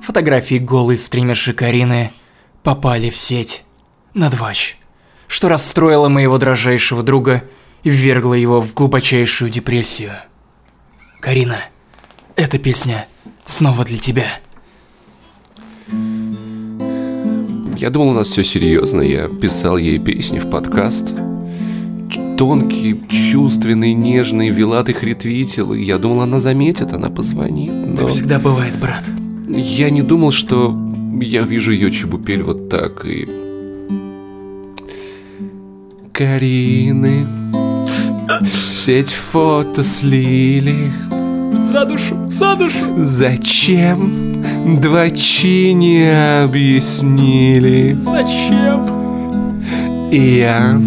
Фотографии голой стримерши Карины попали в сеть на Двач, что расстроило моего дрожайшего друга и ввергло его в глубочайшую депрессию. Карина, эта песня снова для тебя. Я думал, у нас все серьезно. Я писал ей песни в подкаст. Тонкий, чувственный, нежный, Вилат их ретвитил. И я думал, она заметит, она позвонит. Но... Так всегда бывает, брат. Я не думал, что я вижу ее чебупель вот так и... Карины в сеть фото слили. За душу, за душу. Зачем? Двачи не объяснили. Зачем? И я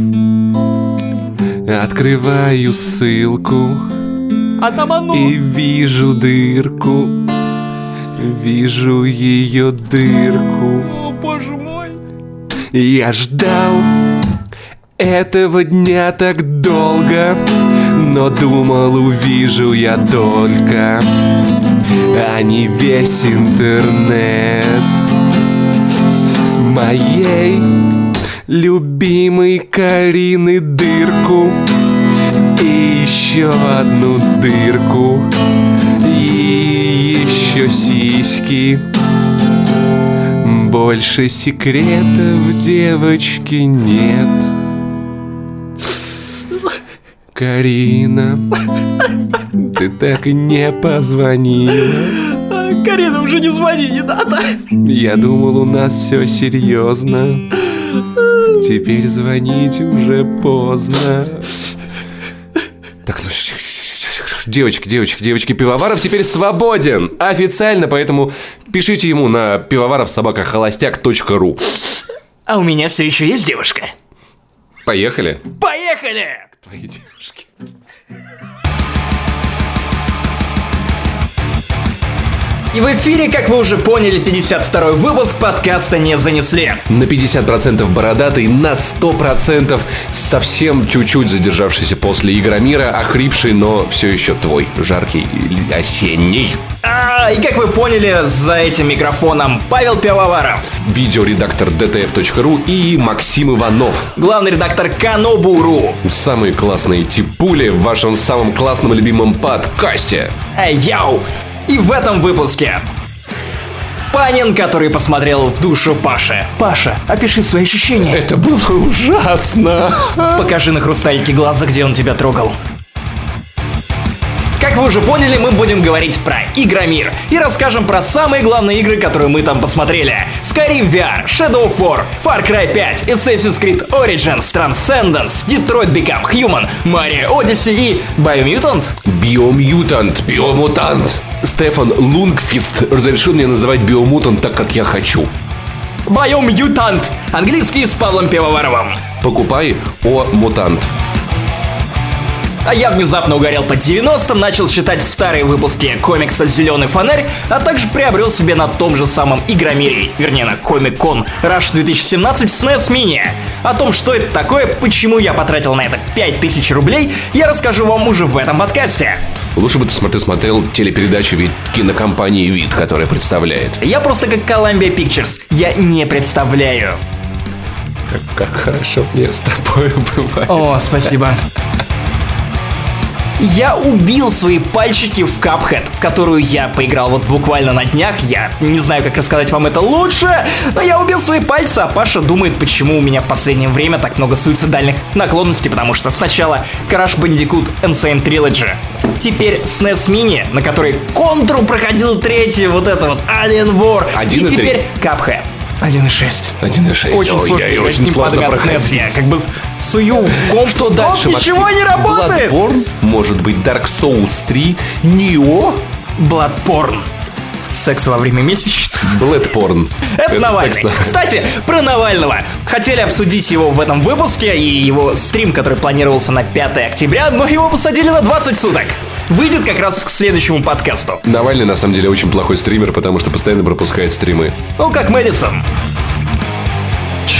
открываю ссылку, А там оно. и вижу дырку. Вижу ее дырку. О, боже мой. Я ждал этого дня так долго, но думал, увижу я только, а не весь интернет. Моей любимой Карины дырку и еще одну дырку. И еще сиськи. Больше секретов девочки нет. Карина, ты так и не позвонила. Карина, уже не звони, не надо. Я думал, у нас все серьезно. Теперь звонить уже поздно. Так, ну... Девочки, Пивоваров теперь свободен официально, поэтому пишите ему на pivovarov@холостяк.ру. А у меня все еще есть девушка. Поехали. Поехали! Твои девушки. И в эфире, как вы уже поняли, 52-й выпуск подкаста «Не занесли». На 50% бородатый, на 100% совсем чуть-чуть задержавшийся после Игромира, охрипший, но все еще твой, жаркий осенний. И как вы поняли, за этим микрофоном Павел Пивоваров, Видеоредактор dtf.ru и Максим Иванов, главный редактор Канобу.ру. самые классные типули в вашем самом классном любимом подкасте. Эй, яу! И в этом выпуске Панин, который посмотрел в душу Паши. Паша, опиши свои ощущения. Это было ужасно. Покажи на хрусталике глаза, где он тебя трогал. Как вы уже поняли, мы будем говорить про Игромир и расскажем про самые главные игры, которые мы там посмотрели. Skyrim VR, Shadow of War, Far Cry 5, Assassin's Creed Origins, Transcendence, Detroit Become Human, Mario Odyssey и Biomutant. Биомутант. Стефан Лунгфист разрешил мне называть Биомутант так, как я хочу. Biomutant. Английский с Павлом Пивоваровым. Покупай О-мутант. А я внезапно угорел по 90-м, начал читать старые выпуски комикса «Зеленый фонарь», а также приобрел себе на том же самом Игромире, вернее на Comic-Con Rush 2017 SNES Mini. О том, что это такое, почему я потратил на это 5000 рублей, я расскажу вам уже в этом подкасте. Лучше бы ты смотрел телепередачу кинокомпании «Вид», которая представляет. Я просто как Columbia Pictures, я не представляю. Как хорошо мне с тобой бывает. О, спасибо. Я убил свои пальчики в Cuphead, в которую я поиграл вот буквально на днях. Я не знаю, как рассказать вам это лучше, но я убил свои пальцы, а Паша думает, почему у меня в последнее время так много суицидальных наклонностей, потому что сначала Crash Bandicoot Insane Trilogy, теперь SNES Mini, на которой Contra проходил третий, вот это вот Alien War, и теперь Cuphead. 1.6. 1.6. Очень сложно, я очень сложно проходить. Я как бы сую в комп. Что дальше, ничего Максим? не работает. Bloodborne, может быть, Dark Souls 3, Nioh? Bloodborne. Секс во время месячных. Bloodborne. Это Навальный. секс. Кстати, про Навального. Хотели обсудить его в этом выпуске и его стрим, который планировался на 5 октября, но его посадили на 20 суток. Выйдет как раз к следующему подкасту. Навальный, на самом деле, очень плохой стример, потому что постоянно пропускает стримы. Ну, как Мэдисон.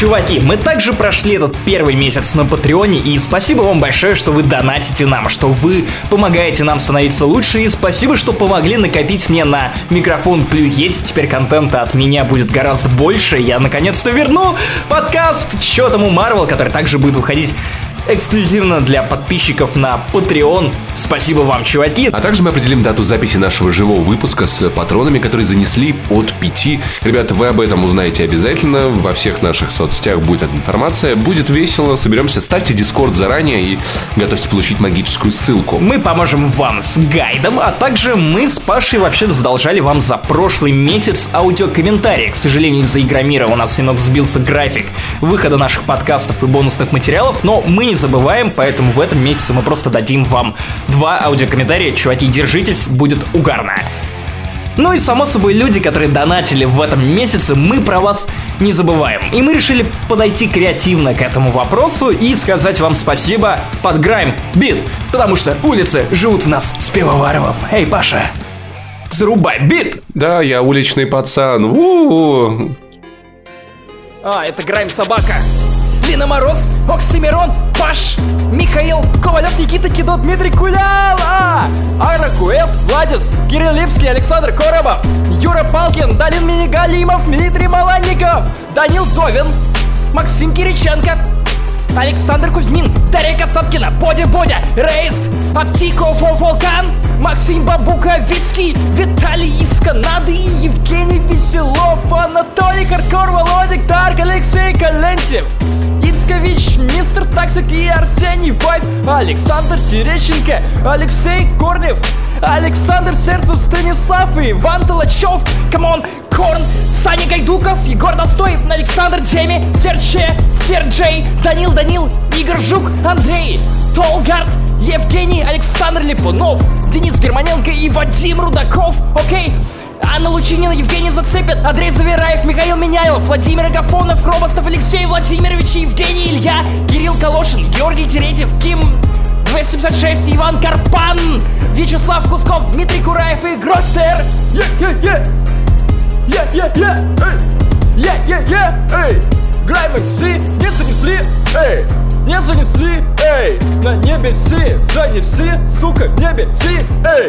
Чуваки, мы также прошли этот первый месяц на Патреоне, и спасибо вам большое, что вы донатите нам, что вы помогаете нам становиться лучше, и спасибо, что помогли накопить мне на микрофон Плюете. Теперь контента от меня будет гораздо больше. Я наконец-то верну подкаст «Чё там у Марвел», который также будет выходить эксклюзивно для подписчиков на Patreon. Спасибо вам, чуваки. А также мы определим дату записи нашего живого выпуска с патронами, которые занесли от 5. Ребята, вы об этом узнаете обязательно. Во всех наших соцсетях будет эта информация. Будет весело. Соберемся. Ставьте Discord заранее и готовьтесь получить магическую ссылку. Мы поможем вам с гайдом, а также мы с Пашей вообще-то задолжали вам за прошлый месяц аудиокомментарии. К сожалению, из-за Игромира у нас немного сбился график выхода наших подкастов и бонусных материалов, но мы не забываем, поэтому в этом месяце мы просто дадим вам 2 аудиокомментария. Чуваки, держитесь, будет угарно. Ну и само собой, люди, которые донатили в этом месяце, мы про вас не забываем. И мы решили подойти креативно к этому вопросу и сказать вам спасибо под Grime Beat, потому что улицы живут в нас с Пивоваровым. Эй, Паша, зарубай бит! Да, я уличный пацан. Это Grime Собака. Лина Мороз, Оксимирон, Паш, Михаил, Ковалев, Никита Кидо, Дмитрий Кулял, Айра Куэт, Владис, Кирилл Липский, Александр Коробов, Юра Палкин, Далин Минигалимов, Дмитрий Маланников, Данил Довин, Максим Кириченко, Александр Кузьмин, Дарья Касаткина, Бодя, Рейст, Аптико, Вулкан, Максим Бабуковицкий, Виталий из Канады, Евгений Веселов, Анатолий Хардкор, Володик Тарк, Алексей Калентьев, Ицкович, Мистер Таксик и Арсений Вайс, Александр Терещенко, Алексей Корнев, Александр Сердцев, Станислав и Иван Толочев, камон, Корн, Саня Гайдуков, Егор Толстой, Александр Деми, Серджей, Данил, Игорь Жук, Андрей, Толгард, Евгений, Александр Липунов, Денис Германенко и Вадим Рудаков, окей. Анна Лучинина, Евгений Зацепин, Андрей Завираев, Михаил Меняйлов, Владимир Агафонов, Робостов, Алексей Владимирович, Евгений Илья, Кирилл Калошин, Георгий Терентьев, Ким 256, Иван Карпан, Вячеслав Кусков, Дмитрий Кураев и Гротер. Грайм МС не занесли, не занесли, на небеси, занеси, сука, небеси,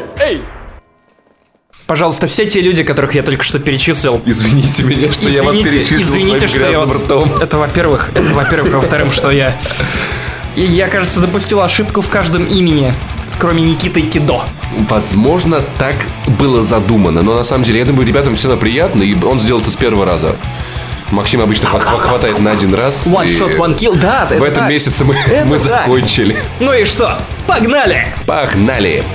Пожалуйста, все те люди, которых я только что перечислил. Извините меня, что я вас перечислил. Извините, что я вас... ртом. Это во-первых. Во-вторых, что я, кажется, допустил ошибку в каждом имени, кроме Никиты Кидо. Возможно, так было задумано, но на самом деле, я думаю, ребятам все равно приятно, и он сделал это с первого раза. Максим обычно хватает на один раз. One shot, one kill, да. В этом месяце мы закончили. Ну и что? Погнали! Погнали!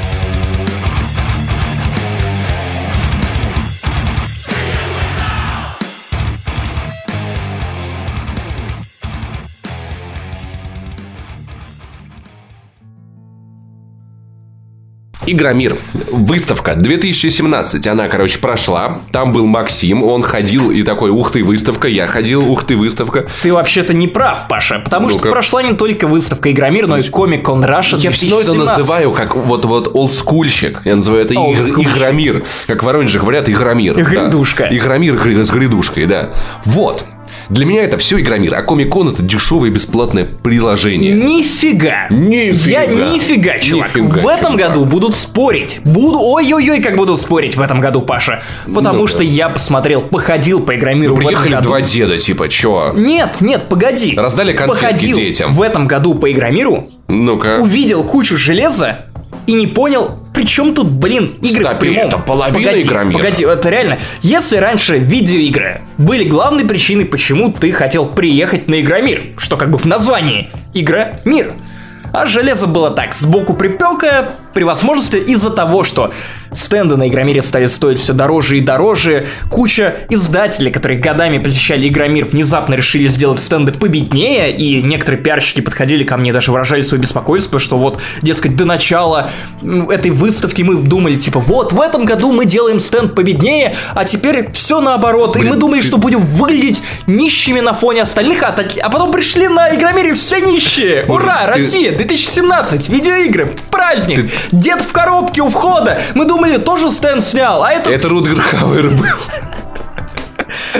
Игромир. Выставка 2017. Она, прошла. Там был Максим. Он ходил и такой: ух ты, выставка. Я ходил, ух ты, выставка. Ты вообще-то не прав, Паша. Потому что прошла не только выставка Игромир, но и Comic-Con Russia 2017. Я все это называю как вот олдскульщик. Я называю это Игромир. Как в Воронеже говорят, Игромир. Грядушка. Да. Игромир с грядушкой, да. Вот. Для меня это все Игромир, а Комик-кон — это дешевое бесплатное приложение. Нифига, чувак. В этом году будут спорить. Ой-ой-ой, как будут спорить в этом году, Паша. Потому что я посмотрел, походил по Игромиру в этом году. Приехали 2 деда, типа, чё? Нет, погоди. Раздали конфетки детям. В этом году по Игромиру. Ну-ка. Увидел кучу железа и не понял, при чем тут, игры в прямом. Это половина Игромира. Погоди, это реально. Если раньше видеоигры были главной причиной, почему ты хотел приехать на Игромир, что как бы в названии Игромир, а железо было так, сбоку припёка, при возможности из-за того, что стенды на Игромире стали стоить все дороже и дороже, куча издателей, которые годами посещали Игромир, внезапно решили сделать стенды победнее, и некоторые пиарщики подходили ко мне, даже выражали свое беспокойство, что вот, дескать, до начала этой выставки мы думали, типа, вот, в этом году мы делаем стенд победнее, а теперь все наоборот, и мы думали, что будем выглядеть нищими на фоне остальных, а потом пришли на Игромире все нищие. Ура, Россия, 2017, видеоигры, праздник, дед в коробке у входа, мы думали, тоже стенд снял, а это... Это Рутгер Хауэр был.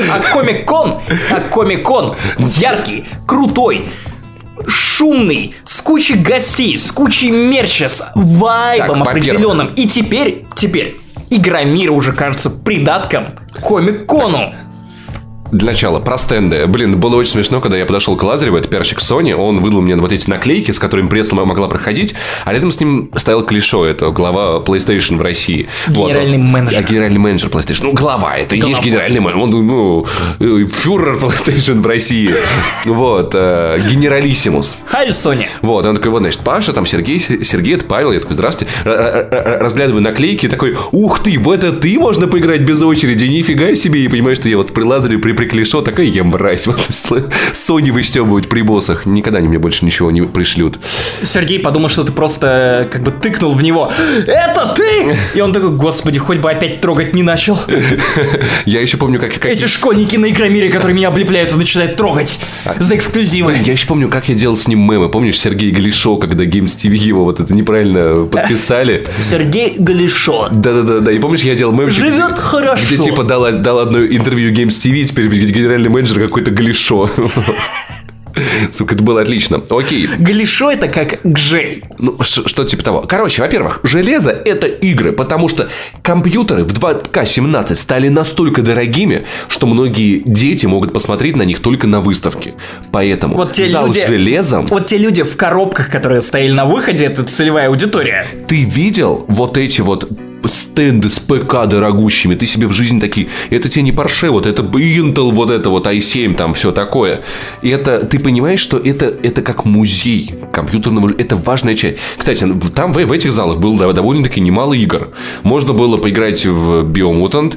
А Комик-кон яркий, крутой, шумный, с кучей гостей, с кучей мерча, с вайбом Так, определенным. И теперь Игромир уже кажется придатком Комик-кону. Для начала, про стенды. Блин, было очень смешно, когда я подошел к Лазареву, это пиарщик Sony, он выдал мне вот эти наклейки, с которыми пресса могла проходить, а рядом с ним стоял Клишо, это глава PlayStation в России. Генеральный менеджер. Генеральный менеджер PlayStation. Ну, глава, это и есть генеральный менеджер. Он, фюрер PlayStation в России. Вот, генералиссимус. Хай, Sony. Вот, он такой, вот, значит, Паша, там Сергей, это Павел. Я такой, здравствуйте. Разглядываю наклейки, такой, ух ты, в это ты можно поиграть без очереди, нифига себе. И понимаешь, что я вот при Лазареве, при Клишо, такая я мразь. Вот Sony выстебывают при боссах. Никогда они мне больше ничего не пришлют. Сергей подумал, что ты просто как бы тыкнул в него. Это ты? И он такой, господи, хоть бы опять трогать не начал. Я еще помню, как... Эти школьники на Игромире, которые меня облепляют, начинают трогать за эксклюзивы. Я еще помню, как я делал с ним мемы. Помнишь, Сергей Глишо, когда Games TV его вот это неправильно подписали? Сергей Глишо. Да. И помнишь, я делал мемчик, живет хорошо. Где типа дал одно интервью Games TV, теперь генеральный менеджер какой-то Глишо. Сука, это было отлично. Окей. Глишо это как Гжель. Ну, что типа того. Короче, во-первых, железо — это игры, потому что компьютеры в 2К17 стали настолько дорогими, что многие дети могут посмотреть на них только на выставке. Поэтому вот те зал люди, с железом... Вот те люди в коробках, которые стояли на выходе, это целевая аудитория. Ты видел вот эти вот стенды с ПК дорогущими, ты себе в жизни такие, это тебе не Porsche, вот это Intel, вот это вот i7, там все такое. И это, ты понимаешь, что это как музей компьютерного, это важная часть. Кстати, там в этих залах было довольно-таки немало игр. Можно было поиграть в Biomutant.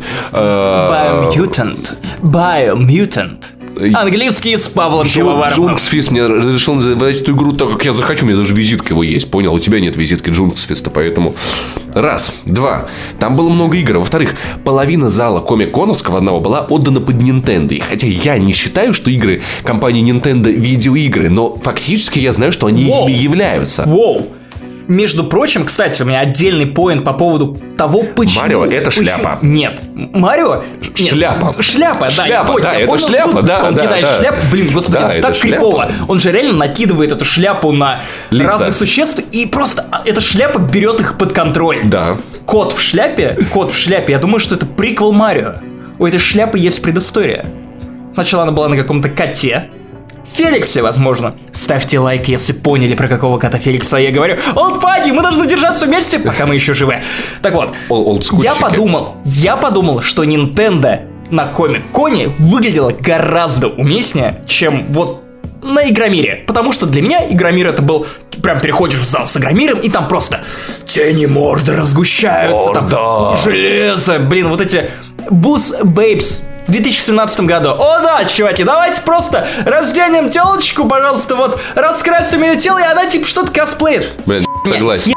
Biomutant. Английский с Павлом Пивоваровым. Джунксфист мне разрешил называть эту игру так, как я захочу. У меня даже визитка его есть, понял? У тебя нет визитки Джунксфиста, поэтому... Раз, два. Там было много игр. Во-вторых, половина зала комик-коновского одного была отдана под Nintendo. И хотя я не считаю, что игры компании Nintendo видеоигры, но фактически я знаю, что они ими являются. Между прочим, кстати, у меня отдельный поинт по поводу того, почему... Марио — это шляпа. Нет. Марио... Шляпа. Шляпа, да. Шляпа, да, это понял, шляпа, да. Он кидает шляпу. Блин, господи, да, это так крипово. Он же реально накидывает эту шляпу на разных существ, и просто эта шляпа берет их под контроль. Да. Кот в шляпе, я думаю, что это приквел Марио. У этой шляпы есть предыстория. Сначала она была на каком-то коте, Феликсе, возможно. Ставьте лайк, если поняли, про какого кота Феликса я говорю. Олдпаги, мы должны держаться вместе, пока мы еще живы. Так вот, я подумал, что Nintendo на Комик-коне выглядела гораздо уместнее, чем вот на Игромире. Потому что для меня Игромир это был... Прям переходишь в зал с Игромиром, и там просто тени Мордора сгущаются, там железо, блин, вот эти Booth Babes в 2017 году. О да, чуваки, давайте просто разденем телочку, пожалуйста, вот раскрасим ее тело, и она типа что-то косплеит. Блин, согласен.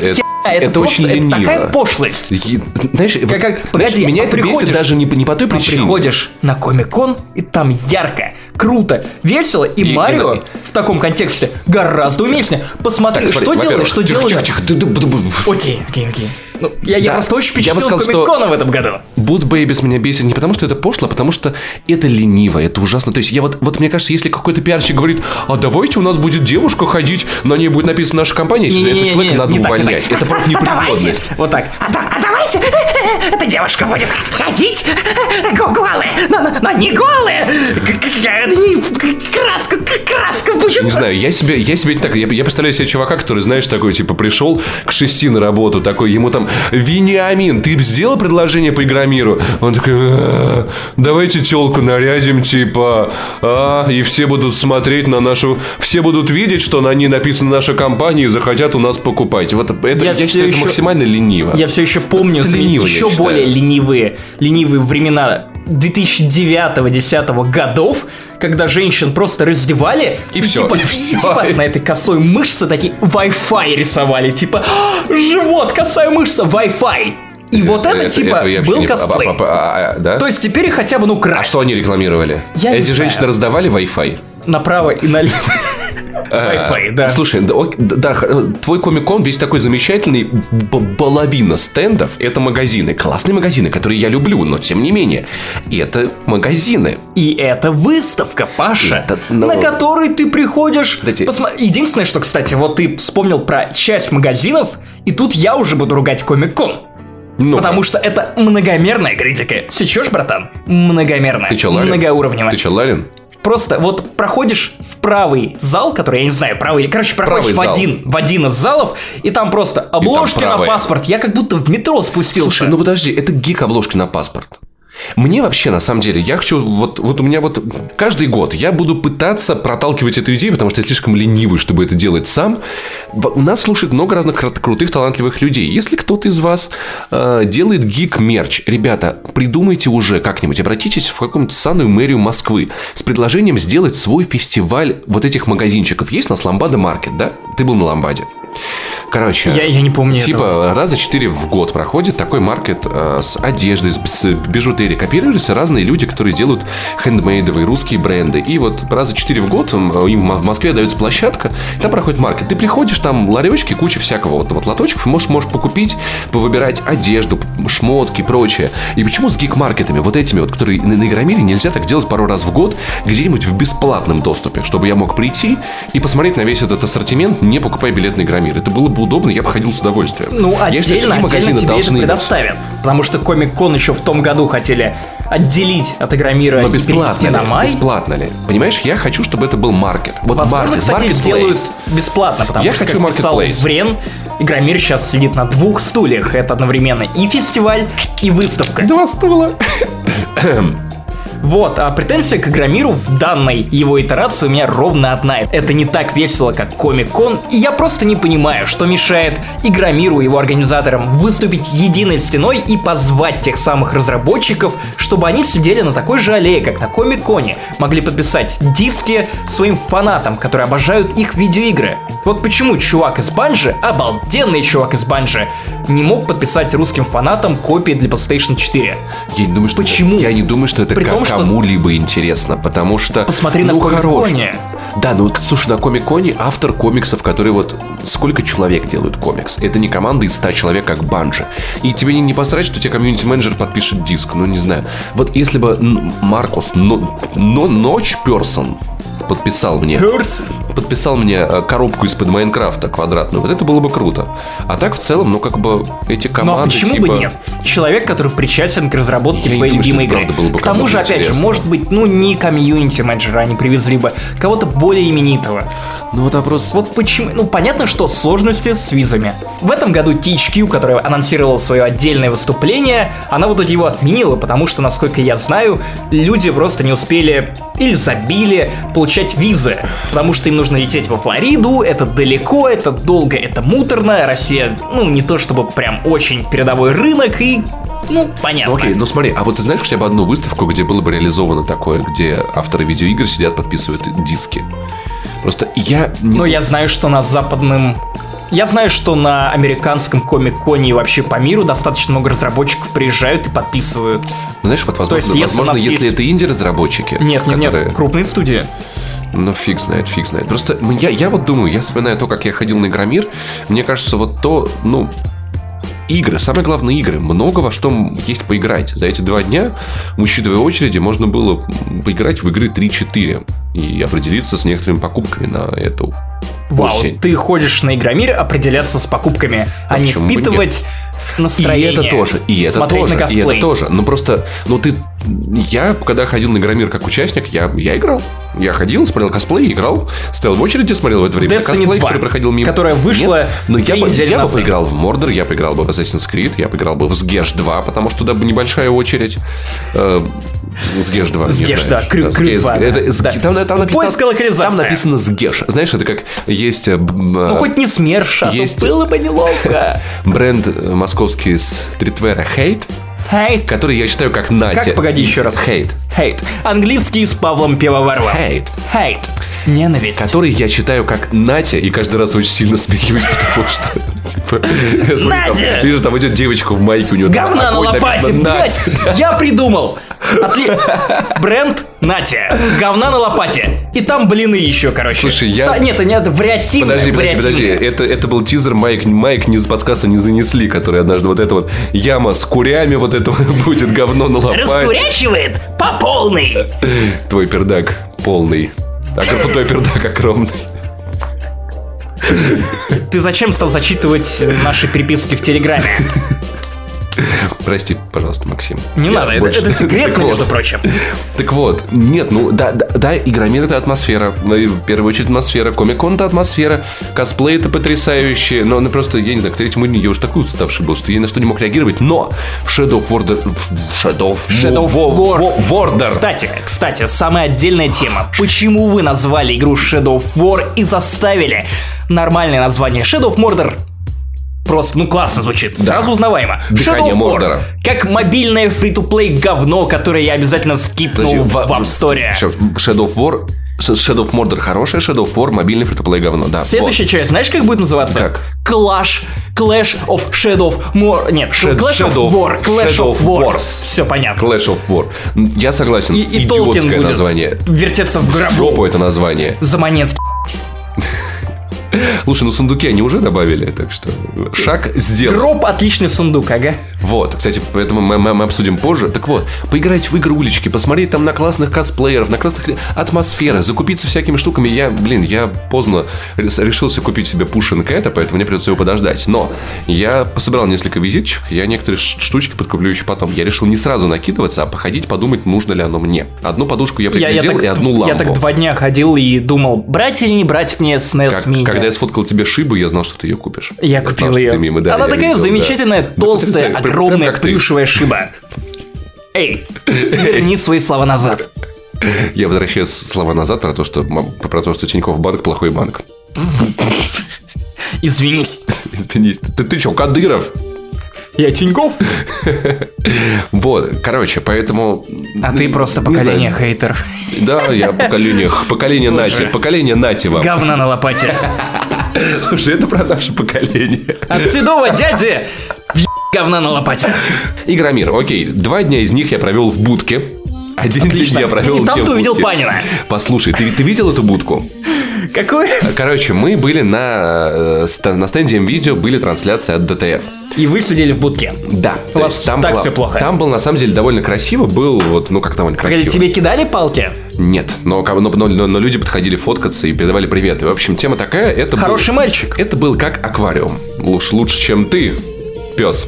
Это очень лениво. Это такая пошлость. Знаешь, погоди, меня это бесит даже не по той причине. Приходишь на Комик-кон, и там ярко, круто, весело, и Марио в таком контексте гораздо уместнее. Посмотри, что делали. Тихо. Окей. Ну, я просто очень впечатлен Комик-кона в этом году. Boot Babies меня бесит не потому, что это пошло, а потому что это лениво, это ужасно. То есть я вот мне кажется, если какой-то пиарщик говорит, а давайте у нас будет девушка ходить, на ней будет написана наша компания, этого человека надо увольнять. Это просто непригодность. Вот так. А давайте эта девушка будет ходить голая, но не голая. Краска будет. Не знаю, я себе так, я представляю себе чувака, который, знаешь, такой, типа, пришел к 6 на работу, такой, ему там, Вениамин, ты сделал предложение по Игромиру? Он такой, давайте телку нарядим, типа, и все будут смотреть на нашу, все будут видеть, что на ней написана наша компания и захотят у нас покупать. Вот это, я считаю, это максимально лениво. Я все еще помню еще более ленивые времена 2009-2010 годов, когда женщин просто раздевали и все. Типа на этой косой мышце такие Wi-Fi рисовали. Типа, живот, косая мышца, Wi-Fi. И вот это типа был косплей. Да? То есть теперь хотя бы красят. А что они рекламировали? Эти женщины раздавали Wi-Fi? Направо и налево. Wi-Fi, да. Слушай, твой Комик-кон весь такой замечательный, половина стендов — это магазины. Классные магазины, которые я люблю, но тем не менее, это магазины. И это выставка, Паша, на которой ты приходишь... Единственное, что, кстати, вот ты вспомнил про часть магазинов, и тут я уже буду ругать Комик-кон. Потому что это многомерная критика. Сечешь, братан? Многомерная. Ты чё, Ларин? Многоуровневая. Ты чё, Ларин? Просто вот проходишь в правый зал, который, я не знаю, правый... Короче, проходишь в один из залов, и там просто обложки на паспорт. Я как будто в метро спустился. Слушай, ну подожди, это гик-обложки на паспорт. Мне вообще, на самом деле, я хочу... Вот у меня вот каждый год я буду пытаться проталкивать эту идею, потому что я слишком ленивый, чтобы это делать сам. У нас слушает много разных крутых, талантливых людей. Если кто-то из вас делает гик-мерч, ребята, придумайте уже как-нибудь, обратитесь в какую-нибудь ссаную мэрию Москвы с предложением сделать свой фестиваль вот этих магазинчиков. Есть у нас Ламбада Маркет, да? Ты был на Ламбаде. Короче, я не помню типа этого. раза 4 в год проходит такой маркет с одеждой, с бижутерией. Копируются разные люди, которые делают хендмейдовые русские бренды. И вот раза 4 в год им в Москве дается площадка, там проходит маркет. Ты приходишь, там ларечки, куча всякого вот лоточков, и можешь покупить, повыбирать одежду, шмотки, прочее. И почему с гик-маркетами, вот этими вот, которые на Игромире, нельзя так делать пару раз в год где-нибудь в бесплатном доступе, чтобы я мог прийти и посмотреть на весь этот ассортимент, не покупая билет на Игромир. Это было бы удобно, я бы ходил с удовольствием. Ну, отдельно тебе это предоставят. Потому что Комик-кон еще в том году хотели отделить от Игромира и перенести на май. Бесплатно ли? Понимаешь, я хочу, чтобы это был маркет. Вот возможно, кстати, сделают бесплатно, потому что, как писал Врен, Игромир сейчас сидит на 2 стульях. Это одновременно и фестиваль, и выставка. 2 стула. Вот, а претензия к Игромиру в данной его итерации у меня ровно одна. Это не так весело, как Комик-кон, и я просто не понимаю, что мешает Игромиру и его организаторам выступить единой стеной и позвать тех самых разработчиков, чтобы они сидели на такой же аллее, как на Комик-коне, могли подписать диски своим фанатам, которые обожают их видеоигры. Вот почему чувак из Bungie, обалденный чувак из Bungie, не мог подписать русским фанатам копии для PlayStation 4? Я не думаю, что почему? Я не думаю, что это кому-либо интересно, потому что... Посмотри на Комик-коне. Да, ну слушай, на Комик-коне автор комиксов, которые вот... Сколько человек делают комикс? Это не команда из 100 человек, как Bungie. И тебе не посрать, что тебе комьюнити-менеджер подпишет диск, ну не знаю. Вот если бы Маркус Ночь Персон подписал мне коробку из-под Майнкрафта квадратную, вот это было бы круто. А так в целом, ну как бы эти команды... Ну а почему бы нет? Человек, который причастен к разработке твоей любимой игры. К тому же, опять же, может быть, не комьюнити-менеджера они привезли бы, кого-то более именитого. Ну вот вопрос... Вот почему... Ну понятно, что сложности с визами. В этом году THQ, которая анонсировала свое отдельное выступление, она в итоге его отменила, потому что, насколько я знаю, люди просто не успели или забили получать визы, потому что им нужно лететь во Флориду, это далеко, это долго, это муторно, Россия, не то чтобы прям очень передовой рынок, и, понятно. Окей, смотри, а вот ты знаешь хотя бы одну выставку, где было бы реализовано такое, где авторы видеоигр сидят, подписывают диски? Просто я... я знаю, что на западном... Я знаю, что на американском Комик-коне и вообще по миру достаточно много разработчиков приезжают и подписывают. Знаешь, вот возможно, если это инди-разработчики... Нет, крупные студии. Ну, фиг знает. Просто я вот думаю, я вспоминаю то, как я ходил на Игромир, мне кажется, вот то, игры, самое главное игры, много во что есть поиграть. За эти 2 дня, учитывая очереди, можно было поиграть в игры 3-4 и определиться с некоторыми покупками на эту осень. Ты ходишь на Игромир определяться с покупками, а не впитывать настроение. И это тоже. Я, когда ходил на Игромир как участник, я играл. Я ходил, смотрел косплей, играл, стоял в очереди, смотрел в это время Destiny косплей, 2, который проходил мимо. Которая вышла. Но я бы поиграл в Mordor, я поиграл бы в Assassin's Creed, я поиграл бы в Sgesh 2, потому что туда бы небольшая очередь. Sgesh 2. Sgesh, да, Крю 2. Поиск локализация. Там написано Sgesh. Знаешь, это как есть... хоть не СМЕРШ, было бы неловко. Бренд московский стритвера Hate, который я читаю как Нати. Как? Погоди еще раз. Hate. Английский с Павлом Пивоваровым. Hate. Ненависть. Который я читаю как Натя, и каждый раз очень сильно смеюсь, потому что... Надя! Вижу, там идет девочка в майке, у нее Говна на лопате, блядь! Я придумал! Бренд Натя. Говна на лопате. И там блины еще, короче. Слушай, я... Нет, вариативно. Подожди. Это был тизер, Майк не с подкаста не занесли, который однажды вот это вот яма с курями, вот это будет говно на лопате. Раскурячивает по полной. Твой пердак полный. А твой пердак огромный. Ты зачем стал зачитывать наши переписки в Телеграме? Прости, пожалуйста, Максим. Не надо, это секретно, между прочим. Так вот, нет, да, Игромир — это атмосфера. В первую очередь атмосфера. Комик-кон — это атмосфера. Косплей — это потрясающее. Но просто, я не знаю, к третьему дню я уже такой уставший был, что я ни на что не мог реагировать. Но в Shadow of War. Кстати, самая отдельная тема. Почему вы назвали игру Shadow of War и заставили нормальное название Shadow of Mordor? Просто, классно звучит. Да. Сразу узнаваемо. Дыхание Shadow of War. Мордора. Как мобильное фри-то-плей говно, которое я обязательно скипнул в App Store. Shadow of Mordor хорошая, Shadow of War мобильный фри-то-плей говно, да. Следующая часть, знаешь, как будет называться? Как? Clash of Shadow of War. Нет, Clash of War. Clash of Wars. Все понятно. Clash of War. Я согласен. И Толкин будет название. Вертеться в гробу. Жопу это название. За монетки. Слушай, сундуки они уже добавили, так что шаг сделан. Гроб отличный сундук, ага. Вот, кстати, поэтому мы обсудим позже. Так вот, поиграть в игрулечки, посмотреть там на классных косплееров, на классных атмосферах, закупиться всякими штуками. Я поздно решился купить себе Push Cat, поэтому мне придется его подождать. Но я пособирал несколько визиточек, я некоторые штучки подкуплю еще потом. Я решил не сразу накидываться, а походить, подумать, нужно ли оно мне. Одну подушку я приглядел и одну лампу. Я так 2 дня ходил и думал, брать или не брать мне SNES Mini. Когда я сфоткал тебе шибу, я знал, что ты ее купишь. Я купил ее. Она такая замечательная, толстая, огромная плюшевая шиба. Эй, верни свои слова назад. Я возвращаю слова назад про то, что Тинькофф банк плохой банк. Извинись. Извинись. Ты что, Кадыров? Я Тинькофф. Вот, короче, поэтому... А ты просто поколение хейтеров. Да, я поколение Нати. Поколение Нати вам. Говна на лопате. Слушай, это про наше поколение. От седого дяди говна на лопате. Игромир, окей. 2 дня из них я провел в будке. 1 день я провел в будке. И там ты увидел Панина. Послушай, ты видел эту будку? Какой? Короче, мы были на стенде МВидео, были трансляции от ДТФ. И вы сидели в будке? Да. У вас там так все плохо? Там был, на самом деле, довольно красиво. Был, как довольно красиво. Погоди, тебе кидали палки? Нет, но люди подходили фоткаться и передавали привет. И, в общем, тема такая. Хороший мальчик. Это был как аквариум. Лучше, чем ты, пес.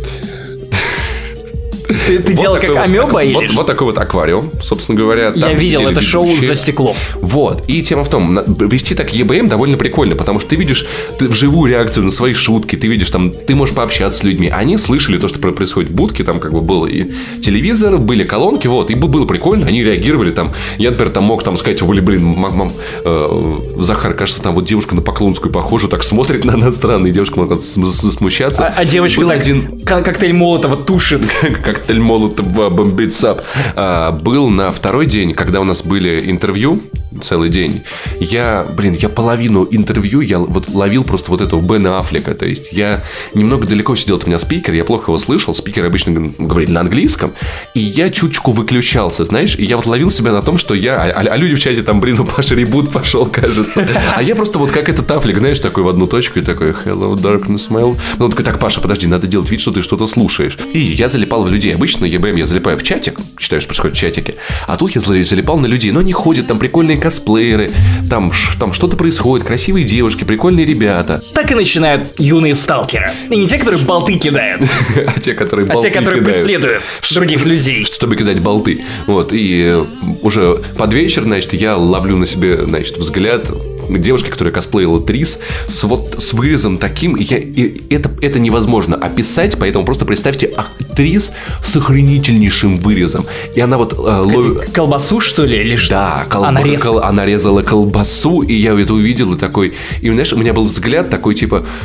Ты делал как амеба или вот такой вот аквариум, собственно говоря. Я видел это шоу за стеклом. Вот. И тема в том, вести так ЕБМ довольно прикольно, потому что ты видишь вживую реакцию на свои шутки, ты видишь там, ты можешь пообщаться с людьми. Они слышали то, что происходит в будке, там как бы был и телевизор, были колонки, вот, и было прикольно, они реагировали там. Я, например, там мог сказать, мам, Захар, кажется, там вот девушка на Поклонскую похожа, так смотрит на нас странно, и девушка может смущаться. А девочка так коктейль Молотова тушит. Коктейль Молотова бомбит САП. Был на 2-й день, когда у нас были интервью целый день. Я половину интервью я ловил просто вот этого Бена Аффлека. То есть я немного далеко сидел от меня спикер, я плохо его слышал. Спикер обычно говорит на английском. И я чуточку выключался, знаешь. И я ловил себя на том, что а люди в чате там, у Паши ребут пошел, кажется. А я просто как этот Аффлек, знаешь, такой в одну точку и такой hello darkness smile. Он такой, так, Паша, подожди, надо делать вид, что ты что-то слушаешь. И я залипал в людей. Обычно ЕБМ я залипаю в чатик, считаю, что происходит в чатике. А тут я залипал на людей. Но они ходят, там прикольные косплееры, там что-то происходит, красивые девушки, прикольные ребята. Так и начинают юные сталкеры. И не те, которые болты кидают, а те, которые преследуют других людей. Чтобы кидать болты. Вот, и уже под вечер, значит, я ловлю на себе, значит, взгляд девушки, которая косплеила Трис, с вырезом таким, и это невозможно описать, поэтому просто представьте Трис с охренительнейшим вырезом. И она колбасу, что ли, или что? Да, она резала колбасу, и я это увидел, и такой... И, знаешь, у меня был взгляд такой, типа...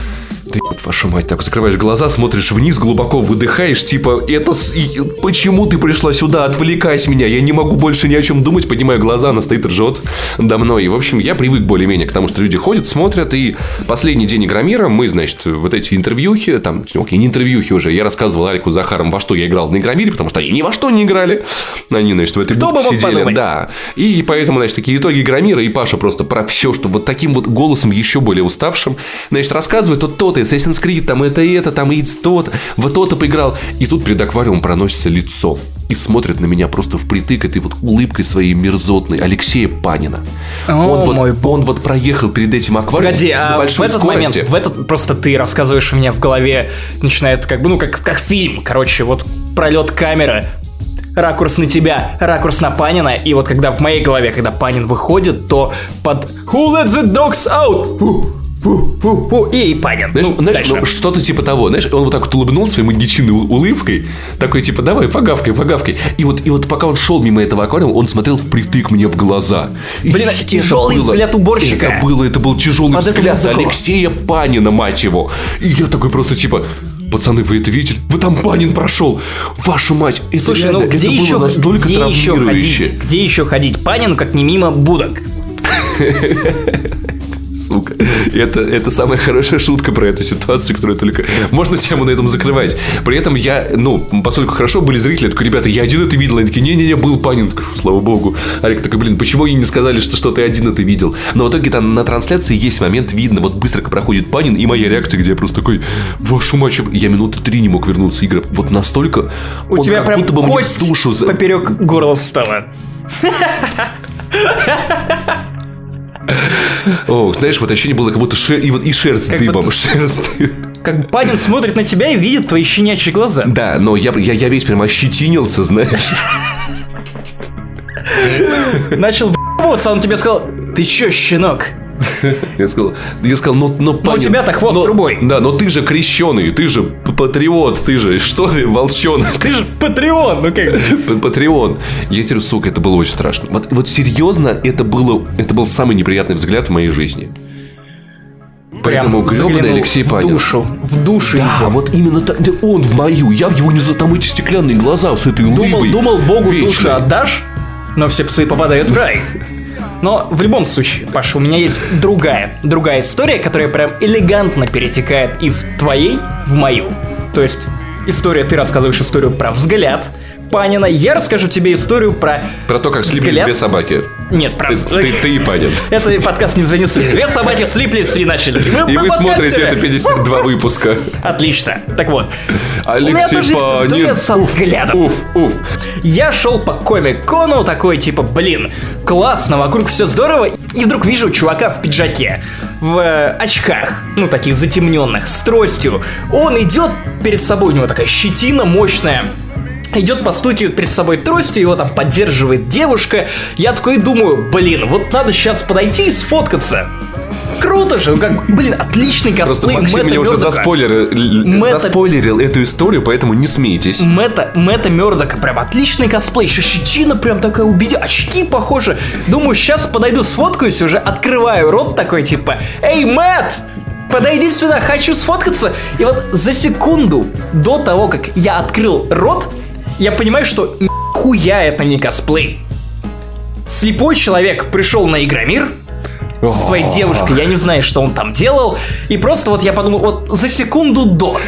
Ты, вашу мать, так закрываешь глаза, смотришь вниз, глубоко выдыхаешь, типа, почему ты пришла сюда, отвлекайся меня, я не могу больше ни о чем думать, поднимаю глаза, она стоит, ржет до мной. И, в общем, я привык более-менее к тому, что люди ходят, смотрят, и последний день Игромира мы, значит, вот эти интервьюхи, там, окей, не интервьюхи уже, я рассказывал Алику Захаром, во что я играл на Игромире, потому что они ни во что не играли, они, значит, в этой будке сидели, да, и поэтому, значит, такие итоги Игромира, и Паша просто про все, что вот таким вот голосом еще более уставшим, значит, рассказывает то-то, Assassin's Creed, там это, там и то-то, вот то-то поиграл. И тут перед аквариумом проносится лицо и смотрит на меня просто впритык этой вот улыбкой своей мерзотной Алексея Панина. Он вот проехал перед этим аквариумом. Погоди, на большой в этот скорости. момент, просто ты рассказываешь, у меня в голове начинает как бы, как фильм, короче, вот пролет камеры, ракурс на тебя, ракурс на Панина, и вот когда в моей голове, когда Панин выходит, то под «Who let the dogs out?» и Панин. Знаешь, что-то типа того. Знаешь, он вот так вот улыбнулся своей магичиной улыбкой. Такой типа, давай, погавкай. И вот пока он шел мимо этого аквариума, он смотрел впритык мне в глаза. Блин, тяжелый взгляд уборщика. Это был тяжелый взгляд Алексея Панина, мать его. И я такой просто типа... Пацаны, вы это видели? Вы там Панин прошел! Вашу мать! Это слушай, реально, где это еще, было настолько травмирующе. Где еще ходить Панину, как не мимо будок? Сука. Это самая хорошая шутка про эту ситуацию, которая только... Можно тему на этом закрывать. При этом я, поскольку хорошо были зрители, я такой, ребята, я один это видел. Они такие, не-не-не, был Панин. Такой, слава богу. Алик такой, блин, почему они не сказали, что ты один это видел? Но в итоге там на трансляции есть момент, видно, вот быстро проходит Панин, и моя реакция, где я просто такой, вашу мать, я минуты 3 не мог вернуться, Игорь. Вот настолько... У тебя прям кость поперек горла встала. О, знаешь, вот ощущение было, как будто и шерсть дыбом. Как Панин смотрит на тебя и видит твои щенячьи глаза. Да, но я весь прям ощетинился, знаешь. Начал в***ываться, он тебе сказал, ты чё, щенок? Я сказал, но Панин... у тебя-то хвост трубой. Да, но ты же крещеный, ты же патриот, ты же, что ты, волчонок? Ты же патрион, ну как? Патрион. Я говорю, сука, это было очень страшно. Вот серьезно, это был самый неприятный взгляд в моей жизни. Поэтому гребаный Алексей Панин. В душу да, его. Вот именно так. Он в мою. Я в его не за там эти стеклянные глаза с этой улыбой. Думал, Богу душу отдашь, но все псы попадают в рай. Но в любом случае, Паша, у меня есть другая история, которая прям элегантно перетекает из твоей в мою. То есть ты рассказываешь историю про взгляд Панина, я расскажу тебе историю про то, как слиплись две собаки. Нет, про... Ты и Панин. Это подкаст не занесли. Две собаки слиплись и начали. И вы смотрите это 52 выпуска. Отлично. Так вот. Алексей Панин. У меня тоже есть история со взглядом. Я шел по комик-кону, такой типа, блин, классно, вокруг все здорово. И вдруг вижу чувака в пиджаке, в очках, таких затемненных, с тростью. Он идет перед собой, у него такая щетина мощная. Идет, постукивает перед собой тростью, его там поддерживает девушка. Я такой думаю, блин, вот надо сейчас подойти и сфоткаться. Круто же, отличный косплей Просто Максим мне уже заспойлерил эту историю, поэтому не смейтесь. Мэтта Мёрдока, прям отличный косплей, еще щетина прям такая убедительная, очки похожи. Думаю, сейчас подойду, сфоткаюсь, уже открываю рот такой, типа, эй, Мэтт! Подойди сюда, хочу сфоткаться. И вот за секунду до того, как я открыл рот, я понимаю, что нихуя это не косплей. Слепой человек пришел на Игромир со своей девушкой, я не знаю, что он там делал, и просто вот я подумал, вот за секунду до.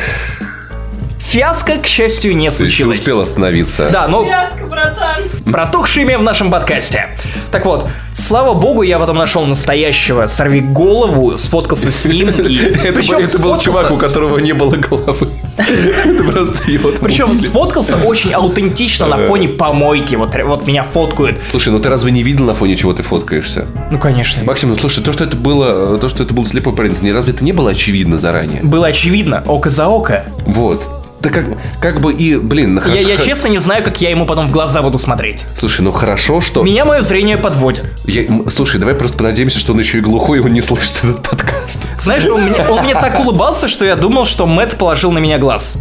Фиаско, к счастью, не случилось. Ты успел остановиться. Да, но... Фиаско, братан. Протухшее имя в нашем подкасте. Так вот, слава богу, я потом нашел настоящего сорвиголову, сфоткался с ним. Это был чувак, у которого не было головы. Это просто его... Причем сфоткался очень аутентично на фоне помойки. Вот меня фоткают. Слушай, ты разве не видел, на фоне чего ты фоткаешься? Ну, конечно. Максим, слушай, то, что это был слепой парень, разве это не было очевидно заранее? Было очевидно, око за око. Вот. Да как бы и, блин, хорошо. Я честно не знаю, как я ему потом в глаза буду смотреть. Слушай, хорошо, что... Меня мое зрение подводит. Слушай, давай просто понадеемся, что он еще и глухой, и он не слышит этот подкаст. Знаешь, он мне так улыбался, что я думал, что Мэтт положил на меня глаз.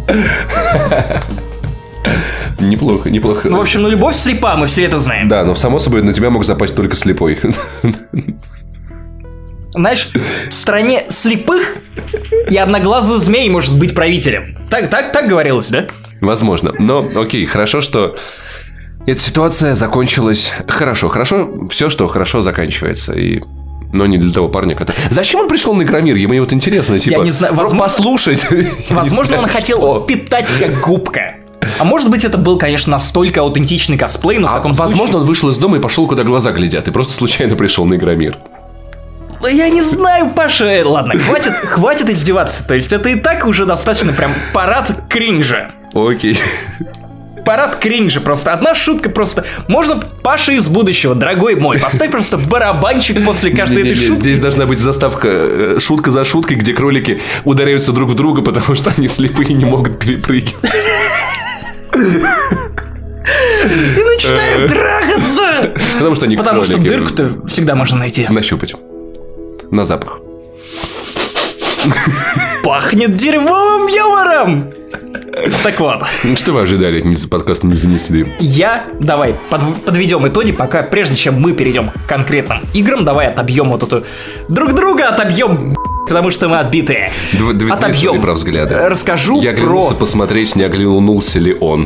Неплохо. Ну, в общем, любовь слепа, мы все это знаем. Да, но само собой на тебя мог запасть только слепой. знаешь, в стране слепых и одноглазый змей может быть правителем. Так говорилось, да? Возможно. Но, окей, хорошо, что эта ситуация закончилась хорошо. Хорошо, все, что хорошо заканчивается. Но не для того парня, который... Зачем он пришел на Игромир? Ему вот интересно, типа, я не знаю, возможно, послушать. Возможно, он хотел впитать как губка. А может быть, это был, конечно, настолько аутентичный косплей, но в таком случае... Возможно, он вышел из дома и пошел, куда глаза глядят, и просто случайно пришел на Игромир. Я не знаю, Паша. Ладно, хватит издеваться. То есть это и так уже достаточно прям парад кринжа. Окей. Парад кринжа просто. Одна шутка просто. Можно, Паша из будущего, дорогой мой, поставь просто барабанчик после каждой этой шутки. Здесь должна быть заставка шутка за шуткой, где кролики ударяются друг в друга, потому что они слепые и не могут перепрыгивать. И начинают трахаться. Потому что они кролики. Потому что дырку-то всегда можно найти. Нащупать. На запах. Пахнет дерьмовым юмором. Так вот. Что вы ожидали? Подкаст не занесли. Давай подведем итоги, пока, прежде чем мы перейдем к конкретным играм, давай отобьем вот эту... Друг друга отобьем, потому что мы отбитые. Отобьем. Про взгляды. Расскажу Я оглянулся посмотреть, не оглянулся ли он.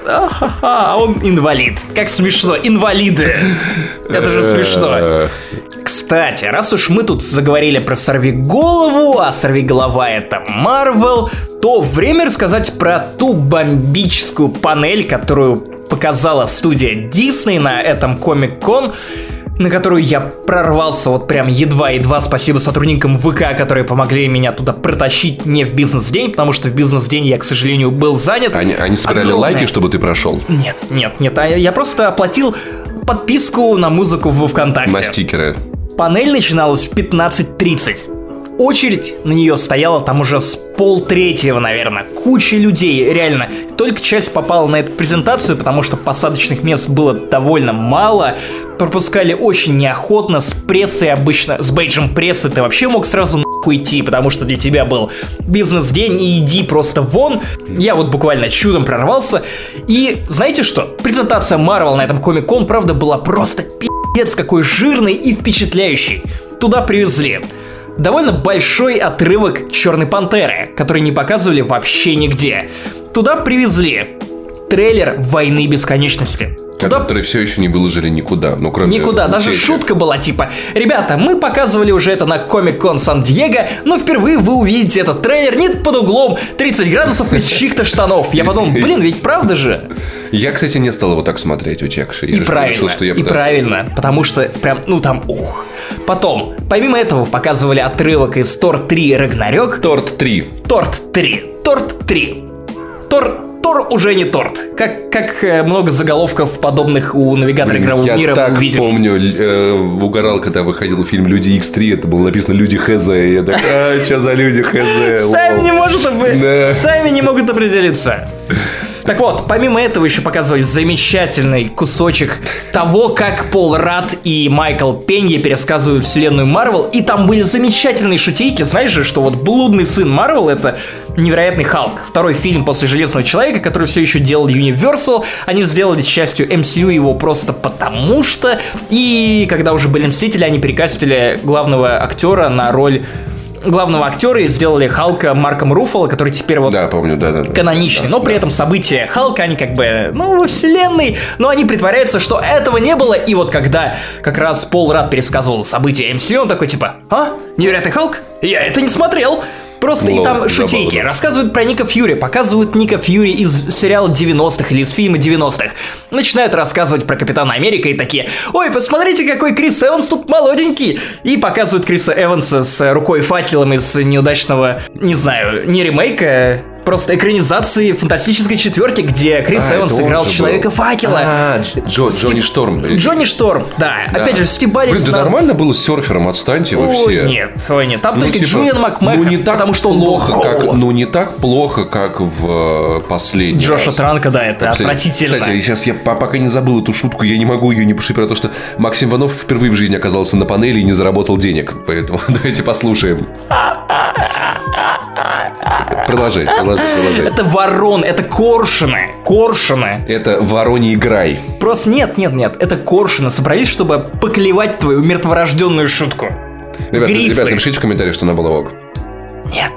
Он инвалид. Как смешно. Инвалиды. Это же смешно. Кстати, раз уж мы тут заговорили про Сорвиголову, а Сорвиголова это Marvel, то время рассказать про ту бомбическую панель, которую показала студия Disney на этом Comic-Con, на которую я прорвался вот прям едва-едва. Спасибо сотрудникам ВК, которые помогли меня туда протащить не в бизнес-день, потому что в бизнес-день я, к сожалению, был занят. Они собирали лайки, чтобы ты прошел? Нет. Я просто оплатил подписку на музыку в ВКонтакте. На стикеры. Панель начиналась в 15:30. Очередь на нее стояла там уже с 2:30, наверное. Куча людей, реально. Только часть попала на эту презентацию, потому что посадочных мест было довольно мало. Пропускали очень неохотно. С прессой обычно, с бейджем прессы ты вообще мог сразу нахуй идти, потому что для тебя был бизнес-день, и иди просто вон. Я вот буквально чудом прорвался. И знаете что? Презентация Marvel на этом Comic-Con, правда, была просто пи***ц какой жирный и впечатляющий. Туда привезли довольно большой отрывок Черной Пантеры, который не показывали вообще нигде. Туда привезли трейлер Войны Бесконечности. Который все еще не выложили никуда. Ну, кроме никуда. Даже шутка была типа: ребята, мы показывали уже это на Comic-Con Сан-Диего, но впервые вы увидите этот трейлер не под углом 30 градусов из чьих-то штанов. Я подумал, ведь правда же? Я, кстати, не стал его так смотреть, утекший. И правильно, потому что прям, там, ух. Потом, помимо этого, показывали отрывок из Тор 3 Рагнарёк. Торт 3. Тор уже не торт. Как много заголовков подобных у навигатора игрового мира мы увидим. Я помню, угорал, когда выходил фильм «Люди X3», это было написано «Люди ХЗ», и я так, что за «Люди ХЗ»? Сами не могут определиться. Так вот, помимо этого еще показывали замечательный кусочек того, как Пол Радд и Майкл Пенья пересказывают вселенную Марвел, и там были замечательные шутейки. Знаешь же, что вот блудный сын Марвел — это невероятный Халк. Второй фильм после Железного Человека, который все еще делал Universal. Они сделали частью MCU его просто потому что. И когда уже были Мстители, они перекастили главного актера на роль главного актера и сделали Халка Марком Руффало, который теперь вот помню, каноничный. Но при этом события Халка, они как бы, во вселенной, но они притворяются, что этого не было. И вот когда как раз Пол Радд пересказывал события MCU, он такой типа: невероятный Халк? Я это не смотрел. Просто и там шутейки. Рассказывают про Ника Фьюри, показывают Ника Фьюри из сериала 90-х или из фильма 90-х. Начинают рассказывать про Капитана Америка и такие: ой, посмотрите, какой Крис Эванс тут молоденький. И показывают Криса Эванса с рукой-факелом из неудачного, не знаю, не ремейка, просто экранизации «Фантастической четверки», где Крис Эванс сыграл Человека-факела. Джонни Шторм. Джонни Шторм, да. Опять же, стебались. Блин, да нормально было с серфером, отстаньте вы все. Ой, нет. Там только Джулиан Макмэхан, потому что он плохо, не так плохо, как в последний Джоша Транка, да, это отвратительно. Кстати, сейчас я пока не забыл эту шутку, я не могу ее не пошутить про то, что Максим Иванов впервые в жизни оказался на панели и не заработал денег. Поэтому давайте послушаем. Продолжай. Это ворон, это коршуны. Это вороний грай. Просто нет, это коршуны собрались, чтобы поклевать твою мертворожденную шутку. Ребят, напишите в комментариях, что она была ок. Нет.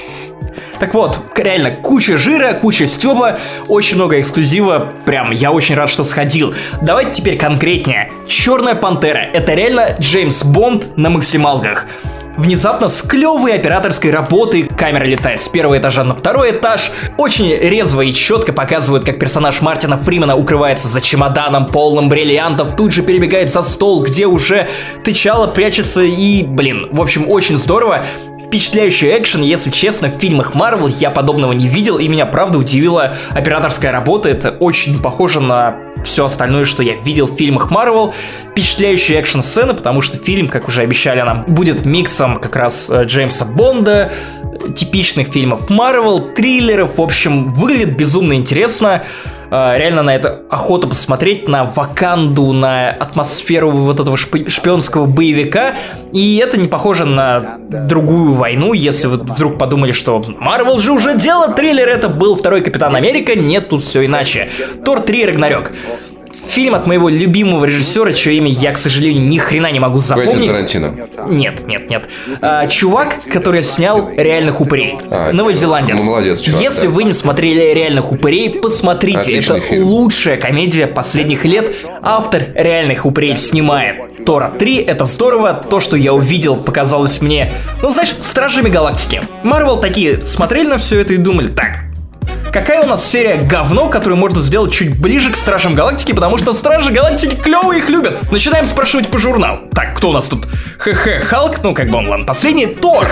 Так вот, реально, куча жира, куча стёба, очень много эксклюзива, прям я очень рад, что сходил. Давайте теперь конкретнее. «Черная пантера» — это реально Джеймс Бонд на максималках. Внезапно с клевой операторской работой камера летает с первого этажа на второй этаж. Очень резво и четко показывают, как персонаж Мартина Фримена укрывается за чемоданом, полным бриллиантов, тут же перебегает за стол, где уже Тычало прячется и, в общем, очень здорово. Впечатляющий экшен, если честно, в фильмах Marvel я подобного не видел, и меня правда удивила операторская работа. Это очень похоже на все остальное, что я видел в фильмах Marvel. Впечатляющие экшн-сцены, потому что фильм, как уже обещали нам, будет миксом как раз Джеймса Бонда, типичных фильмов Marvel, триллеров. В общем, выглядит безумно интересно. Реально на это охота посмотреть, на Ваканду, на атмосферу вот этого шпионского боевика. И это не похоже на другую войну. Если вы вдруг подумали, что Marvel же уже делал триллер, это был второй Капитан Америка. Нет, тут все иначе. Тор 3 Рагнарёк. Фильм от моего любимого режиссера, чье имя я, к сожалению, ни хрена не могу запомнить. Квентин Тарантино. Нет. Чувак, который снял «Реальных упырей». Новозеландец. Молодец, чувак. Если вы не смотрели «Реальных упырей», посмотрите. Отличный это фильм. Лучшая комедия последних лет. Автор «Реальных упырей» снимает Тора 3. Это здорово. То, что я увидел, показалось мне, Стражами Галактики. Марвел такие смотрели на все это и думали, так, какая у нас серия говно, которую можно сделать чуть ближе к Стражам Галактики, потому что Стражи Галактики клевые, их любят. Начинаем спрашивать по журналу. Так, кто у нас тут? Халк, ладно. Последний Тор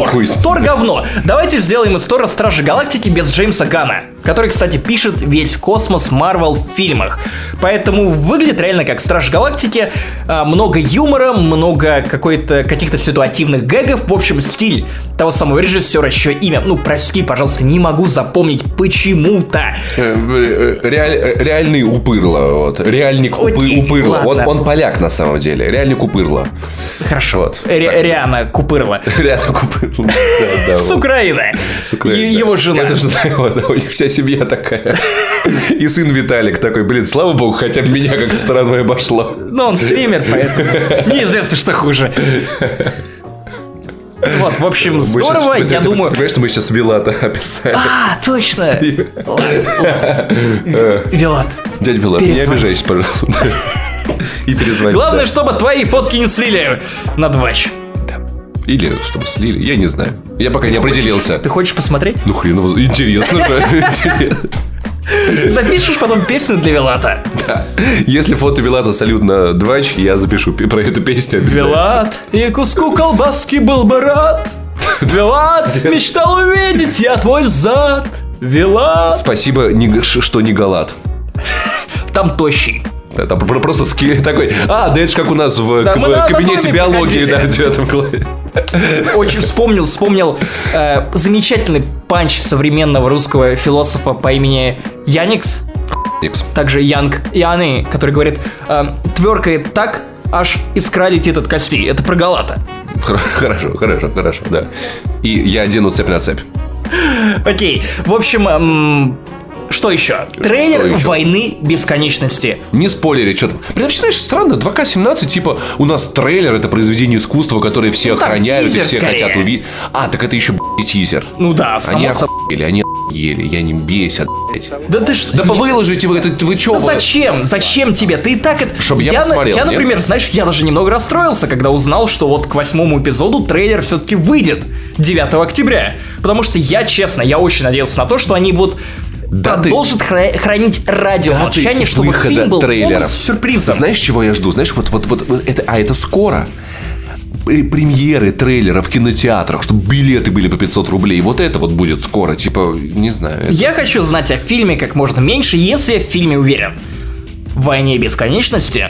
говно. Давайте сделаем из Тора Стражи Галактики без Джеймса Ганна, который, кстати, пишет весь космос Марвел в фильмах. Поэтому выглядит реально как Страж Галактики. Много юмора, много каких-то ситуативных гэгов. В общем, стиль того самого режиссера, чье имя, прости, пожалуйста, не могу запомнить почему-то. Реальный Упырло. Реальник Упырло. Он поляк на самом деле. Реальник Упырло. Хорошо. Риана Купырло. Риана Купырло. С Украины. Его жена. Это же у них вся семья такая. И сын Виталик такой, слава богу, хотя бы меня как-то стороной обошло. Он стример, поэтому неизвестно, что хуже. Вот, в общем, здорово, я думаю... Ты понимаешь, что мы сейчас Вилата описали? Точно! Вилат. Дядя Вилат, не обижайся, пожалуйста. И перезвони. Главное, чтобы твои фотки не слили на двач. Или чтобы слили, я не знаю. Я пока не определился. Ты хочешь посмотреть? Хрен его, интересно же. Запишешь потом песню для Вилата. Да. Если фото Вилата салют на двач, я запишу про эту песню обязательно. Вилат, и куску колбаски был бы рад. Вилат, мечтал увидеть я твой зад. Вилат. Спасибо, что не Галат. Там тощий. Там просто такой. Да это же как у нас в кабинете биологии, да, в 9 классе. Очень вспомнил замечательный панч современного русского философа по имени Яникс. Также Яны, который говорит: тверкает так, аж искра летит от костей. Это про Галата. Хорошо, да. И я одену цепь на цепь. Окей, в общем... Что еще? Трейлер «Войны бесконечности». Не спойлери, что-то. Вообще, знаешь, странно, 2К17, типа, у нас трейлер, это произведение искусства, которое все охраняют и все хотят увидеть. Так это еще, тизер. Да, само собой. Они ели, я не бесят, блядь. Да ты что? Да выложите вы это, вы чё? Зачем? Зачем тебе? Ты и так это... Чтобы я посмотрел, Я, например, знаешь, я даже немного расстроился, когда узнал, что вот к 8-му эпизоду трейлер все-таки выйдет 9 октября. Потому что я очень надеялся на то, что они продолжит хранить радиомолчание, чтобы фильм был полным сюрпризом. Знаешь, чего я жду? Знаешь, это скоро. Премьеры трейлера в кинотеатрах, чтобы билеты были по 500 рублей. Вот это будет скоро, не знаю. Я хочу знать о фильме как можно меньше, если я в фильме уверен. В «Войне бесконечности»,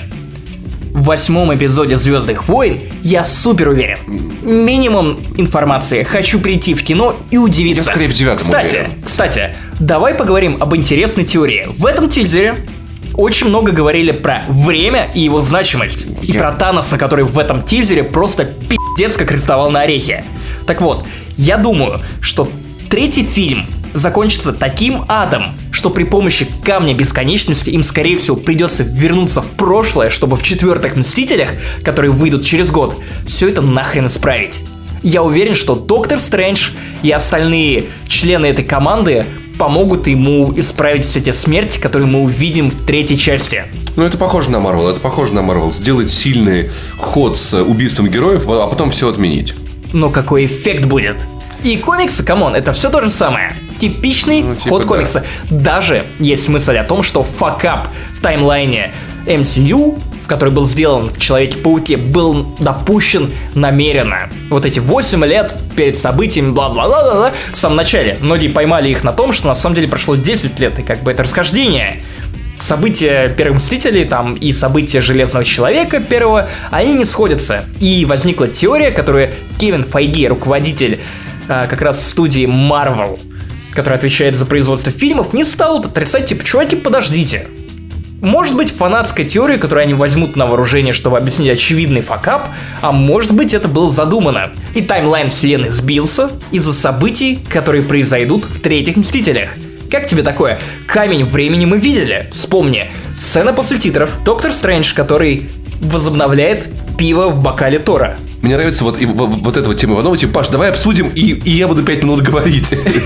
в 8-м эпизоде «Звездных войн» я супер уверен. Минимум информации. Хочу прийти в кино и удивиться. Я скорее в 9-м уверен. Кстати, давай поговорим об интересной теории. В этом тизере очень много говорили про время и его значимость. И про Таноса, который в этом тизере просто пиздец как рисовал на орехи. Так вот, я думаю, что 3-й фильм закончится таким адом, что при помощи Камня Бесконечности им, скорее всего, придется вернуться в прошлое, чтобы в 4-х Мстителях, которые выйдут через год, все это нахрен исправить. Я уверен, что Доктор Стрэндж и остальные члены этой команды помогут ему исправить все те смерти, которые мы увидим в 3-й части. Ну, это похоже на Марвел. Сделать сильный ход с убийством героев, а потом все отменить. Но какой эффект будет? И комиксы, камон, это все то же самое. Типичный ход комикса. Да. Даже есть мысль о том, что факап в таймлайне MCU, в который был сделан в Человеке-пауке, был допущен намеренно. Вот эти 8 лет перед событиями, бла-бла-бла-бла, в самом начале. Многие поймали их на том, что на самом деле прошло 10 лет, и как бы это расхождение. События Первых Мстителей там и события Железного Человека первого, они не сходятся. И возникла теория, которую Кевин Файги, руководитель как раз студии Marvel, которая отвечает за производство фильмов, не стал отрицать, типа, чуваки, подождите. Может быть, фанатская теория, которую они возьмут на вооружение, чтобы объяснить очевидный факап, а может быть, это было задумано. И таймлайн вселенной сбился из-за событий, которые произойдут в 3-х Мстителях. Как тебе такое? Камень времени мы видели. Вспомни. Сцена после титров. Доктор Стрэндж, который возобновляет пиво в бокале Тора. Мне нравится вот эта вот тема Иванова. Типа, Паш, давай обсудим, и я буду 5 минут говорить.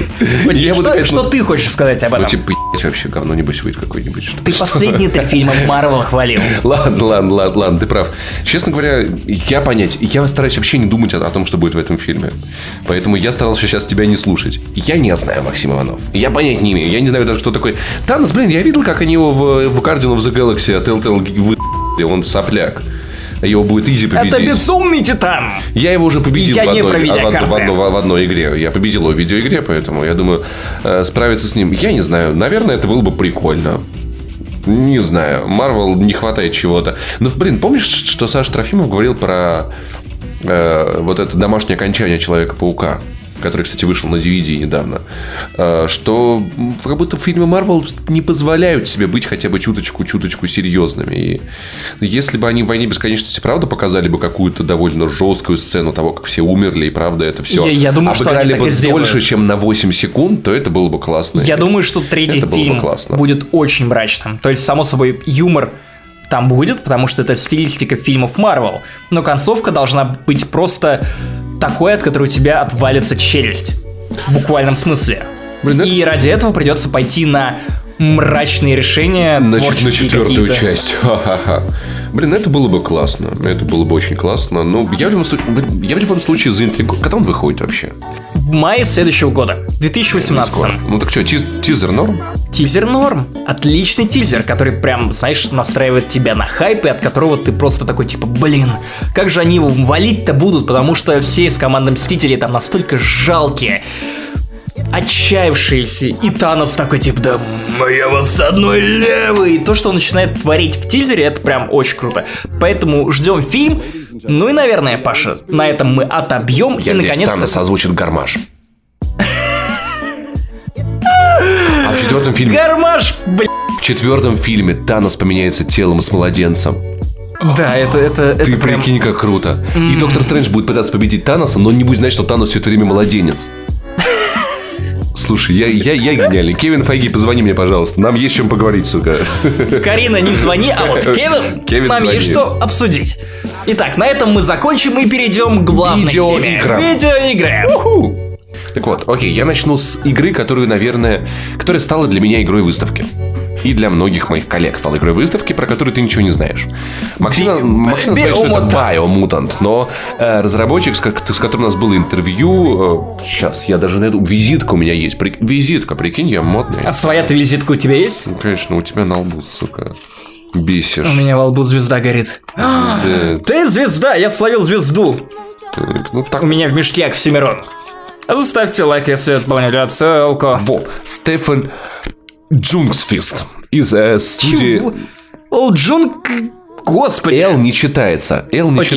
Что ты хочешь сказать об этом? Ну, типа, вообще говно, небось, выйдет какой-нибудь. Ты последние 3 фильма Марвел хвалил. Ладно, ты прав. Честно говоря, я стараюсь вообще не думать о том, что будет в этом фильме. Поэтому я старался сейчас тебя не слушать. Я не знаю, Максим Иванов. Я понять не имею. Я не знаю даже, кто такой Танос. Блин, я видел, как они его в Guardians of the Galaxy от Telltale он сопляк. Его будет изи победить. Это безумный титан. Я его уже победил в одной игре. Я победил его в видеоигре, поэтому я думаю, справиться с ним. Я не знаю. Наверное, это было бы прикольно. Не знаю. Марвел не хватает чего-то. Но, блин, помнишь, что Саша Трофимов говорил про вот это домашнее окончание Человека-паука? Который, кстати, вышел на DVD недавно, что как будто фильмы Marvel не позволяют себе быть хотя бы чуточку серьезными. И если бы они в «Войне бесконечности» правда показали бы какую-то довольно жесткую сцену того, как все умерли, и правда это все обыграли бы дольше, чем на 8 секунд, то это было бы классно. Я думаю, что 3-й фильм будет очень мрачным. То есть, само собой, юмор там будет, потому что это стилистика фильмов Marvel. Но концовка должна быть просто такой, от которой у тебя отвалится челюсть. В буквальном смысле. Блин, и ради этого придется пойти на мрачные решения. На 4-ю часть. Ха-ха-ха. Блин, это было бы классно. Это было бы очень классно. Но я в любом случае заинтригован. Когда он выходит вообще? В мае следующего года. 2018. Ну так что, тизер норм? Тизер норм. Отличный тизер, который прям, знаешь, настраивает тебя на хайп, и от которого ты просто такой, типа, блин, как же они его валить-то будут, потому что все из команды Мстителей там настолько жалкие, отчаявшиеся, и Танос такой, типа, да я вас с одной левой. И то, что он начинает творить в тизере, это прям очень круто. Поэтому ждем фильм. Ну и, наверное, Паша, на этом мы отобьем. Я надеюсь, Танос озвучит Гармаш. А в 4-м фильме... Гармаш, блядь. В 4-м фильме Танос поменяется телом с младенцем. Да, это ты прям... прикинь, как круто. И Доктор Стрэндж будет пытаться победить Таноса, но не будет знать, что Танос все это время младенец. Слушай, я гениальный. Кевин Файги, позвони мне, пожалуйста. Нам есть чем поговорить, сука. Карина, не звони, а вот Кевин нам есть что обсудить. Итак, на этом мы закончим и перейдем к главной теме. Видеоигры. Так вот, окей, я начну с игры, которая стала для меня игрой выставки. И для многих моих коллег стала игрой выставки, про которую ты ничего не знаешь. Максим знает, что это Biomutant, но разработчик, с которым у нас было интервью, сейчас я даже найду, визитка у меня есть. Визитка, прикинь, я модный. А своя-то визитка у тебя есть? Ну, конечно, у тебя на лбу, сука. Бесишь. У меня во лбу звезда горит. Ты звезда, я словил звезду. Так. У меня в мешке Оксимирон. Ставьте лайк, если поняли отсылку. Вот, Стефан Джунгсфист из студии... Господи. Л не читается.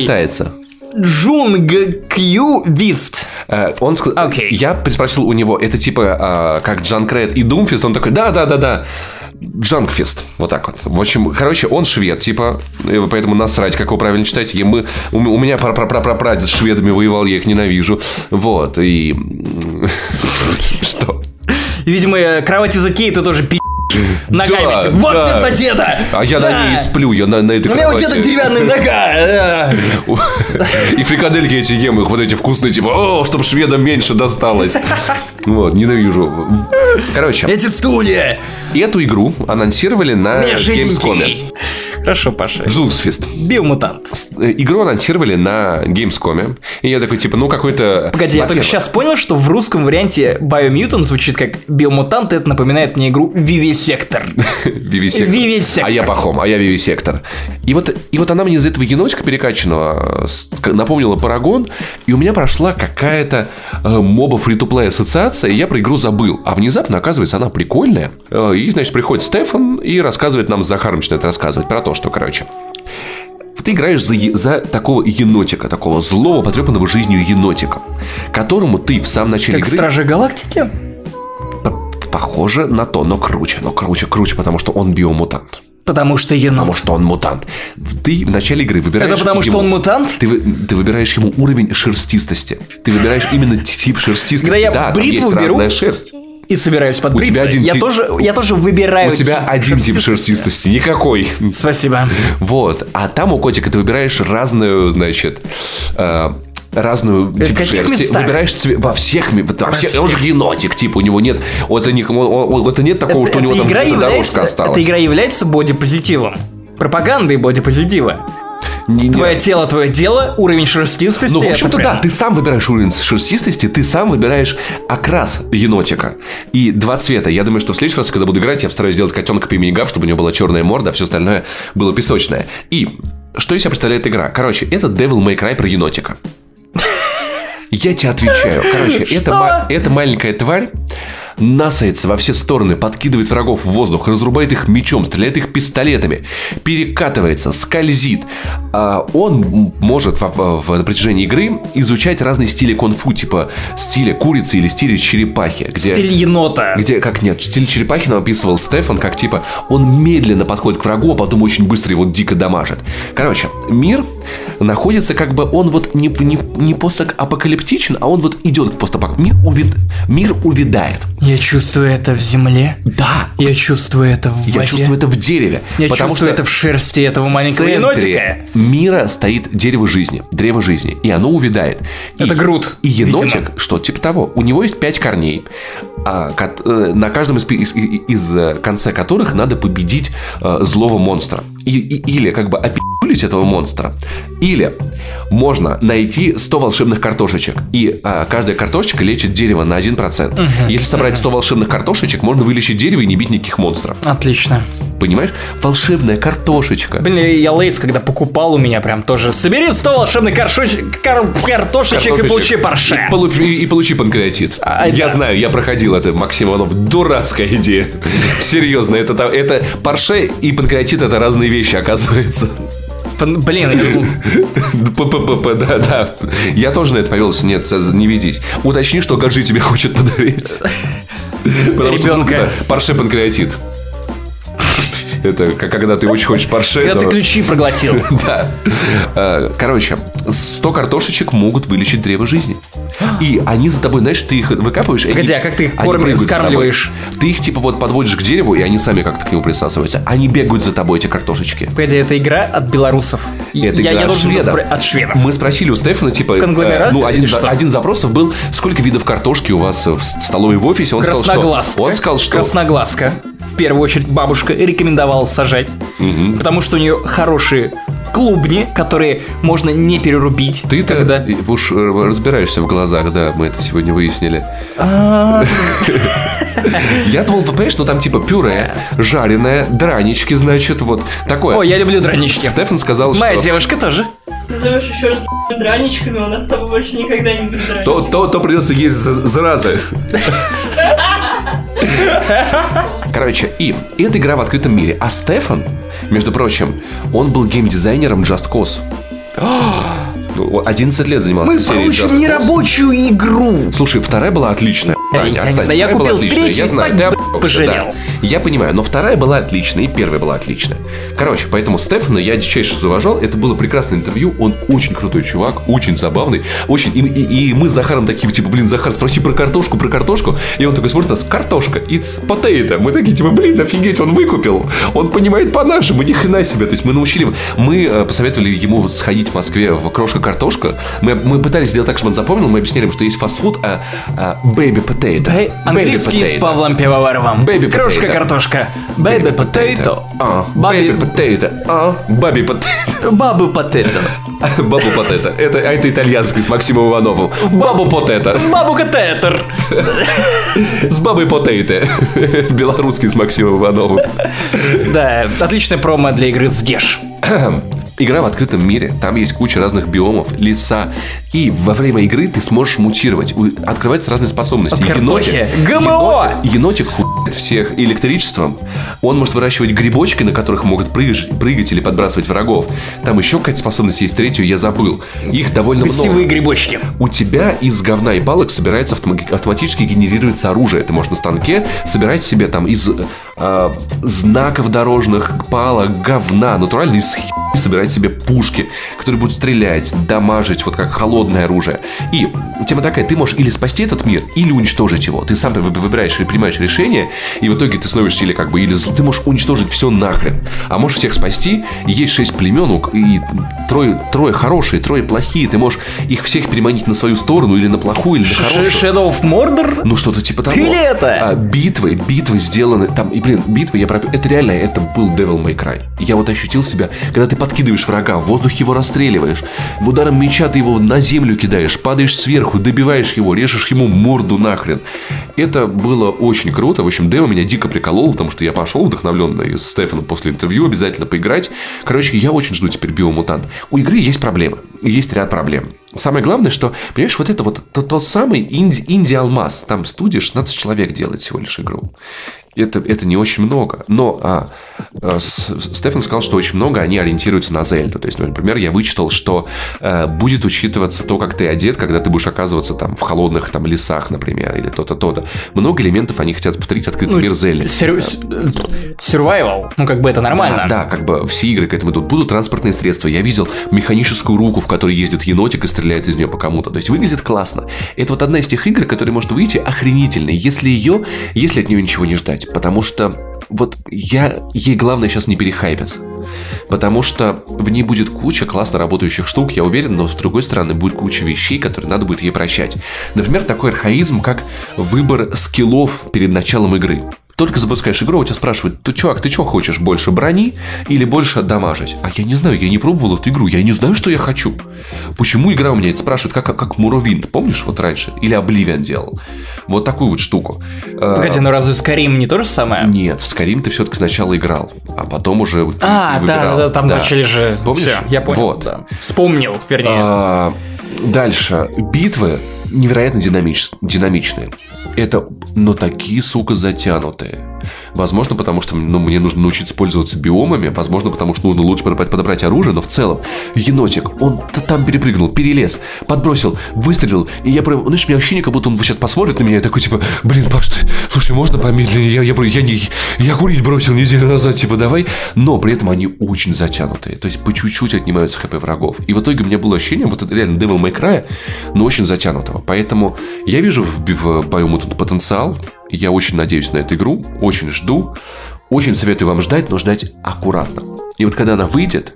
Джунгкьювист. Он сказал... Я спросил у него, это типа как Джанкред и Думфист. Он такой, да. Джанкфист. Вот так вот. В общем, он швед, типа. Поэтому насрать, как его правильно читать. У меня прапрадед с шведами воевал, я их ненавижу. Вот, и... Что? Видимо, кровать из Икеи ты тоже Ногами. Да, Вот да. тебе за деда! А я на ней сплю, я на этой У меня у кровати. деда деревянная нога! И фрикадельки эти ем, их вот эти вкусные, типа, чтоб шведам меньше досталось. Вот, ненавижу. Короче, Эти стулья! эту игру анонсировали на Gamescom. Хорошо, Паша. Жуксфест. Биомутант. Игру анонсировали на Gamescom. И я такой, типа, какой-то... Погоди, я только сейчас понял, что в русском варианте Biomutant звучит как Биомутант, и это напоминает мне игру Vivisector. Vivisector. А я Пахом, а я Vivisector. И вот она мне из этого енотика перекачанного напомнила Парагон, и у меня прошла какая-то моба фри-то-плей ассоциация, и я про игру забыл. А внезапно, оказывается, она прикольная. И, значит, приходит Стефан и рассказывает нам, Захар начинает рассказывать про то, что, короче, ты играешь за такого енотика, такого злого, потрепанного жизнью енотика, которому ты в самом начале Как игры... Стражи Галактики? Похоже на то, но круче, потому что он биомутант. Потому что енот. Потому что он мутант. Ты в начале игры выбираешь... Это потому, что он мутант? Ты выбираешь ему уровень шерстистости. Ты выбираешь именно тип шерстистости. Когда я да, бритву там есть беру разная шерсть. и собираюсь тебя подбриться, один я тип- тоже выбираю У тебя один тип шерстистости, никакой. Спасибо. Вот. А там у котика ты выбираешь разную, значит... разную В тип каких шерсти. местах? Выбираешь во всех. Он же енотик, типа, у него нет... Это нет такого, что у него там дорожка осталась. Эта игра является бодипозитивом. Пропагандой бодипозитива. Твое тело, твое дело, уровень шерстистости. Ну, в общем-то, это прям- да, ты сам выбираешь уровень шерстистости, ты сам выбираешь окрас енотика. И 2 цвета. Я думаю, что в следующий раз, когда буду играть, я постараюсь сделать котенка по имени Гав, чтобы у него была черная морда, а все остальное было песочное. И что из себя представляет игра? Короче, это Devil May Cry про енотика. Я тебе отвечаю. Короче, эта маленькая тварь насается во все стороны, подкидывает врагов в воздух, разрубает их мечом, стреляет их пистолетами, перекатывается, скользит. Он может на протяжении игры изучать разные стили кунг-фу, типа стиля курицы или стиля черепахи. Стиль енота. Стиль черепахи нам описывал Стефан, как типа он медленно подходит к врагу, а потом очень быстро его дико дамажит. Короче, мир находится как бы, он вот не постапокалиптичен, а он вот идет к постапокалиптичному. Мир увядает. Я чувствую это в земле. Да. Я чувствую это в воде. Я чувствую это в дереве. Я потому чувствую что это в шерсти этого маленького в центре енотика. мира стоит древо жизни, и оно увядает. Это Грут, И енотик, видимо. что типа того, у него есть 5 корней, на каждом из конца которых надо победить злого монстра. Или как бы опи***лить этого монстра. Или можно найти 100 волшебных картошечек, и каждая картошечка лечит дерево на 1%. Если собрать 100 волшебных картошечек, можно вылечить дерево и не бить никаких монстров. Отлично. Понимаешь? Волшебная картошечка. Блин, я Лейс, когда покупал, у меня прям тоже собери 100 волшебных картошечек и получи парше. И получи панкреатит. Я знаю, я проходил это, Максим Иванов. Дурацкая идея. Серьезно, это парше и панкреатит — это разные вещи, оказывается. Блин, ППП, да. Я тоже на это повелся. Нет, не ведись. Уточни, что Гаджи тебе хочет подарить. Потому что ребенка. парше панкреатит. Это когда ты очень хочешь парше. Когда ты ключи проглотил. Да. Короче, 100 картошечек могут вылечить древо жизни. И они за тобой, знаешь, ты их выкапываешь. Погоди, а как ты их они прыгают за тобой. скармливаешь? Ты их типа вот подводишь к дереву, и они сами как-то к нему присасываются. Они бегают за тобой, эти картошечки. Погоди, это игра от белорусов. Это игра я от должен шведов. От шведов. Мы спросили у Стефана, типа... В конгломерате или что? Один запросов был, сколько видов картошки у вас в столовой в офисе. Он сказал, что... Красноглазка. В первую очередь бабушка рекомендовала сажать. Потому что у нее хорошие клубни, которые можно не перерубить. Ты-то когда... уж разбираешься в глазах, да, мы это сегодня выяснили. Я думал, понимаешь, ну там типа пюре, жареное, дранички, значит, вот такое. Ой, я люблю дранички. Стефан сказал, что... Моя девушка тоже. Назовешь еще раз драничками, у нас с тобой больше никогда не будет драничек. То придется есть заразы. Короче, и эта игра в открытом мире. А Стефан, между прочим, он был геймдизайнером Just Cause. 11 лет занимался Мы серией получим Just Cause. нерабочую игру. Слушай, вторая была отличная. Я не знаю, я купил третью, я знаю, ты пожалел. Да. Я понимаю, но вторая была отличная, и первая была отличная. Короче, поэтому Стефана я дичайше зауважал. Это было прекрасное интервью. Он очень крутой чувак, очень забавный. Очень. И мы с Захаром такие, типа, блин, Захар, спроси про картошку. И он такой смотрит нас: картошка, it's potato. Мы такие, типа, блин, офигеть, он выкупил. Он понимает по-нашему, ни хрена себе. То есть мы научили, мы посоветовали ему сходить в Москве в Крошка-картошка. Мы пытались сделать так, чтобы он запомнил. Мы объясняли ему, что есть фастфуд, baby potato. Английский с Павлом Пивоваровым. Крошка-картошка. Baby potato. Baby potato. Baby potato. Бабу potato. Бабу потета. Это итальянский с Максимом Ивановым. В бабу потета. Бабу катетер. С бабой потейте. Белорусский с Максимом Ивановым. Да, отличная промо для игры с Геш. Игра в открытом мире, там есть куча разных биомов, леса. И во время игры ты сможешь мутировать. Открываются разные способности. ГМО! Енотик хует всех электричеством. Он может выращивать грибочки, на которых могут прыгать или подбрасывать врагов. Там еще какая-то способность есть, третью я забыл. Их довольно много. Гостевые грибочки. У тебя из говна и палок собирается автоматически генерируется оружие. Ты можешь на станке собирать себе там из знаков дорожных, палок, говна, натурально из собирать себе пушки, которые будут стрелять, дамажить, вот как холодное оружие. И тема такая: ты можешь или спасти этот мир, или уничтожить его. Ты сам выбираешь или принимаешь решение, и в итоге ты становишься или ты можешь уничтожить все нахрен, а можешь всех спасти. Есть 6 племен, и трое хорошие, трое плохие. Ты можешь их всех переманить на свою сторону, или на плохую, или на хорошую. Shadow of Mordor? Ну, что-то типа того. Или это? Битвы сделаны там, и, битвы, это реально, это был Devil May Cry. Я вот ощутил себя, когда ты подкидываешь врага, в воздухе его расстреливаешь, в ударом меча ты его на землю кидаешь, падаешь сверху, добиваешь его, режешь ему морду нахрен. Это было очень круто. В общем, демо меня дико приколол, потому что я пошел вдохновленный с Стефаном после интервью обязательно поиграть. Короче, я очень жду теперь Биомутант. У игры есть проблемы, есть ряд проблем. Самое главное, что, понимаешь, вот это вот тот самый инди-алмаз. Там студия 16 человек делает всего лишь игру. Это не очень много. Но Стефан сказал, что очень много они ориентируются на Зельду. То есть, например, я вычитал, что будет учитываться то, как ты одет, когда ты будешь оказываться там в холодных там лесах, например, или то-то, то-то. Много элементов они хотят повторить открытый мир Зельды. Survival. Как бы это нормально. Да, как бы все игры к этому идут. Будут транспортные средства. Я видел механическую руку, в которой ездит енотик и стреляет из нее по кому-то. То есть, выглядит классно. Это вот одна из тех игр, которая может выйти охренительной, если от нее ничего не ждать. Потому что вот ей главное сейчас не перехайпиться. Потому что в ней будет куча классно работающих штук, я уверен, но с другой стороны будет куча вещей, которые надо будет ей прощать. Например, такой архаизм, как выбор скиллов перед началом игры. Только запускаешь игру, у тебя спрашивают: чувак, ты что хочешь, больше брони или больше дамажить? А я не знаю, я не пробовал эту игру, я не знаю, что я хочу. Почему игра у меня это спрашивает, как Morrowind, помнишь, вот раньше? Или Oblivion делал. Вот такую вот штуку. Погоди, ну разве Skyrim не то же самое? Нет, в Skyrim ты все-таки сначала играл, а потом уже ты выбирал. Да, там начали же... Помнишь? Все, я понял. Вот. Да. Вспомнил, вернее. Дальше. Битвы невероятно динамичные. Но такие, сука, затянутые. Возможно, потому что мне нужно научиться пользоваться биомами. Возможно, потому что нужно лучше подобрать оружие. Но в целом, енотик, он там перепрыгнул, перелез, подбросил, выстрелил. И я прям, знаешь, у меня ощущение, как будто он сейчас посмотрит на меня и такой, типа: блин, Паш, слушай, можно помедленнее? Я курить бросил неделю назад, типа, давай. Но при этом они очень затянутые. То есть, по чуть-чуть отнимаются хп врагов. И в итоге у меня было ощущение, вот это реально Devil May Cry, но очень затянутого. Поэтому я вижу в Biomutant потенциал. Я очень надеюсь на эту игру, очень жду, очень советую вам ждать, но ждать аккуратно. И вот когда она выйдет,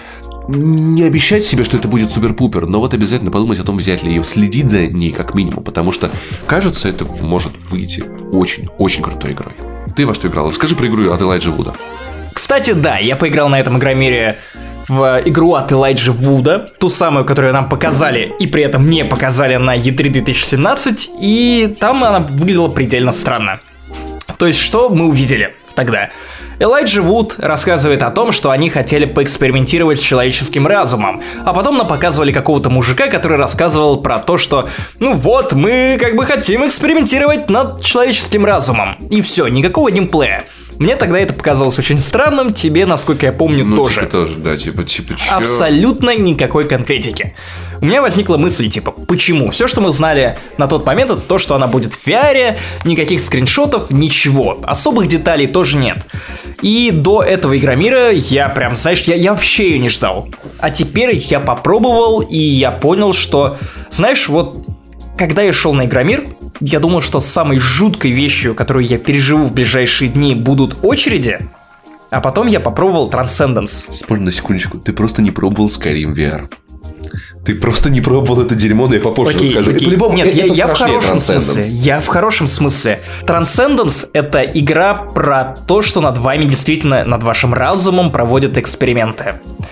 не обещать себе, что это будет супер-пупер, но вот обязательно подумать о том, взять ли ее, следить за ней как минимум, потому что, кажется, это может выйти очень-очень крутой игрой. Ты во что играл? Расскажи про игру от Элайджа Вуда. Кстати, да, я поиграл на этом игромире в игру от Элайджа Вуда, ту самую, которую нам показали и при этом не показали на E3 2017, и там она выглядела предельно странно. То есть, что мы увидели тогда? Элайджа Вуд рассказывает о том, что они хотели поэкспериментировать с человеческим разумом, а потом нам показывали какого-то мужика, который рассказывал про то, что мы как бы хотим экспериментировать над человеческим разумом. И все, никакого геймплея. Мне тогда это показалось очень странным, тебе, насколько я помню, тоже. Тоже, да, типа, чё? Абсолютно никакой конкретики. У меня возникла мысль, типа, почему? Все, что мы знали на тот момент, это то, что она будет в VR, никаких скриншотов, ничего. Особых деталей тоже нет. И до этого Игромира я прям, знаешь, я вообще ее не ждал. А теперь я попробовал, и я понял, что, знаешь, вот, когда я шел на Игромир, я думал, что самой жуткой вещью, которую я переживу в ближайшие дни, будут очереди. А потом я попробовал Transcendence. Спорь на секундочку, ты просто не пробовал Skyrim VR. Ты просто не пробовал это дерьмо, но я попозже расскажу. Нет, я в хорошем смысле. Я в хорошем смысле. Transcendence — это игра про то, что над вами действительно, над вашим разумом проводят эксперименты.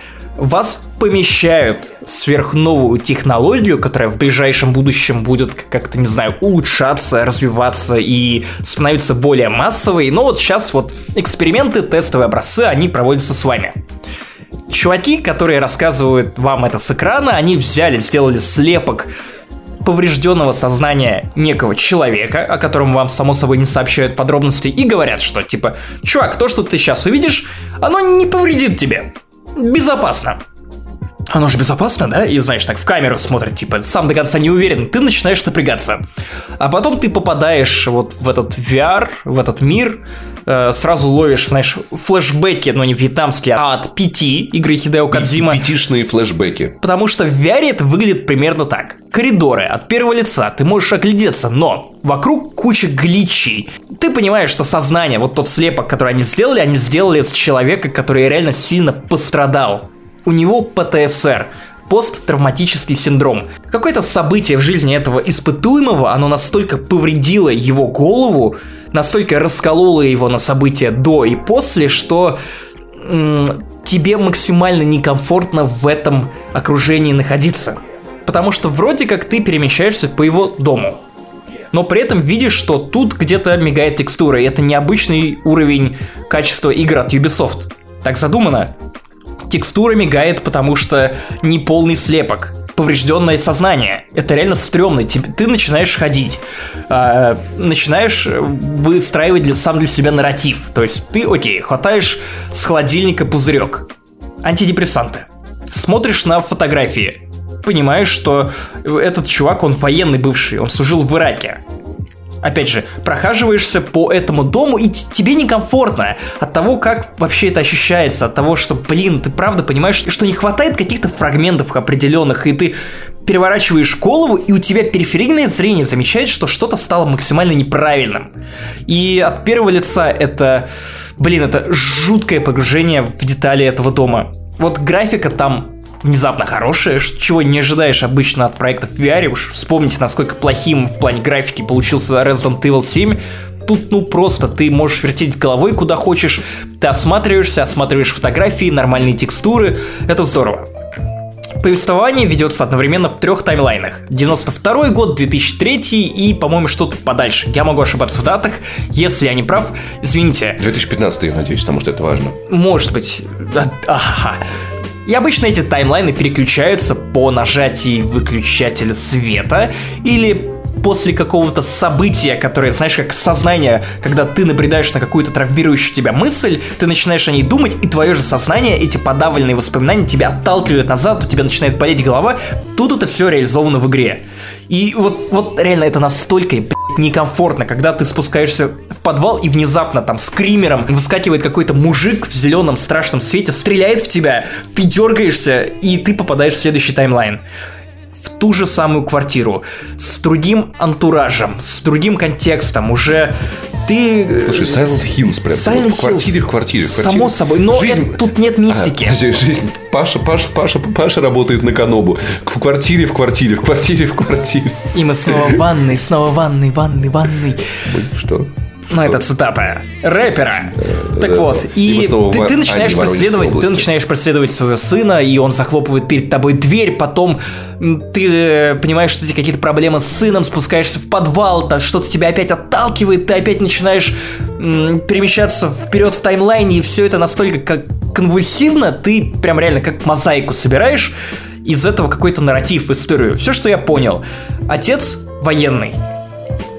Вас помещают сверхновую технологию, которая в ближайшем будущем будет как-то, не знаю, улучшаться, развиваться и становиться более массовой. Но вот сейчас вот эксперименты, тестовые образцы, они проводятся с вами. Чуваки, которые рассказывают вам это с экрана, они сделали слепок поврежденного сознания некого человека, о котором вам, само собой, не сообщают подробностей, и говорят, что, типа, чувак, то, что ты сейчас увидишь, оно не повредит тебе. Безопасно. Оно же безопасно, да? И, знаешь, так в камеру смотрит, типа, сам до конца не уверен, ты начинаешь напрягаться. А потом ты попадаешь вот в этот VR, в этот мир, сразу ловишь, знаешь, флешбеки, но не вьетнамские, а от 5 игры Хидео Кодзима. Пятишные флешбеки. Потому что в VR это выглядит примерно так. Коридоры от первого лица, ты можешь оглядеться, но вокруг куча гличей. Ты понимаешь, что сознание, вот тот слепок, который они сделали с человека, который реально сильно пострадал. У него ПТСР, посттравматический синдром. Какое-то событие в жизни этого испытуемого, оно настолько повредило его голову, настолько раскололо его на события до и после, что тебе максимально некомфортно в этом окружении находиться. Потому что вроде как ты перемещаешься по его дому, но при этом видишь, что тут где-то мигает текстура, и это необычный уровень качества игр от Ubisoft. Так задумано. Текстура мигает, потому что неполный слепок, поврежденное сознание. Это реально стрёмно. Ты начинаешь ходить, начинаешь выстраивать сам для себя нарратив. То есть ты, хватаешь с холодильника пузырек, антидепрессанты, смотришь на фотографии, понимаешь, что этот чувак, он военный бывший, он служил в Ираке. Опять же, прохаживаешься по этому дому, и тебе некомфортно от того, как вообще это ощущается, от того, что, ты правда понимаешь, что не хватает каких-то фрагментов определенных, и ты переворачиваешь голову, и у тебя периферийное зрение замечает, что что-то стало максимально неправильным. И от первого лица это жуткое погружение в детали этого дома. Вот графика там внезапно хорошее, чего не ожидаешь обычно от проектов в VR. Уж вспомните, насколько плохим в плане графики получился Resident Evil 7. Тут, просто ты можешь вертеть головой куда хочешь, ты осматриваешь фотографии, нормальные текстуры. Это здорово. Повествование ведется одновременно в 3 таймлайнах. 92-й год, 2003 и, по-моему, что-то подальше. Я могу ошибаться в датах. Если я не прав, извините. 2015, я надеюсь, потому что это важно. Может быть. Ага. И обычно эти таймлайны переключаются по нажатии выключателя света или после какого-то события, которое, знаешь, как сознание, когда ты набредаешь на какую-то травмирующую тебя мысль, ты начинаешь о ней думать, и твое же сознание, эти подавленные воспоминания тебя отталкивают назад, у тебя начинает болеть голова. Тут это все реализовано в игре. И вот реально это настолько некомфортно, когда ты спускаешься в подвал и внезапно там скримером выскакивает какой-то мужик в зеленом страшном свете, стреляет в тебя, ты дергаешься, и ты попадаешь в следующий таймлайн. В ту же самую квартиру, с другим антуражем, с другим контекстом, уже ты... Слушай, Silent Hills прям. Silent в квартире. Само собой, но тут нет мистики. Жизнь. Паша работает на Канобу. В квартире. И мы снова в ванной. Что? Ну, это цитата рэпера. Так вот, и ты начинаешь преследовать своего сына, и он захлопывает перед тобой дверь, потом ты понимаешь, что у тебя какие-то проблемы с сыном, спускаешься в подвал, что-то тебя опять отталкивает, ты опять начинаешь перемещаться вперед в таймлайне, и все это настолько как конвульсивно, ты прям реально как мозаику собираешь из этого какой-то нарратив, историю. Все, что я понял. Отец военный.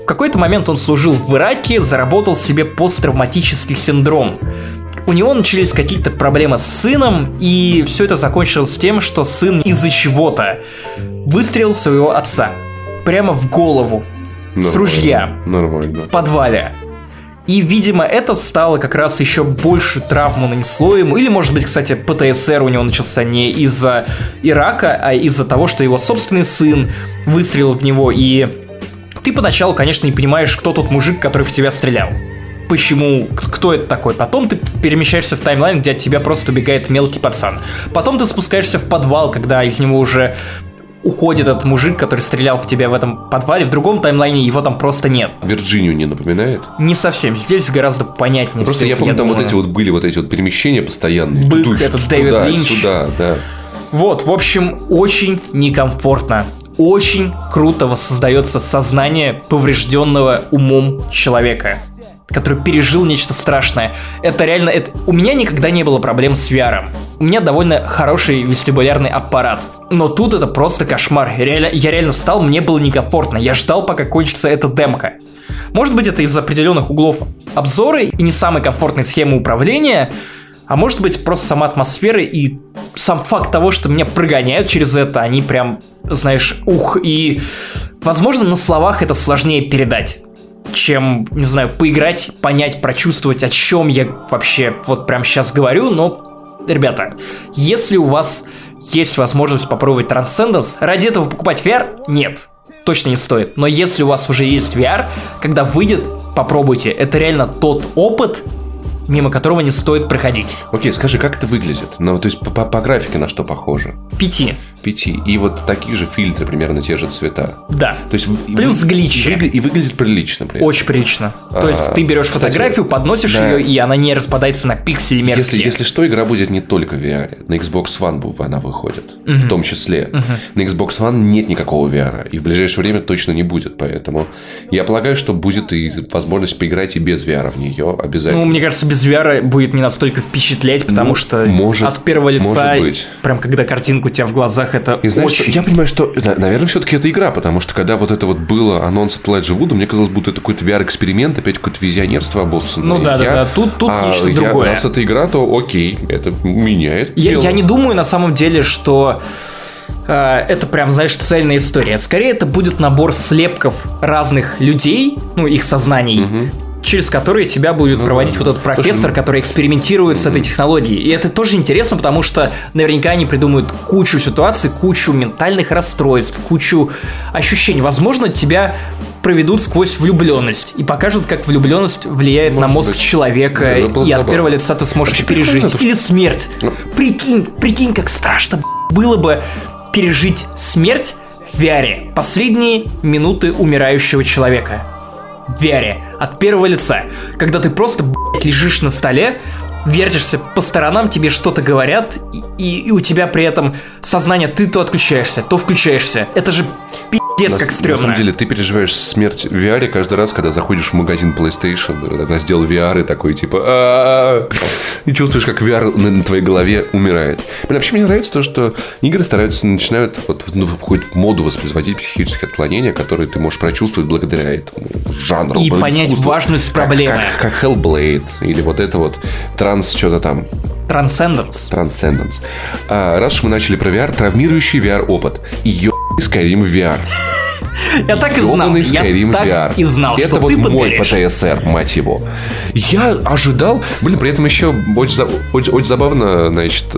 В какой-то момент он служил в Ираке, заработал себе посттравматический синдром. У него начались какие-то проблемы с сыном, и все это закончилось тем, что сын из-за чего-то выстрелил своего отца прямо в голову. Нормально. С ружья. Нормально. В подвале. И, видимо, это стало как раз еще большую травму нанесло ему. Или, может быть, кстати, ПТСР у него начался не из-за Ирака, а из-за того, что его собственный сын выстрелил в него. И ты поначалу, конечно, не понимаешь, кто тот мужик, который в тебя стрелял. Почему, кто это такой. Потом ты перемещаешься в таймлайн, где от тебя просто убегает мелкий пацан. Потом ты спускаешься в подвал, когда из него уже уходит этот мужик, который стрелял в тебя в этом подвале. В другом таймлайне его там просто нет. Вирджинию не напоминает? Не совсем. Здесь гораздо понятнее. Просто я помню, там вот эти вот были вот эти вот перемещения постоянные. Бык, этот Дэвид Линч. Сюда, да. Вот, в общем, очень некомфортно. Очень круто воссоздается сознание поврежденного умом человека, который пережил нечто страшное. Это реально... У меня никогда не было проблем с VR. У меня довольно хороший вестибулярный аппарат. Но тут это просто кошмар. Я реально встал, мне было некомфортно. Я ждал, пока кончится эта демка. Может быть, это из-за определенных углов обзора и не самой комфортной схемы управления, а может быть, просто сама атмосфера и сам факт того, что меня прогоняют через это, они прям, знаешь, и... Возможно, на словах это сложнее передать, чем, не знаю, поиграть, понять, прочувствовать, о чем я вообще вот прямо сейчас говорю. Но, ребята, если у вас есть возможность попробовать Transcendence, ради этого покупать VR? Нет, точно не стоит. Но если у вас уже есть VR, когда выйдет, попробуйте. Это реально тот опыт, мимо которого не стоит проходить. Окей, скажи, как это выглядит? Ну, то есть по графике на что похоже? 5. И вот такие же фильтры, примерно те же цвета. Да. То есть плюс гличи. И выглядит прилично. Очень прилично. То есть ты берешь фотографию, подносишь ее, и она не распадается на пиксели мерзкие. Если что, игра будет не только в VR. На Xbox One она выходит. В том числе. На Xbox One нет никакого VR. И в ближайшее время точно не будет. Поэтому я полагаю, что будет и возможность поиграть и без VR в нее обязательно. Ну, мне кажется, без VR будет не настолько впечатлять, потому что от первого лица, прям когда картинка у тебя в глазах, это и знаешь, очень... Я понимаю, что, наверное, все-таки это игра, потому что когда вот это вот было анонс от Elijah Wood, мне казалось, будто это какой-то VR-эксперимент, опять какое-то визионерство обоссанное. Ну да, тут нечто другое. Раз это игра, то окей, это меняет дело. Я не думаю на самом деле, что это прям, знаешь, цельная история. Скорее, это будет набор слепков разных людей, ну, их сознаний, через которые тебя будет проводить вот этот профессор, который экспериментирует с этой технологией. И это тоже интересно, потому что наверняка они придумают кучу ситуаций, кучу ментальных расстройств, кучу ощущений. Возможно, тебя проведут сквозь влюбленность и покажут, как влюбленность влияет на мозг человека, и от первого лица ты сможешь пережить. Или смерть. Прикинь, как страшно было бы пережить смерть в VR. Последние минуты умирающего человека. В VR, от первого лица. Когда ты просто, лежишь на столе, вертишься по сторонам, тебе что-то говорят, и у тебя при этом сознание, ты то отключаешься, то включаешься. Это же пиздец, как стрёмно. На самом деле, ты переживаешь смерть в VR каждый раз, когда заходишь в магазин PlayStation, раздел VR, и такой типа... И чувствуешь, как VR на твоей голове умирает. Вообще, мне нравится то, что игры начинают входить в моду воспроизводить психические отклонения, которые ты можешь прочувствовать благодаря этому жанру. И понять важность проблемы. Как Hellblade, или вот это вот что-то там. Transcendence. Раз уж мы начали про VR, травмирующий VR-опыт. Skyrim VR. Я так и знал. Это вот мой ПТСР, мать его. Я ожидал... при этом еще очень забавно, значит...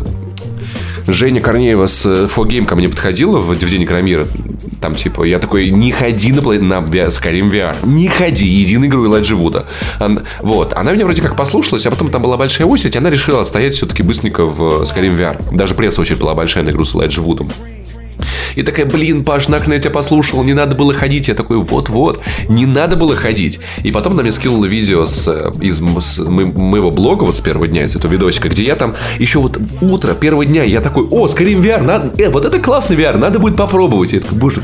Женя Корнеева с 4Game ко мне подходила в день Игромира. Там типа, я такой, не ходи на Skyrim VR. Не ходи, иди на игру Элайджа Вуда. Она меня вроде как послушалась, а потом там была большая очередь, и она решила стоять все-таки быстренько в Skyrim VR. Даже пресс-очередь была большая на игру с Элайджа Вудом. И такая, Паш, нахрен я тебя послушал, не надо было ходить. Я такой, вот, не надо было ходить. И потом она мне скинула видео из моего блога, вот с первого дня, из этого видосика, где я там еще вот утро, первого дня, я такой, Skyrim VR, вот это классный VR, надо будет попробовать. Я такой, боже,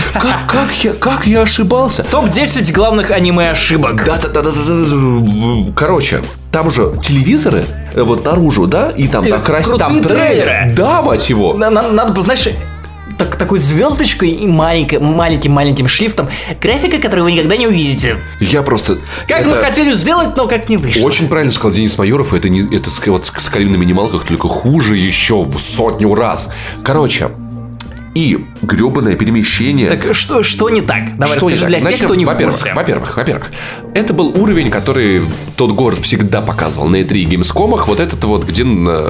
как я ошибался. Топ-10 главных аниме-ошибок. Да. Короче, там же телевизоры, вот наружу, да, и там красить, там трейлеры. Да, мать его. Надо, знаешь... такой звездочкой и маленьким шрифтом. Графика, которую вы никогда не увидите. Я просто... Как мы хотели сделать, но как не вышло. Очень правильно сказал Денис Майоров. Это вот Скайрим на минималках, только хуже еще в 100 раз. Короче... И гребаное перемещение... Так что не так? Давай что расскажи для тех, кто не в курсе. Во-первых, это был уровень, который тот город всегда показывал на E3 и Gamescom'ах. Вот этот вот, где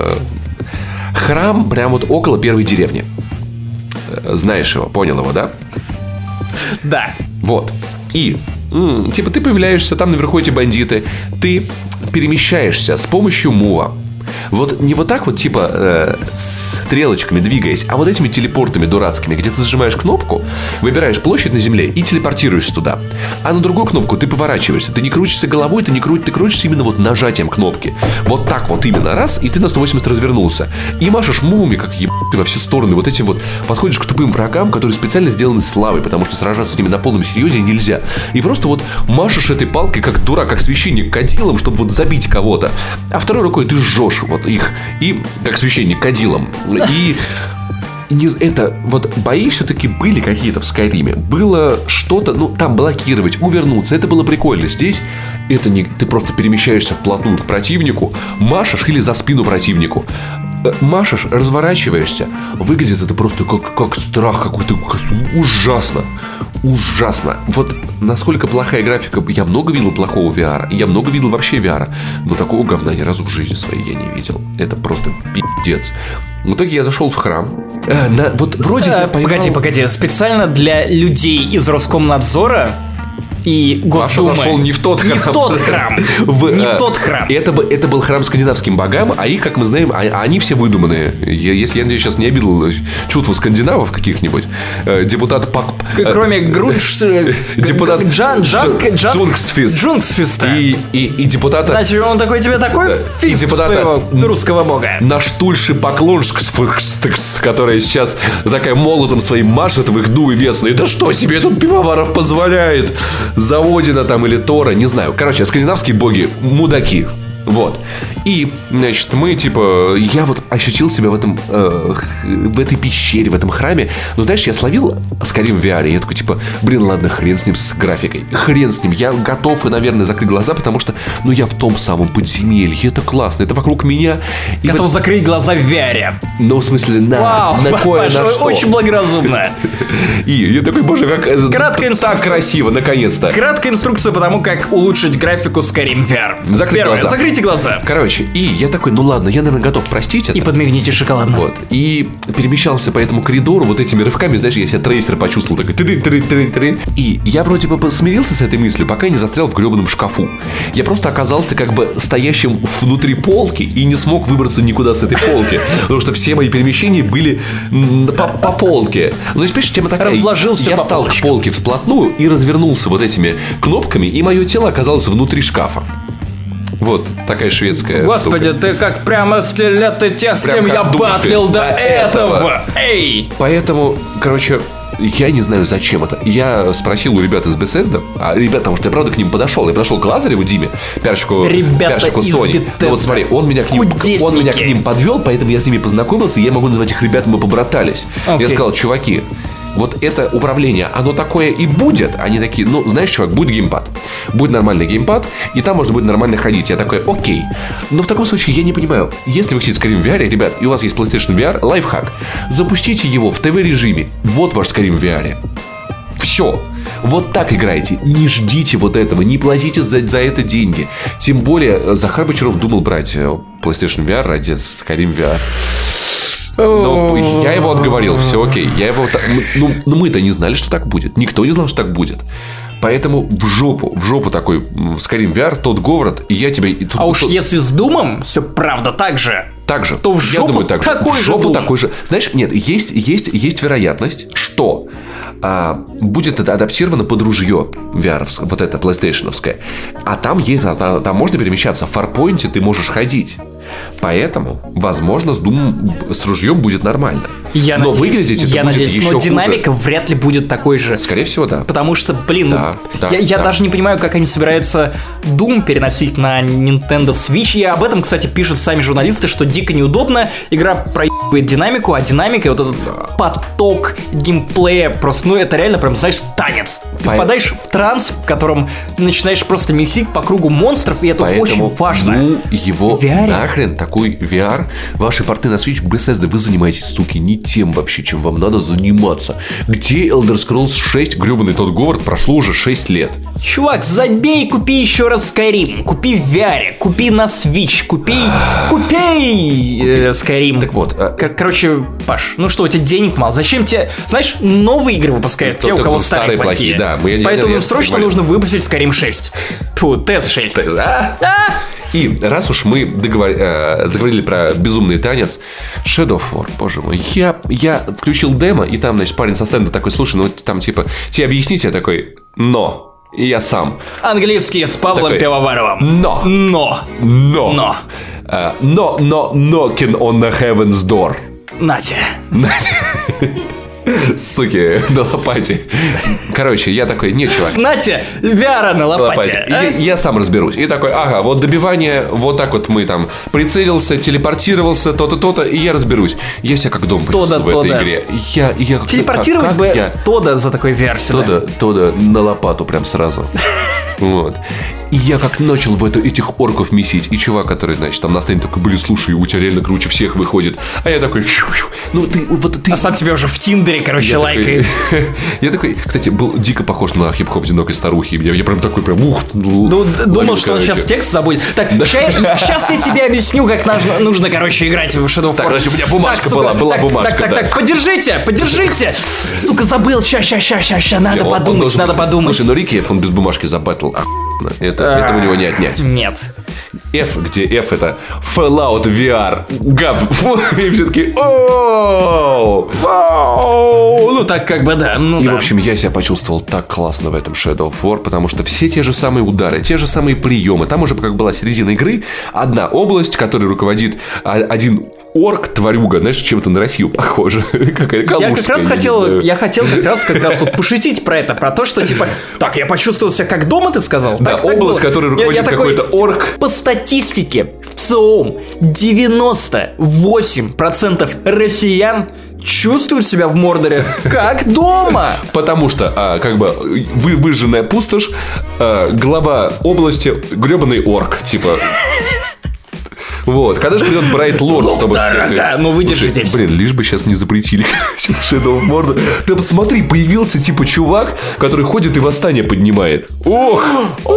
храм прям вот около первой деревни. Знаешь его, понял его, да? Да. Вот. И... типа ты появляешься, там наверху эти бандиты. Ты перемещаешься с помощью мува. Вот не вот так вот, типа, стрелочками двигаясь, а вот этими телепортами дурацкими, где ты зажимаешь кнопку, выбираешь площадь на земле и телепортируешься туда. А на другую кнопку ты поворачиваешься. Ты не крутишься головой, ты крутишься именно вот нажатием кнопки. Вот так вот именно раз, и ты на 180 развернулся. И машешь мувами, как ебать, во все стороны. Вот этим вот подходишь к тупым врагам, которые специально сделаны славой, потому что сражаться с ними на полном серьезе нельзя. И просто вот машешь этой палкой, как дурак, как священник кадилом, чтобы вот забить кого-то. А второй рукой ты жжешь вот их, и как священник кадилом. И это вот бои все-таки были какие-то в Скайриме. Было что-то, там блокировать, увернуться. Это было прикольно. Здесь это не ты просто перемещаешься вплотную к противнику, машешь или за спину противнику. Машешь, разворачиваешься. Выглядит это просто как страх какой-то. Ужасно. Ужасно. Вот насколько плохая графика. Я много видел плохого VR. Я много видел вообще VR. Но такого говна ни разу в жизни своей я не видел. Это просто пиздец. В итоге я зашел в храм. Вот вроде я поймал... Погоди. Специально для людей из Роскомнадзора и Госдумы. Паша зашел не в тот храм. Не в тот храм. Не в тот храм. Это был храм скандинавским богам, а их, как мы знаем, они все выдуманные. Если я надеюсь, сейчас не обидел чувство скандинавов каких-нибудь. Депутат кроме депутат Джунгсфиста. И депутата... Значит, он такой тебе такой фист твоего русского бога. На штульше Поклонскс, которая сейчас такая молотом своим машет в их дуе местные. Да что себе тут пивоваров позволяет? Заводина там или Тора, не знаю. Короче, скандинавские боги мудаки. Вот. И, значит, я вот ощутил себя в этой пещере, в этом храме. Но, знаешь, я словил Skyrim в VR, и я такой, ладно, хрен с ним, с графикой. Хрен с ним. Я готов, наверное, закрыть глаза, потому что, я в том самом подземелье. Это классно, это вокруг меня. Готов закрыть глаза в VR. Ну, в смысле, на кое, на что. Очень благоразумно. И я такой, боже, как так красиво, наконец-то. Краткая инструкция по тому, как улучшить графику Skyrim VR. Закрыть глаза. Закройте глаза. Короче, и я такой, ладно, я, наверное, готов простить это. И подмигните шоколадно. Вот. И перемещался по этому коридору вот этими рывками, знаешь, я себя трейсер почувствовал, такой тыры. И я вроде бы смирился с этой мыслью, пока не застрял в гребаном шкафу. Я просто оказался как бы стоящим внутри полки и не смог выбраться никуда с этой полки. Потому что все мои перемещения были по полке. Ну, то есть, понимаешь, тема такая. Разложился я встал к полке вплотную и развернулся вот этими кнопками, и мое тело оказалось внутри шкафа. Вот такая шведская. Господи, штука. ты как прямо скелеты тех, с кем я батлил до этого. Эй! Поэтому, короче, я не знаю, зачем это. Я спросил у ребят из Bethesda, потому что я правда к ним подошел. Я подошел к Лазареву Диме, пиарщику Sony. Ну, вот смотри, он меня к ним подвел, поэтому я с ними познакомился, и я могу назвать их ребят, мы побратались. Я сказал, чуваки, вот это управление, оно такое и будет. Они такие, знаешь, чувак, будет геймпад. Будет нормальный геймпад, и там можно будет нормально ходить. Я такой, окей. Но в таком случае я не понимаю. Если вы хотите Skyrim в VR, ребят, и у вас есть PlayStation VR, лайфхак. Запустите его в ТВ-режиме. Вот ваш Skyrim в VR. Все. Вот так играйте. Не ждите вот этого. Не платите за это деньги. Тем более, Захар Бочаров думал брать PlayStation VR ради Skyrim VR. Но я его отговорил, все окей. Мы-то не знали, что так будет. Никто не знал, что так будет. Поэтому в жопу такой Skyrim VR, тот город, и я тебя... если с Думом все правда так же, то в жопу такой же. Знаешь, нет, есть вероятность, что будет это адаптировано под ружье VR-овское, вот это PlayStation-овское. А там можно перемещаться. В Farpoint ты можешь ходить. Поэтому, возможно, с ружьем будет нормально. Но выглядеть это будет еще хуже. Но динамика вряд ли будет такой же. Скорее всего, да. Потому что, я даже не понимаю, как они собираются Doom переносить на Nintendo Switch. И об этом, кстати, пишут сами журналисты, что дико неудобно. Игра динамику, а динамика, вот этот поток геймплея, просто, ну, это реально прям, знаешь, танец. Ты впадаешь в транс, в котором начинаешь просто месить по кругу монстров, и это очень важно. Ну, его нахрен, такой VR, ваши порты на Switch, Bethesda, вы занимаетесь, суки, не тем вообще, чем вам надо заниматься. Где Elder Scrolls 6, гребаный тот Говард, прошло уже 6 лет. Чувак, забей, купи еще раз Skyrim, купи в VR, купи на Switch, купи Skyrim. Так вот. Короче, Паш, ну что, у тебя денег мало. Зачем тебе, знаешь, новые игры выпускают те, у кого старые плохие. Да, поэтому им срочно нужно выпустить Skyrim 6. Фу, TES 6. И раз уж мы заговорили про безумный танец, Shadow of War, боже мой, я включил демо, и там, значит, парень со стенда такой, слушай, ну там типа, тебе объяснить, я такой, но... И я сам. Английский с Павлом такой, Пивоваровым. Но. Knocking on the heaven's door. Нате. Суки, на лопате. Короче, я такой, нет, чувак. Нате, VR на лопате. Я сам разберусь. И такой, ага, вот добивание, вот так вот мы там прицелился, телепортировался, то-то, то-то, и я разберусь. Я себя как дома почувствую в этой игре. Телепортировать бы Тода за такой VR сюда. Тода на лопату прям сразу. Вот. И я как начал в этих орков месить. И чувак, который, значит, там на стенде такой, блин, слушай, у тебя реально круче всех выходит. А я такой, ну ты... А сам тебя уже в Тиндере, короче, лайкает. Я такой, кстати, был дико похож на хип-хоп одинокой старухи. Я прям такой, прям, думал, что он сейчас текст забудет. Так, сейчас я тебе объясню, как нужно, короче, играть в Shadow of War. Так, у меня бумажка была бумажка. Так, подержите. Сука, забыл, ща, надо подумать. Слушай, но Рикиев, он без бумажки забаттл. Это у него не отнять. Нет. F, где F это Fallout VR. Гав. И все таки ну так как бы да. И в общем я себя почувствовал так классно в этом Shadow of War, потому что все те же самые удары, те же самые приемы. Там уже как была середина игры, одна область, которой руководит один орк, тварюга, знаешь, чем-то на Россию похоже. Какая калужская. Я хотел как раз вот пошутить про это, про то, что типа, так, я почувствовал себя как дома, ты сказал? Да, область, которой руководит какой-то орк. По статистике, в ЦИОМ 98% россиян чувствуют себя в Мордоре как дома. Потому что, как бы, выжженная пустошь, глава области гребаный орк, типа... Вот, когда же придет Брайт Лорд, чтобы... Дорога, ну выдержитесь. Блин, лишь бы сейчас не запретили Shadow of Mordor. Ты посмотри, появился типа чувак, который ходит и восстание поднимает. Ох!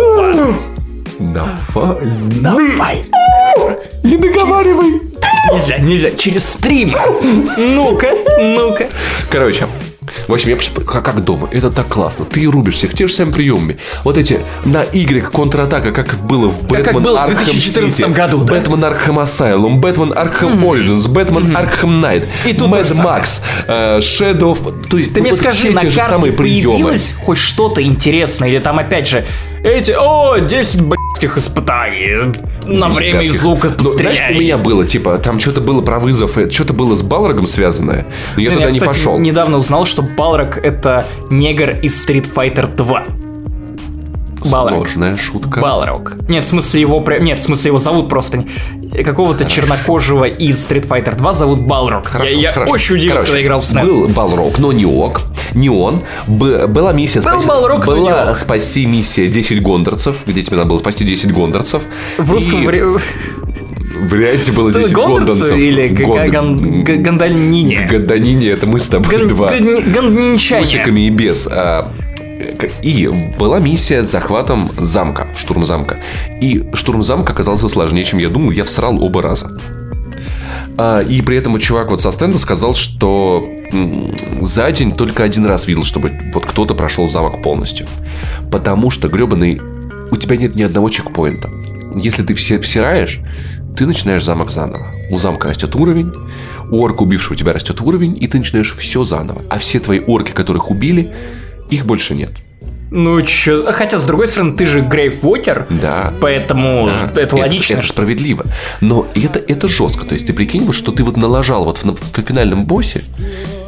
Давай. Не договаривай. Нельзя, через стрим. Ну-ка. Короче, в общем, я как дома. Это так классно. Ты рубишь всех. Те же самые приемы. Вот эти на Y контратака, как было в Бэтмен Архам Сити, в 2014 году. Бэтмен Архам Асайлум, Бэтмен Архам Origins, Бэтмен Архам Найт, Мэд Макс, Shadow. То есть, ты мне скажи, на карте появилось хоть что-то интересное? Или там опять же 10 блядских испытаний на время из лука постреляй. Знаешь, у меня было, типа, там что-то было про вызов, что-то было с Балрогом связанное, но я туда не пошел. Я недавно узнал, что Балрог — это негр из Street Fighter 2. Сложная шутка. Балрог. Нет, в смысле его зовут просто какого-то чернокожего из Street Fighter 2 зовут Балрог. Я очень удивился, когда играл в SNES. Был Балрог, но не он. Была миссия спасти миссия 10 гондорцев, где тебе надо было спасти 10 гондорцев. В русском варианте было 10 гондорцев. Или гандальнине. Гандальнине, это мы с тобой два. Ганднинчане. С усиками и без. И была миссия с захватом замка, штурм замка. И штурм замка оказался сложнее, чем я думал. Я всрал оба раза. И при этом чувак вот со стенда сказал, что за день только один раз видел, чтобы вот кто-то прошел замок полностью. Потому что, гребаный, у тебя нет ни одного чекпоинта. Если ты все всираешь, ты начинаешь замок заново. У замка растет уровень, у орка, убившего тебя, растет уровень, и ты начинаешь все заново. А все твои орки, которых убили, их больше нет. Ну, чё... Хотя, с другой стороны, ты же Грейввокер. Да. Поэтому это логично. Это справедливо. Но это жестко. То есть, ты прикинь, вот, что ты вот налажал вот в финальном боссе,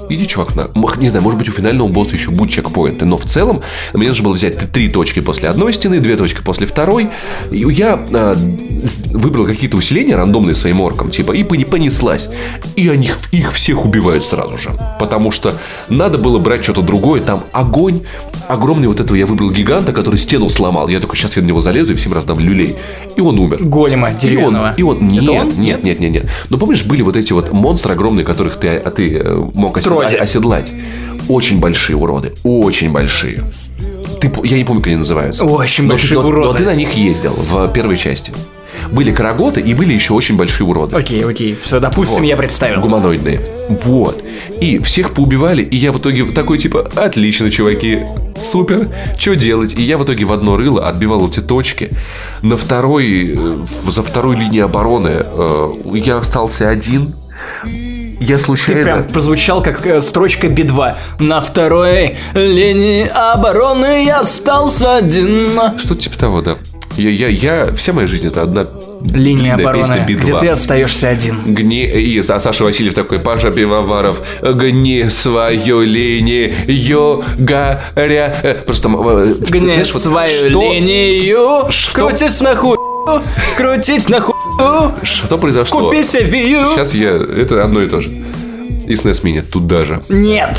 иди, чувак, не знаю, может быть, у финального босса еще будут чекпоинты, но в целом мне нужно было взять 3 точки после одной стены, 2 точки после второй. И я выбрал какие-то усиления рандомные своим оркам, типа, и понеслась. И их всех убивают сразу же. Потому что надо было брать что-то другое. Там огонь огромный, вот этого я выбрал гиганта, который стену сломал. Я такой, сейчас я на него залезу и всем раздам люлей. И он умер. Голема деревянного. Нет. Но помнишь, были вот эти вот монстры огромные, которых ты мог оседлать? Очень большие уроды. Очень большие. Я не помню, как они называются. Очень большие уроды. Но ты на них ездил в первой части. Были караготы и были еще очень большие уроды. Окей, все, допустим, я представил. Гуманоидные. Вот. И всех поубивали, и я в итоге такой, типа, отлично, чуваки, супер, что делать? И я в итоге в одно рыло отбивал эти точки. За второй линией обороны я остался один. Я случайно... Ты прям прозвучал как строчка Би-2. На второй линии обороны я остался один. Что-то типа того, да. Вся моя жизнь это одна линия обороны, где ты остаешься один. И Саша Васильев такой: Паша Пивоваров, гни свою линию, горя. Просто гни свою линию, крутись на хуй, крутить на хуй. Что произошло? Купи себе вию. Сейчас это одно и то же. И SNES Mini тут даже. Нет.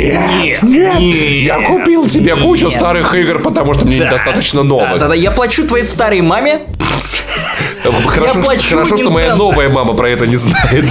Я купил себе кучу старых игр, потому что мне недостаточно новых. Да. Я плачу твоей старой маме. Хорошо, что моя новая мама про это не знает.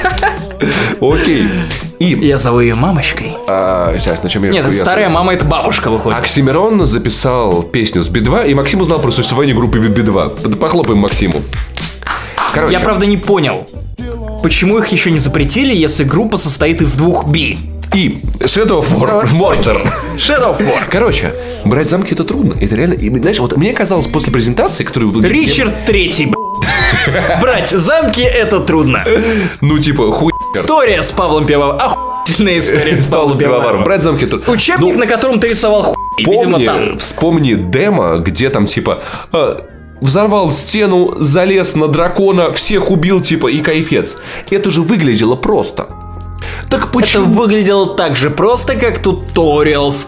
Окей. И... Я зову ее мамочкой. Сейчас, на чем я... Нет, старая мама — это бабушка, выходит. Оксимирон записал песню с Би-2, и Максим узнал про существование группы Би-2. Похлопаем Максиму. Короче. Я, правда, не понял, почему их еще не запретили, если группа состоит из 2 Би. И Shadow of Mordor. Shadow of War. Короче, брать замки это трудно. Это реально... И, знаешь, вот мне казалось после презентации, которую... Ричард Третий, брать замки это трудно. Ну, типа, хуй... История с Павлом Пивоваром. Охуительная история с Павлом Пивоваром. Брать замки это... Учебник, на котором ты рисовал хуй. Видимо, там. Вспомни демо, где там, типа... Взорвал стену, залез на дракона, всех убил, типа, и кайфец. Это же выглядело просто. Так почему? Это выглядело так же просто, как туториал в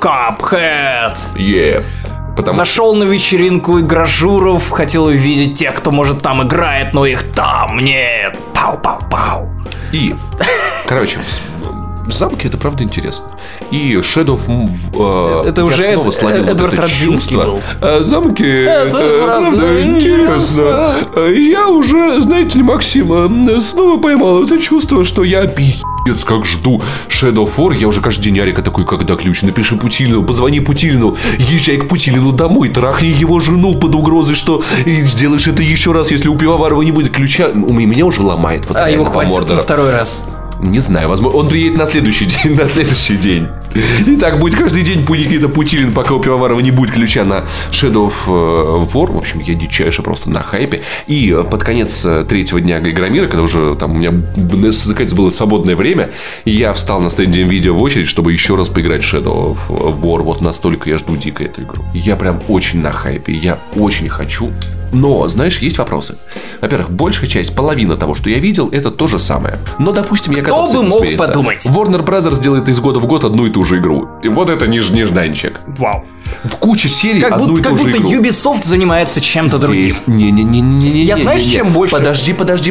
Cuphead. Зашел на вечеринку игражуров, хотел увидеть тех, кто, может, там играет, но их там нет. Пау-пау-пау. И, короче, замки это правда интересно. И Shadow of... это уже снова словил Эдвард Радзинский был. Замки это правда интересно. Я уже, знаете ли, Максима, снова поймал это чувство, что я пиздец как жду Shadow of War. Я уже каждый день Арика такой: когда ключ? Напиши Путилину, позвони Путилину, езжай к Путилину домой, трахни его жену под угрозой, что сделаешь это еще раз, если у Пивоварова не будет ключа. Меня уже ломает. Вот его хватит на второй раз. Не знаю, возможно, он приедет на следующий день. И так будет каждый день Никита Путилин, пока у Пивоварова не будет ключа на Shadow of War. В общем, я дичайше просто на хайпе. И под конец 3-го дня Игромира, когда уже там у меня наконец было свободное время, я встал на стенде видео в очередь, чтобы еще раз поиграть в Shadow of War. Вот настолько я жду дико эту игру. Я прям очень на хайпе, я очень хочу. Но, знаешь, есть вопросы. Во-первых, большая часть, половина того, что я видел, это то же самое. Но, допустим, я готов с этим смириться. Кто бы мог подумать? Warner Brothers делает из года в год одну и ту же игру. И вот это нежданчик. Вау. В куче серий одну и ту же игру. Как будто Ubisoft занимается чем-то другим. Не-не-не-не-не. Я знаешь, чем больше? Подожди. Хорошо.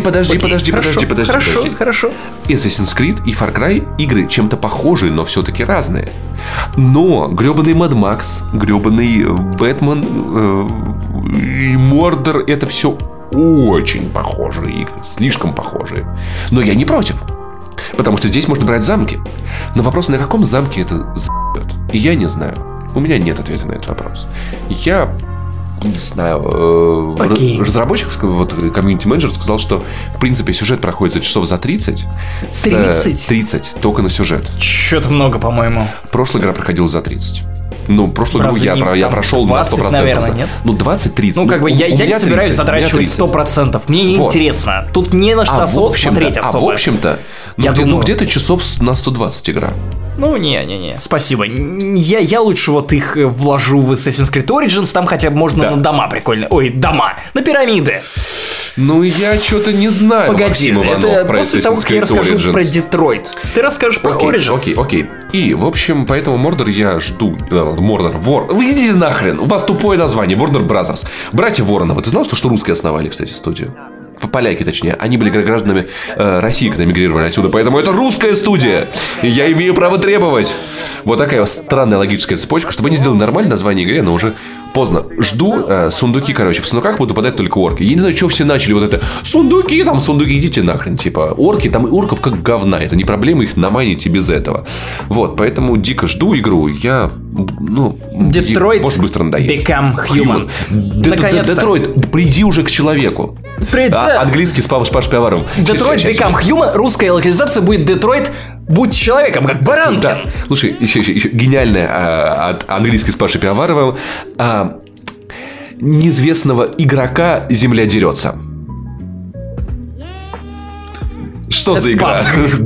Assassin's Creed и Far Cry игры чем-то похожие, но все-таки разные. Но гребаный Mad Max, гребаный Бэтмен и Мордор — это все очень похожие игры, слишком похожие. Но я не против, потому что здесь можно брать замки. Но вопрос, на каком замке это за***ет? И я не знаю. У меня нет ответа на этот вопрос. Я не знаю. Разработчик, вот комьюнити-менеджер сказал, что в принципе сюжет проходит часов за 30. 30 только на сюжет. Что-то много, по-моему. Прошлая игра проходила за 30. Ну, прошлую игру я прошел 20, на 100%. Наверное, нет? Ну, 20-30. Ну, как бы я не собираюсь затрачивать 100%. Мне не интересно. Тут не на что особо смотреть особо. В общем-то, где-то часов на 120 игра. Ну, не. Спасибо. Я лучше вот их вложу в Assassin's Creed Origins. Там хотя бы можно на дома прикольно. Ой, дома. На пирамиды. Ну, я что-то не знаю, Погоди, Максим Иванов, это про после того, как я Assassin's Creed расскажу Origins. про Детройт. Ты расскажешь про Origins. Окей. И, в общем, поэтому Мордор я жду. Вы идите нахрен. У вас тупое название. Warner Brothers. Братья Вороновы. Ты знал, что русские основали, кстати, студию? Поляки, точнее. Они были гражданами России, когда эмигрировали отсюда. Поэтому это русская студия. И я имею право требовать. Вот такая вот странная логическая цепочка. Чтобы они сделали нормальное название игре, но уже поздно. Жду сундуки, короче. В сундуках будут выпадать только орки. Я не знаю, что все начали вот это. Сундуки, идите нахрен. Типа, орки, там и орков как говна. Это не проблема их намайнить и без этого. Вот, поэтому дико жду игру. Я, Детройт может быстро надоесть. Become Human. Детройт, приди уже к человеку. Английский с Пашей Пивоваровым. Детройт Become Human. Русская локализация будет Детройт будь человеком, как Баранкин. Да. Слушай, еще гениальная от английский с Пашей Пивоваровым. Неизвестного игрока земля дерется. Что за игра?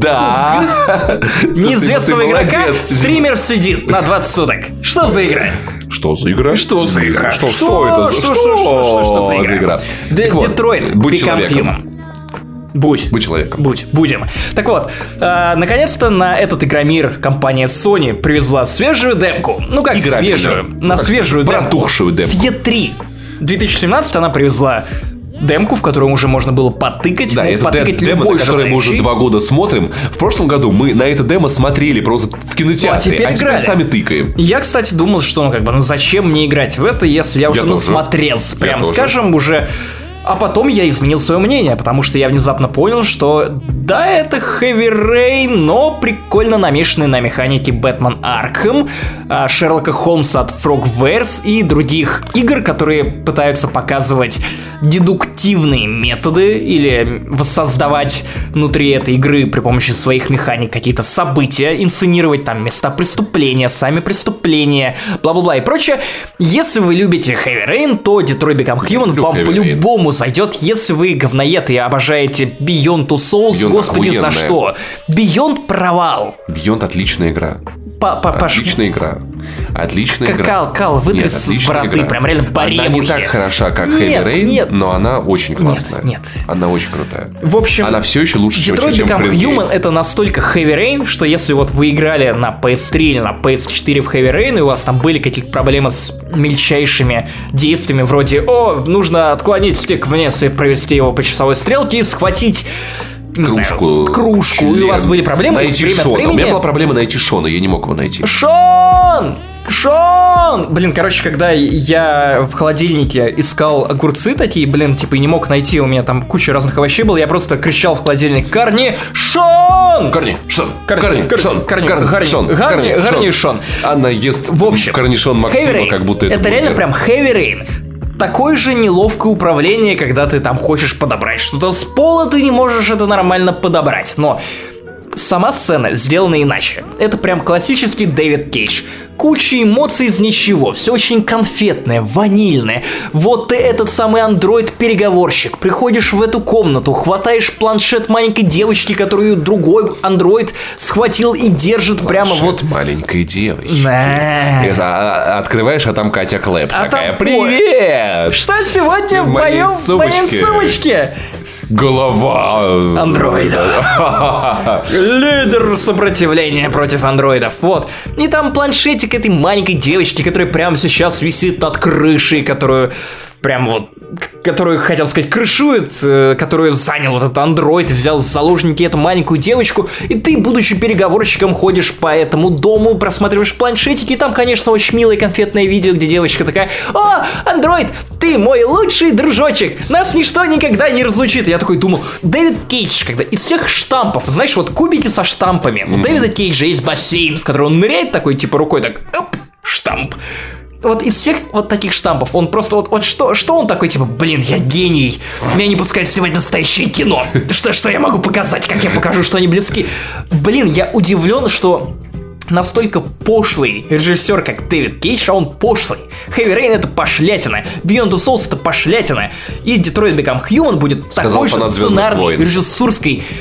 Да. Неизвестного игрока стример сидит на 20 суток. Что за игра? Что за игра? Что за игра? Что это? Что за игра? Детройт Become Human. Будь человеком. Будем. Так вот, наконец-то на этот Игромир компания Sony привезла свежую демку. Ну как свежую? Протухшую демку. С E3 2017 она привезла демку, в которую уже можно было потыкать. Да, это демо, на которое мы уже 2 года смотрим. В прошлом году мы на это демо смотрели просто в кинотеатре, а теперь сами тыкаем. Я, кстати, думал, что зачем мне играть в это, если я уже насмотрелся, прям скажем, уже... А потом я изменил свое мнение, потому что я внезапно понял, что да, это Heavy Rain, но прикольно намешанный на механике Batman Arkham, Шерлока Холмса от Frogwares и других игр, которые пытаются показывать дедуктивные методы или воссоздавать внутри этой игры при помощи своих механик какие-то события, инсценировать там места преступления, сами преступления, бла-бла-бла и прочее. Если вы любите Heavy Rain, то Detroit Become Human вам по-любому зайдет. Если вы говноед и обожаете Beyond Two Souls, Beyond господи, охуенная. за что? Beyond провал. Beyond отличная игра. Отличная игра. Кал, вытряс с бороды, прям реально по ребухе. Она не так хороша, как Heavy Rain, но она очень классная. Нет. Она очень крутая. В общем, она все еще лучше, чем Detroit Become Fahrenheit. Human это настолько Heavy Rain, что если вот вы играли на PS3 или на PS4 в Heavy Rain, и у вас там были какие-то проблемы с мельчайшими действиями, вроде нужно отклонить стик вниз и провести его по часовой стрелке и схватить кружку, и у вас были проблемы найти время Шона. от времени... У меня была проблема найти Шона, я не мог его найти. Шон! Блин, короче, когда я в холодильнике искал огурцы такие, и не мог найти, у меня там куча разных овощей было, я просто кричал в холодильник: Корнишон! Корнишон. Она ест в общем, корнишон Максима, как будто это реально прям Heavy Rain. Такое же неловкое управление, когда ты там хочешь подобрать что-то с пола, ты не можешь это нормально подобрать. Но сама сцена сделана иначе. Это прям классический Дэвид Кейдж. Куча эмоций из ничего. Все очень конфетное, ванильное. Вот ты этот самый андроид-переговорщик. Приходишь в эту комнату, хватаешь планшет маленькой девочки, которую другой андроид схватил и держит планшет прямо вот... маленькой девочки. Открываешь, а там Катя Клэп такая: «Привет! Что сегодня в моем сумочке?» Голова андроида. Лидер сопротивления против андроидов. Вот. И там планшетик этой маленькой девочки, которая прямо сейчас висит над крышей, которую хотел сказать, крышует, которую занял вот этот андроид, взял в заложники эту маленькую девочку, и ты, будучи переговорщиком, ходишь по этому дому, просматриваешь планшетики, и там, конечно, очень милое конфетное видео, где девочка такая: «О, андроид, ты мой лучший дружочек, нас ничто никогда не разлучит». Я такой думал, Дэвид Кейдж, когда из всех штампов, знаешь, вот кубики со штампами, у Дэвида Кейджа есть бассейн, в который он ныряет такой, рукой так, штамп. Вот из всех вот таких штампов он просто вот что он такой, блин, я гений, меня не пускают снимать настоящее кино, что я могу показать, как я покажу, что они близки. Блин, я удивлен, что настолько пошлый режиссер, как Дэвид Кейдж, а он пошлый. Heavy Rain — это пошлятина, Beyond Two Souls — это пошлятина, и Detroit Become Human будет такой же сценарной, режиссурской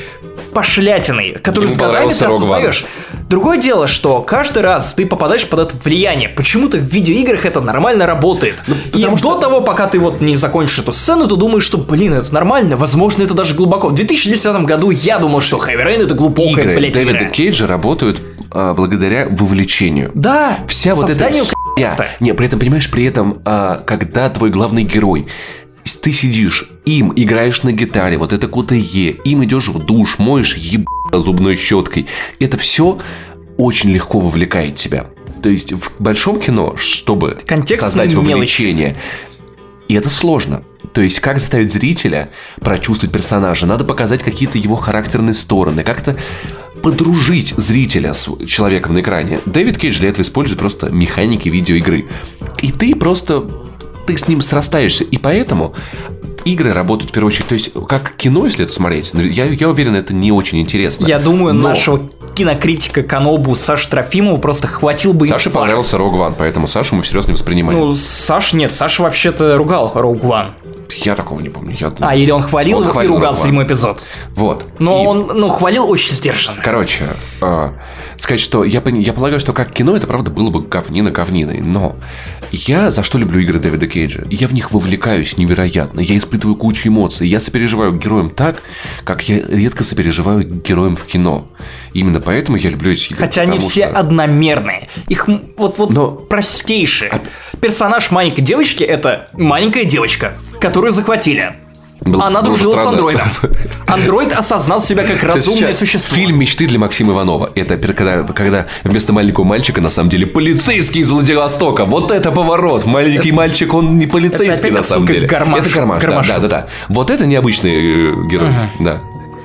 пошлятиной, которую Ему с годами ты понравился Rogue One. осознаешь. Другое дело, что каждый раз ты попадаешь под это влияние. Почему-то в видеоиграх это нормально работает. И до того, пока ты вот не закончишь эту сцену, ты думаешь, что, блин, это нормально. Возможно, это даже глубоко. В 2010 году я думал, что Heavy Rain это глубокая, Игры блядь, Дэвида игра. Кейджа работают благодаря вовлечению. Да, Вся вот эта созданию хуйня. Не, при этом, понимаешь, когда твой главный герой, ты сидишь, им играешь на гитаре, вот это КТЕ, им идешь в душ, моешь зубной щеткой. Это все очень легко вовлекает тебя. То есть в большом кино, чтобы создать вовлечение, и это сложно. То есть как заставить зрителя прочувствовать персонажа? Надо показать какие-то его характерные стороны, как-то подружить зрителя с человеком на экране. Дэвид Кейдж для этого использует просто механики видеоигры. И ты с ним срастаешься. И поэтому игры работают в первую очередь. То есть как кино, если это смотреть, я уверен, это не очень интересно. Я думаю, нашего кинокритика Канобу Саши Трофимова просто хватил бы Саше понравился Rogue One, поэтому Сашу мы всерьез не воспринимаем. Ну, Саша вообще-то ругал Rogue One. Я такого не помню. Или он хвалил его и ругал 7-й эпизод. Вот. Но он хвалил очень сдержанно. Короче, сказать, что я полагаю, что как кино это, правда, было бы говниной. Но я за что люблю игры Дэвида Кейджа? Я в них вовлекаюсь невероятно. Я испытываю кучу эмоций. Я сопереживаю героям так, как я редко сопереживаю героям в кино. Именно поэтому я люблю эти игры. Хотя они все одномерные. Их простейшие. Персонаж маленькой девочки — это маленькая девочка, которую захватили. Она дружила с андроидом. Андроид осознал себя как разумное существо. Фильм «Мечты» для Максима Иванова. Это когда вместо маленького мальчика на самом деле полицейский из Владивостока. Вот это поворот. Маленький мальчик, он не полицейский на самом деле. Это Гармаш. Да. Вот это необычный герой. Да.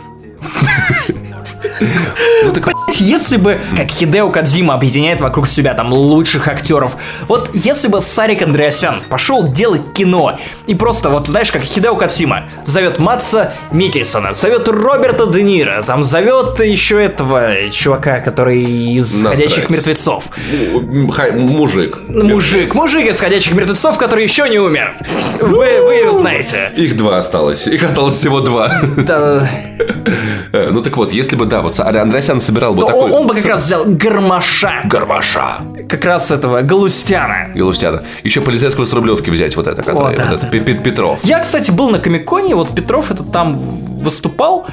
Если бы, как Хидео Кодзима объединяет вокруг себя там лучших актеров, вот если бы Сарик Андреасян пошел делать кино и просто, вот знаешь, как Хидео Кодзима зовет Мадса Миккельсона, зовет Роберта Де Ниро, там зовет еще этого чувака, который из «Ходячих мертвецов». Мужик из «Ходячих мертвецов», который еще не умер. Вы знаете. Их два осталось. Их осталось всего два. Ну так вот, если бы, вот Андреасян собирал бы такой... Он бы как раз взял Гармаша. Как раз этого Галустяна. Еще полицейского с Рублевки взять вот это, который Петров. Я, кстати, был на Комик-Коне, вот Петров этот там выступал,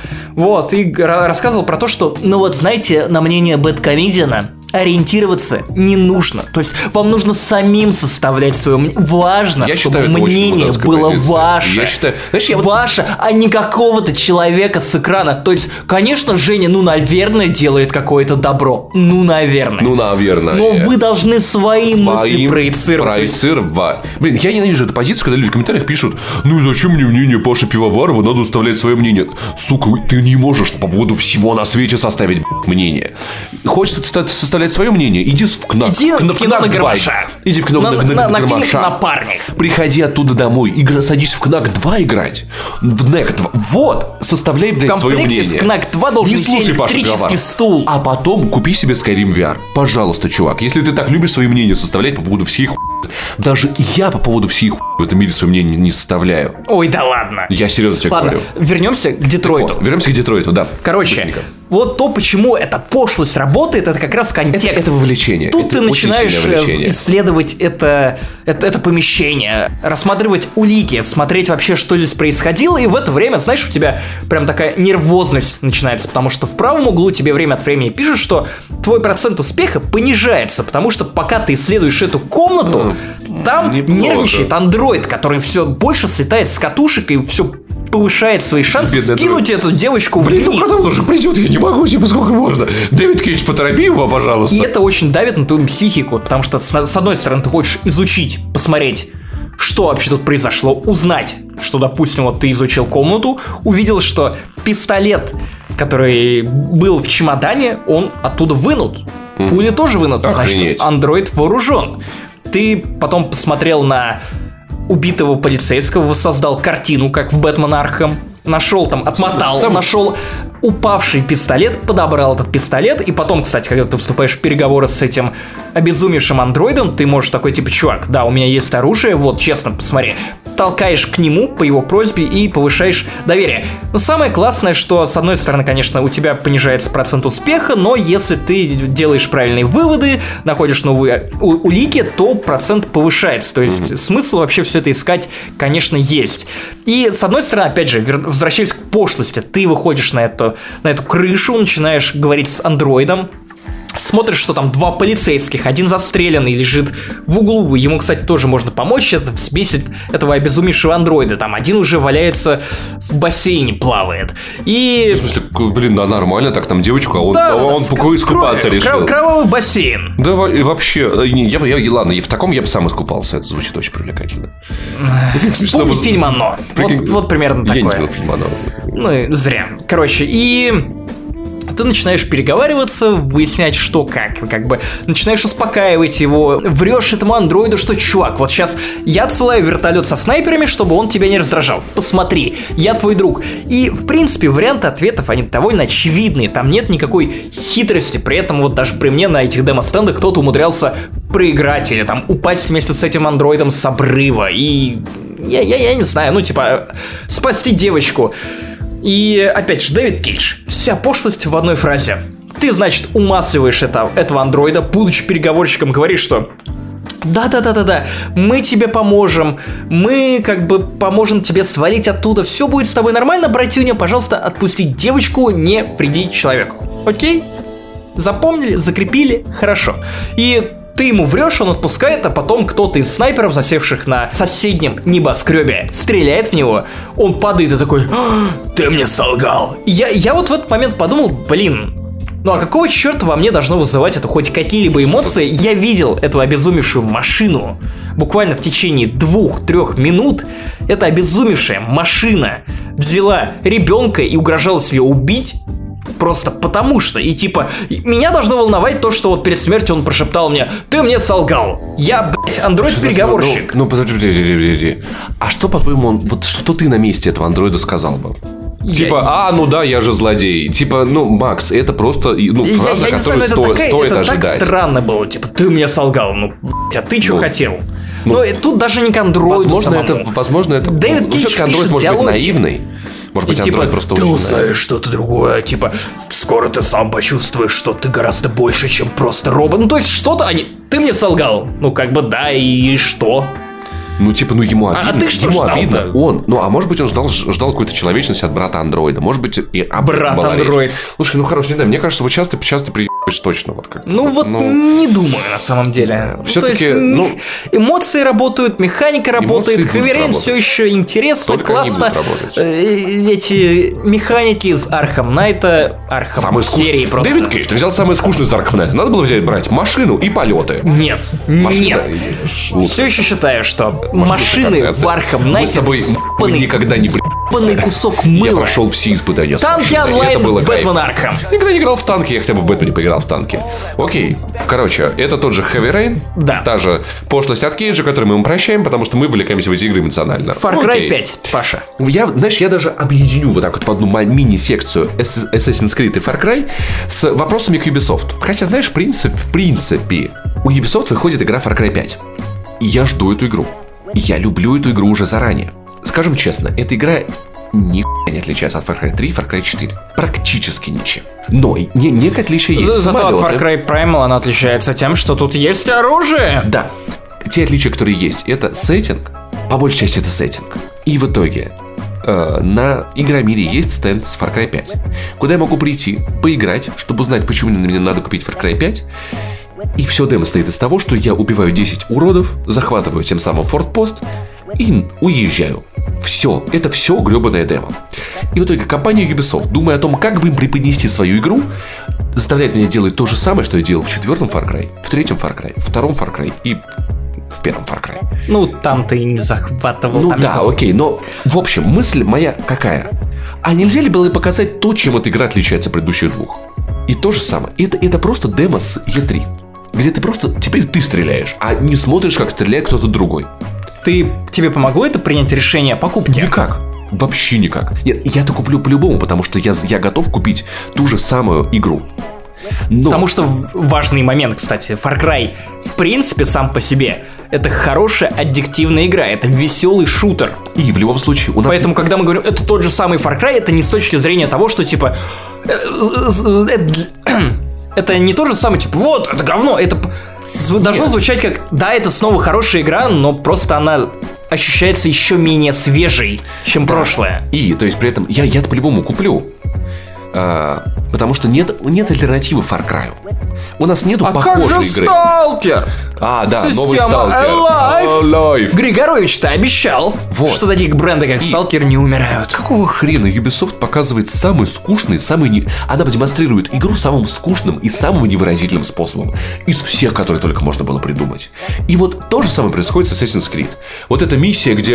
и рассказывал про то, что, знаете, на мнение Бэдкомедиана ориентироваться не нужно. То есть вам нужно самим составлять свое мнение. Важно, чтобы мнение было ваше. Ваше, а не какого-то человека с экрана. То есть, конечно, Женя, наверное, делает какое-то добро. Наверное. Но вы должны свои мысли проецировать. Блин, я ненавижу эту позицию, когда люди в комментариях пишут: зачем мне мнение Паши Пивоварова, надо уставлять свое мнение. Сука, ты не можешь по поводу всего на свете составить мнение. Хочется составлять свое мнение, иди в КНАК. Иди в кино на Гармаша. Иди в кино на фильм «Напарник». Приходи оттуда домой, садись в КНАК 2 играть. В НЭК 2. Вот, составляй, блядь, свое мнение. В комплекте с КНАК 2 должен идти электрический стул. А потом купи себе Skyrim VR. Пожалуйста, чувак. Если ты так любишь свои мнения составлять по поводу всей даже я по поводу всей в этом мире свое мнение не составляю. Ой, да ладно. Я серьезно тебе говорю. Вернемся к Детройту. Да. Короче, вот то, почему эта пошлость работает, это как раз контекст. Это вовлечение. Тут ты начинаешь исследовать это помещение, рассматривать улики, смотреть вообще, что здесь происходило, и в это время, знаешь, у тебя прям такая нервозность начинается, потому что в правом углу тебе время от времени пишут, что твой процент успеха понижается, потому что пока ты исследуешь эту комнату, там нервничает андроид, который все больше слетает с катушек и все повышает свои шансы скинуть эту девочку вниз. Потому что придет, я не могу, сколько можно. Дэвид Кейдж, поторопи его, пожалуйста. И это очень давит на твою психику, потому что, с одной стороны, ты хочешь изучить, посмотреть, что вообще тут произошло, узнать, что, допустим, вот ты изучил комнату, увидел, что пистолет, который был в чемодане, он оттуда вынут. Пули тоже вынуты, значит, андроид вооружен. Ты потом посмотрел на убитого полицейского, воссоздал картину, как в Бэтмен Архам, нашел там, отмотал, нашел упавший пистолет, подобрал этот пистолет, и потом, кстати, когда ты вступаешь в переговоры с этим обезумевшим андроидом, ты можешь такой, типа, чувак, да, у меня есть оружие, вот, честно, посмотри, толкаешь к нему по его просьбе и повышаешь доверие. Но самое классное, что, с одной стороны, конечно, у тебя понижается процент успеха, но если ты делаешь правильные выводы, находишь новые улики, то процент повышается. То есть смысл вообще все это искать, конечно, есть. И, с одной стороны, опять же, возвращаясь к пошлости, ты выходишь на эту крышу, начинаешь говорить с андроидом, смотришь, что там 2 полицейских, один застреленный лежит в углу, ему, кстати, тоже можно помочь, это взбесит этого обезумевшего андроида, там один уже валяется в бассейне, плавает. И... В смысле, блин, да нормально, так там девочку, а он искупаться решил. Кровавый бассейн. Да, и вообще, ладно, в таком я бы сам искупался, это звучит очень привлекательно. Вспомни фильм «Оно». Вот примерно такое. Я не смотрел фильм «Оно». Ну, зря. Короче, и... ты начинаешь переговариваться, выяснять, что как бы начинаешь успокаивать его, врешь этому андроиду, что, чувак, вот сейчас я отсылаю вертолет со снайперами, чтобы он тебя не раздражал. Посмотри, я твой друг. И, в принципе, варианты ответов, они довольно очевидные, там нет никакой хитрости, при этом вот даже при мне на этих демо-стендах кто-то умудрялся проиграть или там упасть вместе с этим андроидом с обрыва, и я не знаю, ну, типа, спасти девочку. И, опять же, Дэвид Кейдж. Вся пошлость в одной фразе. Ты, значит, умасливаешь этого андроида, будучи переговорщиком, говоришь, что да, мы тебе поможем, мы как бы поможем тебе свалить оттуда, все будет с тобой нормально, братюня, пожалуйста, отпусти девочку, не вреди человеку. Окей? Запомнили, закрепили, хорошо. И... ты ему врешь, он отпускает, а потом кто-то из снайперов, засевших на соседнем небоскребе, стреляет в него, он падает и такой: ты мне солгал. Я вот в этот момент подумал, блин, ну а какого черта во мне должно вызывать это хоть какие-либо эмоции? Я видел эту обезумевшую машину буквально в течение 2-3 минут. Эта обезумевшая машина взяла ребенка и угрожала себе убить. Просто потому что, и типа, меня должно волновать то, что вот перед смертью он прошептал мне: ты мне солгал. Я, блять, андроид-переговорщик. Ну, подожди. А что, по-твоему, вот что ты на месте этого андроида сказал бы? Типа, ну да, я же злодей. Типа, ну, Макс, это просто фраза, которую стоит ожидать. Это так странно было, типа, ты мне солгал. Ну, блять, а ты что хотел? Ну, тут даже не к андроиду самому. Возможно, это Дэвид Кейдж пишет андроид может быть наивный. Может быть, и типа, просто ты узнаешь что-то другое, типа, скоро ты сам почувствуешь, что ты гораздо больше, чем просто робот. Ну, то есть, что-то ты мне солгал. Ну, как бы, да, и что? Ну, типа, ему обидно. А ты что ему ждал-то? обидно. А может быть, он ждал какой-то человечности от брата-андроида. Может быть, и брат-андроид. Слушай, ну, хорошо, не знаю, мне кажется, вот часто приебаешь точно. Вот как. Не думаю, на самом деле. Все-таки, эмоции работают, механика работает, Heavy Rain все еще интересно, только классно. Эти механики из Arkham Knight'а, Arkham серии просто. Дэвид Кейдж, ты взял самое скучное из Arkham Knight'а. Надо было брать машину и полеты. Нет. Все еще считаю, что машины в Arkham Knight'е мы никогда не кусок мыла. Я прошел все испытания с танки онлайн в Бэтмен Аркхам. Никогда не играл в танки, я хотя бы в Бэтмене поиграл в танки. Окей, короче, это тот же Heavy Rain. Да. Та же пошлость от Кейджа, которую мы ему прощаем, потому что мы вовлекаемся в эти игры эмоционально. Far Cry 5, Паша. Я даже объединю вот так вот в одну мини-секцию Assassin's Creed и Far Cry с вопросами к Ubisoft. Хотя, знаешь, в принципе, у Ubisoft выходит игра Far Cry 5. И я жду эту игру. Я люблю эту игру уже заранее. Скажем честно, эта игра нихуя не отличается от Far Cry 3 и Far Cry 4. Практически ничем. Но некое отличие есть. Зато от Far Cry Primal она отличается тем, что тут есть оружие. Да. Те отличия, которые есть, это сеттинг. По большей части это сеттинг. И в итоге на Игромире есть стенд с Far Cry 5, куда я могу прийти, поиграть, чтобы узнать, почему мне надо купить Far Cry 5. И все демо состоит из того, что я убиваю 10 уродов, захватываю тем самым фортпост и уезжаю. Все, это все гребаное демо. И в итоге компания Ubisoft, думая о том, как бы им преподнести свою игру, заставляет меня делать то же самое, что я делал в 4-м Far Cry, в 3-м Far Cry, в 2-м Far Cry и в 1-м Far Cry. Ну, там ты не захватывал. Ну да, окей, но в общем, мысль моя какая? А нельзя ли было показать то, чем эта игра отличается от предыдущих двух? И то же самое. Это просто демо с E3. Где ты просто, теперь ты стреляешь, а не смотришь, как стреляет кто-то другой. Тебе помогло это принять решение о покупке? Никак. Вообще никак. Нет, я-то куплю по-любому, потому что я готов купить ту же самую игру. Потому что важный момент, кстати, Far Cry в принципе сам по себе это хорошая аддиктивная игра, это веселый шутер. И в любом случае у нас... Поэтому, когда мы говорим, это тот же самый Far Cry, это не с точки зрения того, что типа... Это не то же самое, типа, вот, это говно, это... Должно звучать как, да, это снова хорошая игра, но просто она ощущается еще менее свежей, чем прошлое. И, то есть, при этом, я-то по-любому куплю. Потому что нет альтернативы Far Cry. У нас нету похожей игры. А как же Сталкер? Да, Система новый Сталкер. Alive. Григорович, ты обещал, что такие бренды, как Сталкер, не умирают. Какого хрена Ubisoft показывает самый скучный, Она демонстрирует игру самым скучным и самым невыразительным способом из всех, которые только можно было придумать. И вот то же самое происходит с Assassin's Creed. Вот эта миссия, где,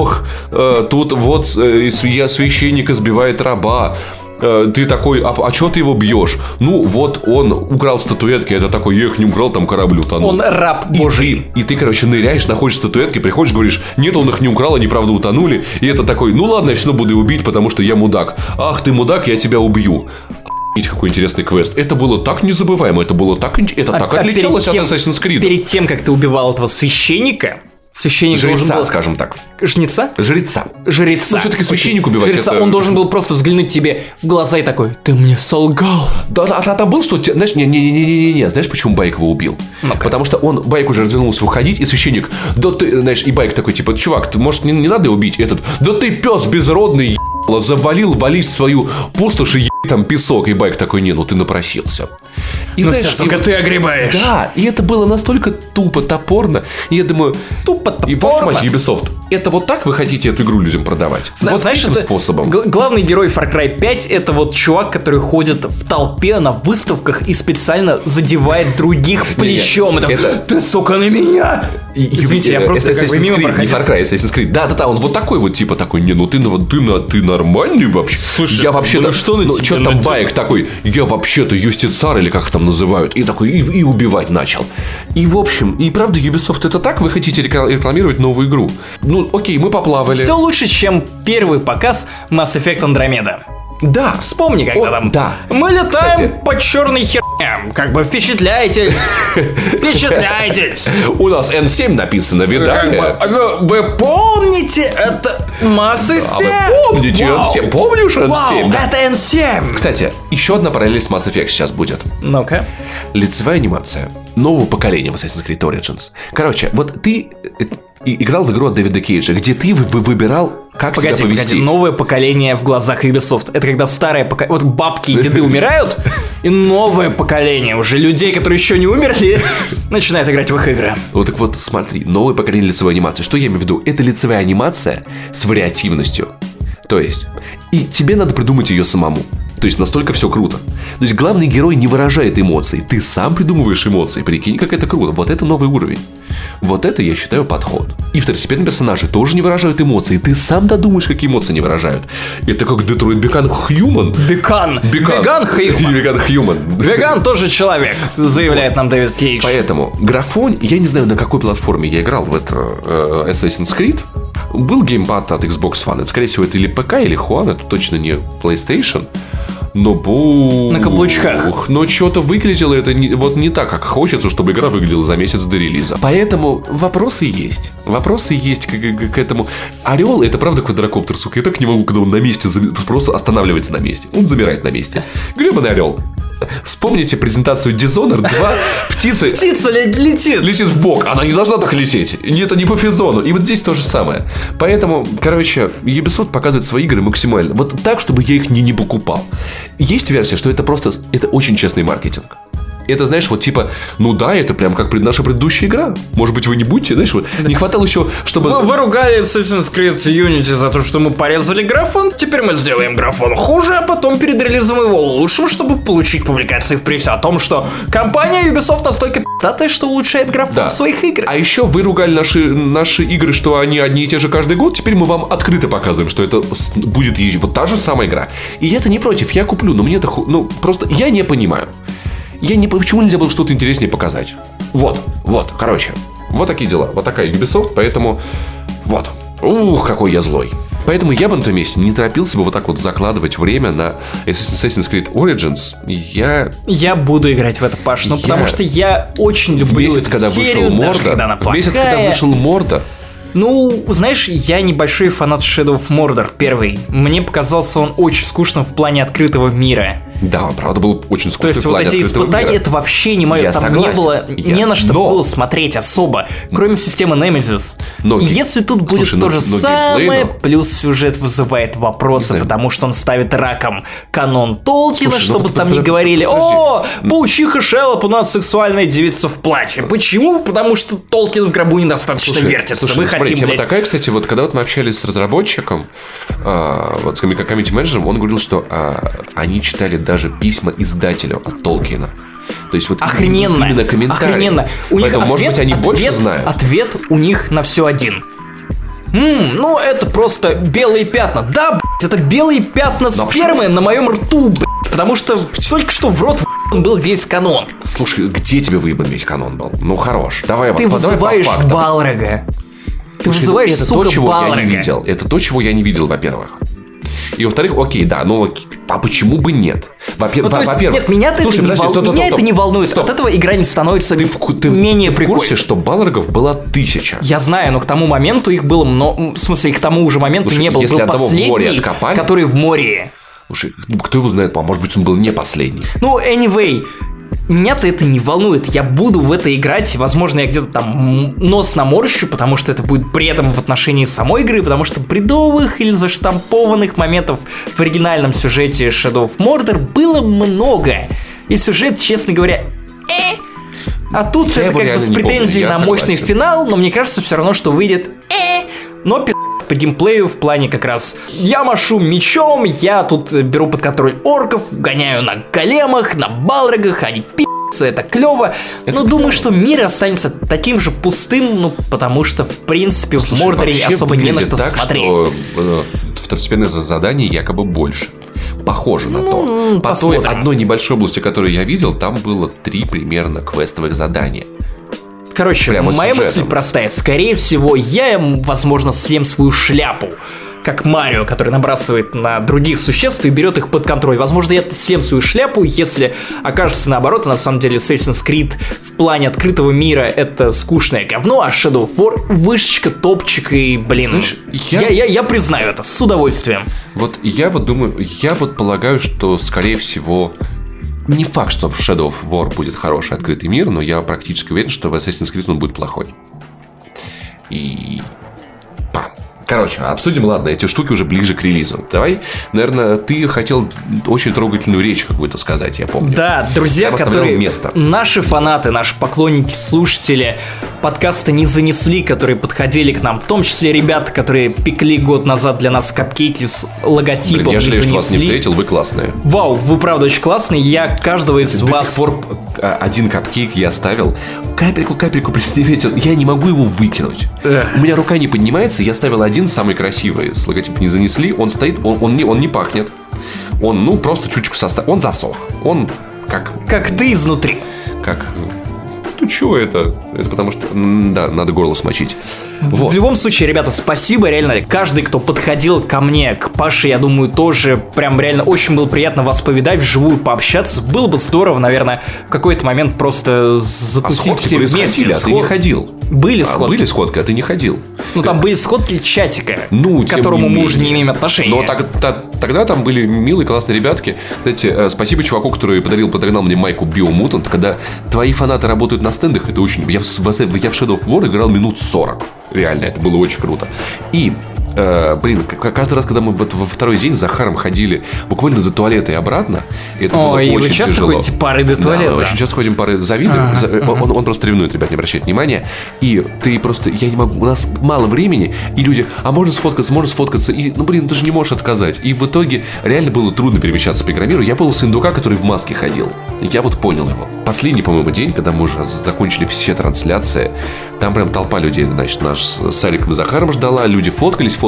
тут вот священник избивает раба. Ты такой, а чё ты его бьешь? Ну, вот он украл статуэтки. Это такой, я их не украл, там корабль утонул. Он раб божий. И ты, короче, ныряешь, находишь статуэтки, приходишь, говоришь, нет, он их не украл, они, правда, утонули. И это такой, ну ладно, я все равно буду его убить, потому что я мудак. Ах, ты мудак, я тебя убью. Какой интересный квест. Это было так незабываемо, это так отличалось от Assassin's Creed. Перед тем, как ты убивал этого священника, должен был... скажем так. Жреца? Жреца. Ну, все-таки священник убивать. Жреца, он должен был просто взглянуть тебе в глаза и такой, ты мне солгал. Да, там был, что... Знаешь, не. Знаешь, почему Байк его убил? Потому что Байк уже развернулся выходить, и священник, да ты, знаешь, и Байк такой, типа, чувак, может, не надо его убить? Этот, да ты пес безродный, вались в свою пустошь и там песок. И Байк такой, не, ну ты напросился. И, ну все, сука, ты огребаешь. Да, и это было настолько тупо, топорно. И я думаю, и вашу мать, Ubisoft, это вот так вы хотите эту игру людям продавать? Вот этим способом. Главный герой Far Cry 5 это вот чувак, который ходит в толпе на выставках и специально задевает других плечом. Ты, сука, на меня! Извините, я просто как бы мимо проходил. Не Far Cry, Assassin's Creed. Да, он вот такой вот, типа такой, не, ну ты нормальный вообще? Слушай, я вообще-то, что на тебя там Байк такой, я вообще-то юстицар, или как их там называют, и такой, и убивать начал. И в общем, и правда, Ubisoft, это так? Вы хотите рекламировать новую игру? Ну, окей, мы поплавали. Все лучше, чем первый показ Mass Effect Andromeda. Да. Вспомни, когда там мы летаем по черной херне. Как бы впечатляйтесь. Впечатляйтесь. У нас N7 написано, видали? Вы помните, это Mass Effect? Вы помните N7? Помнишь N7? Вау, это N7. Кстати, еще одна параллель с Mass Effect сейчас будет. Ну-ка. Лицевая анимация нового поколения в Assassin's Creed Origins. Короче, вот ты играл в игру от Дэвида Кейджа, где ты выбирал, как себя повести. Погоди, новое поколение в глазах Ubisoft. Это когда старое поколение... Вот бабки и деды умирают, и новое поколение уже людей, которые еще не умерли, начинают играть в их игры. Вот так вот, смотри, новое поколение лицевой анимации. Что я имею в виду? Это лицевая анимация с вариативностью. То есть, и тебе надо придумать ее самому. То есть, настолько все круто. То есть, главный герой не выражает эмоций. Ты сам придумываешь эмоции. Прикинь, как это круто. Вот это новый уровень. Вот это, я считаю, подход. И второстепенные персонажи тоже не выражают эмоции. Ты сам додумаешь, какие эмоции не выражают. Это как Detroit Become Human. Become Human. Веган тоже человек, заявляет нам Дэвид Кейдж. Поэтому графон, я не знаю, на какой платформе я играл в это Assassin's Creed. Был геймпад от Xbox One. Это, скорее всего, это или ПК, или One. Это точно не PlayStation. Но на каблучках. Но что-то выглядело это не так, как хочется, чтобы игра выглядела за месяц до релиза. Поэтому вопросы есть. Вопросы есть к этому. Орел — это правда квадрокоптер, сука. Я так не могу, когда он на месте просто останавливается на месте. Он замирает на месте. Гребаный орел. Вспомните презентацию Dishonored 2. Птица летит. Летит в бок. Она не должна так лететь. Это не по физону. И вот здесь то же самое. Поэтому, короче, Ubisoft показывает свои игры максимально. Вот так, чтобы я их не покупал. Есть версия, что это очень честный маркетинг. Это, знаешь, вот типа, ну да, это прям как наша предыдущая игра. Может быть, вы не будете, знаешь, вот не хватало еще, чтобы... Вы ругали Assassin's Creed Unity за то, что мы порезали графон. Теперь мы сделаем графон хуже, а потом перед релизом его улучшим, чтобы получить публикации в прессе о том, что компания Ubisoft настолько пи***тая, что улучшает графон в своих играх. А еще вы ругали наши игры, что они одни и те же каждый год. Теперь мы вам открыто показываем, что это будет вот та же самая игра. И я-то не против, я куплю, но мне это... просто я не понимаю. Почему нельзя было что-то интереснее показать? Вот, короче. Вот такие дела. Вот такая Ubisoft, поэтому... Вот. Ух, какой я злой. Поэтому я бы на том месте не торопился бы вот так вот закладывать время на Assassin's Creed Origins. Я буду играть в это, Паш, потому что я очень люблю эту серию, даже когда она плохая. В месяц, когда вышел Мордор. Ну, знаешь, я небольшой фанат Shadow of Mordor первый. Мне показался он очень скучным в плане открытого мира. Да, правда, был очень скучный. То есть вот эти испытания, это вообще не мое. Там согласен. Не было, не на что было смотреть особо, кроме системы Nemesis. И если тут будет то же самое, плюс сюжет вызывает вопросы, потому что он ставит раком канон Толкина, чтобы там не говорили: «О, паучиха Шеллоп, у нас сексуальная девица в платье». Почему? Потому что Толкин в гробу недостаточно вертится. Мы хотим, тема такая, кстати, вот когда вот мы общались с разработчиком, вот с комьюнити-менеджером, он говорил, что они читали даже письма издателю от Толкина. То есть вот охрененно, именно комментарии. Охрененно. У Поэтому, них может быть, они больше знают. Ответ у них на все один. Ну, это просто белые пятна. Да, блядь, это белые пятна спермы на моем рту, блядь, потому что только что в рот был весь канон. Слушай, где тебе выебан весь канон был? Ну, хорош. Давай Ты вызываешь Балрога. Ты вызываешь, это сука, то, чего Балрога. Я не видел. Это то, чего я не видел, во-первых. И во-вторых, окей, да, ну а почему бы нет? Во-первых, нет, меня это не волнует. От этого игра не становится менее прикольной. В курсе, что Балрогов было 1000? Я знаю, но к тому моменту их было много. В смысле, к тому же моменту не было. Был последний, который в море. Слушай, кто его знает, может быть, он был не последний. Ну, anyway, меня-то это не волнует. Я буду в это играть. Возможно, я где-то там нос наморщу, потому что это будет бредом в отношении самой игры, потому что бредовых или заштампованных моментов в оригинальном сюжете Shadow of Mordor было много. И сюжет, честно говоря, А тут это как бы с претензией на мощный финал, но мне кажется все равно, что выйдет но по геймплею в плане как раз я машу мечом, я тут беру под контроль орков, гоняю на големах, на балрогах, они пи***цы, это клево. Но думаю, что мир останется таким же пустым, ну, потому что, в принципе, в Мордоре особо не на что смотреть. Что второстепенное задание якобы больше. Похоже на то. По той одной небольшой области, которую я видел, там было 3 примерно квестовых задания. Короче, прямо моя мысль простая. Скорее всего, я, возможно, съем свою шляпу, как Марио, который набрасывает на других существ и берет их под контроль. Возможно, я съем свою шляпу, если окажется наоборот, на самом деле Assassin's Creed в плане открытого мира это скучное говно, а Shadow of War вышечка, топчик и, блин, знаешь, я признаю это с удовольствием. Вот я вот думаю, я вот полагаю, что, скорее всего... Не факт, что в Shadow of War будет хороший открытый мир, но я практически уверен, что в Assassin's Creed он будет плохой. И... Короче, обсудим, ладно, эти штуки уже ближе к релизу. Давай, наверное, ты хотел очень трогательную речь какую-то сказать, я помню. Да, друзья, которые наши фанаты, наши поклонники, слушатели подкаста не занесли, которые подходили к нам, в том числе ребята, которые пекли год назад для нас капкейки с логотипом. Блин, я жалею, что вас не встретил, вы классные. Вау, вы правда очень классные, я каждого из вас... До сих пор один капкейк я оставил, капельку присоединить, я не могу его выкинуть. У меня рука не поднимается, я ставил один, самый красивый, с логотипом не занесли, он стоит, он не пахнет, он, ну, просто чуть-чуть состав, он засох, он как ты изнутри. Ну, чего это? Это потому что, да, надо горло смочить. Вот. В любом случае, ребята, спасибо, реально. Каждый, кто подходил ко мне, к Паше, я думаю, тоже прям реально очень было приятно вас повидать, вживую пообщаться. Было бы здорово, наверное, в какой-то момент просто затусить все вместе. А ты не ходил. Были сходки. Были сходки, а ты не ходил. Ну, там были сходки чатика, к которому мы уже не имеем отношения. Но тогда там были милые, классные ребятки. Кстати, спасибо чуваку, который подогнал мне майку Биомутант. Когда твои фанаты работают на стендах, это очень... Я в Shadow of War играл минут 40. Реально, это было очень круто. И... блин, каждый раз, когда мы во второй день с Захаром ходили буквально до туалета и обратно, это было очень тяжело. Вы часто ходите пары до туалета? Да, очень часто ходим пары, завидуем. Он просто ревнует, ребят, не обращайте внимания. И ты просто, я не могу, у нас мало времени, и люди, а можно сфоткаться, и, ну, блин, ты же не можешь отказать. И в итоге реально было трудно перемещаться по игромиру. Я был с индука, который в маске ходил. Я вот понял его. Последний, по-моему, день, когда мы уже закончили все трансляции, там прям толпа людей, значит, наш с Аликом и Захаром ждала, люди фоткались,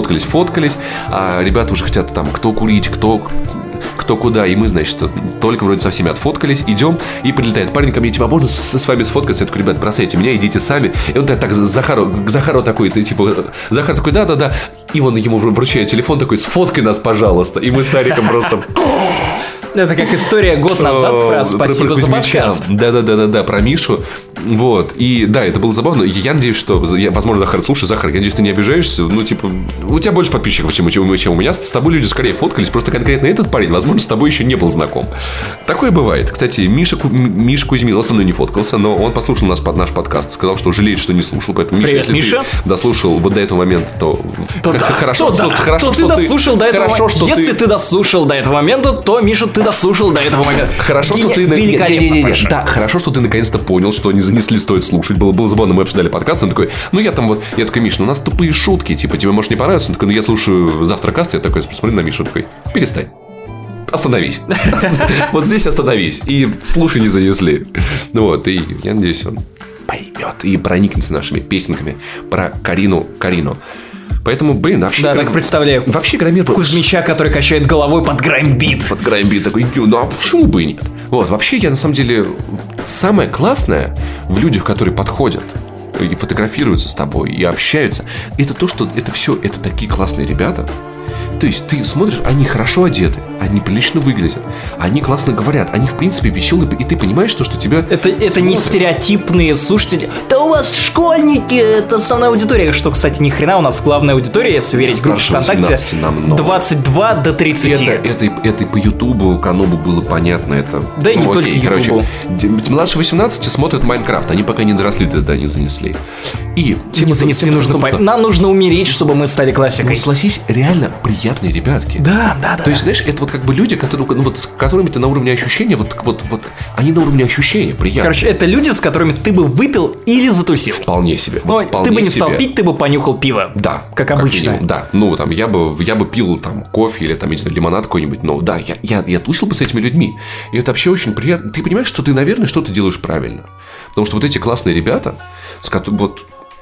а ребята уже хотят там кто курить, кто куда, и мы, значит, только вроде со всеми отфоткались, идем, и прилетает парень ко мне, типа, а можно с вами сфоткаться? Я такой, ребят, бросайте меня, идите сами. И он так к Захару такой, типа, Захар такой, да, И он ему вручает телефон такой: сфоткай нас, пожалуйста. И мы с Ариком просто... Это как история год назад про «Спасибо за подкаст». Да, про Мишу. Вот. И да, это было забавно. Я надеюсь, что... Возможно, Захар, слушай, Захар, я надеюсь, ты не обижаешься. Ну, типа, у тебя больше подписчиков, чем у меня. С тобой люди скорее фоткались. Просто конкретно этот парень, возможно, с тобой еще не был знаком. Такое бывает. Кстати, Миша Кузьмин, он со мной не фоткался, но он послушал наш подкаст, сказал, что жалеет, что не слушал. Поэтому, Миша, привет, если Миша. Ты дослушал вот до этого момента, то хорошо, что ты дослушал до этого момента. Если ты дослушал до этого момента, то, Миша, ты дослушал до этого момента. Хорошо, что ты... Да, хорошо, что ты наконец-то понял, что не стоит слушать. Было забавно, мы обсуждали подкаст, он такой: ну я там вот... Я такой: Миша, ну у нас тупые шутки, типа, тебе может не понравиться. Он такой: ну я слушаю завтракаст. Я такой посмотрю на Мишу, такой: перестань. Остановись. Вот здесь остановись. И слушай, не занесли. Ну вот, и я надеюсь, он поймет и проникнется нашими песенками про Карину. Поэтому, блин, вообще... Да, так представляю. Вообще Громир... Кузьмича, который качает головой под граймбит. Под граймбит такой: ну а почему бы и нет? Вот, вообще я на самом деле... Самое классное в людях, которые подходят и фотографируются с тобой, и общаются, это то, что это все, это такие классные ребята. То есть ты смотришь, они хорошо одеты, они прилично выглядят, они классно говорят, они в принципе веселые, и ты понимаешь, что тебя это не стереотипные слушатели. Да у вас школьники, это основная аудитория. Что, кстати, ни хрена, у нас главная аудитория, если верить группе ВКонтакте, 22 до 30. Это по Ютубу, Канобу было понятно. Это, да и не только Ютубу. Младше 18 смотрят Майнкрафт, они пока не доросли, тогда не занесли. И не занесли, нам нужно умереть, чтобы мы стали классикой. Ну, согласись, реально приятные ребятки. Да. То есть, знаешь, это вот как бы люди, с которыми ты на уровне ощущения, вот они на уровне ощущения приятные. Короче, это люди, с которыми ты бы выпил или затусил. Вполне себе. Но ты бы не стал пить, ты бы понюхал пиво. Да. Как обычно. Минимум, да. Ну, там, я бы пил там кофе или там, не знаю, лимонад какой-нибудь. Но да, я тусил бы с этими людьми. И это вообще очень приятно. Ты понимаешь, что ты, наверное, что-то делаешь правильно. Потому что вот эти классные ребята, с которыми вот...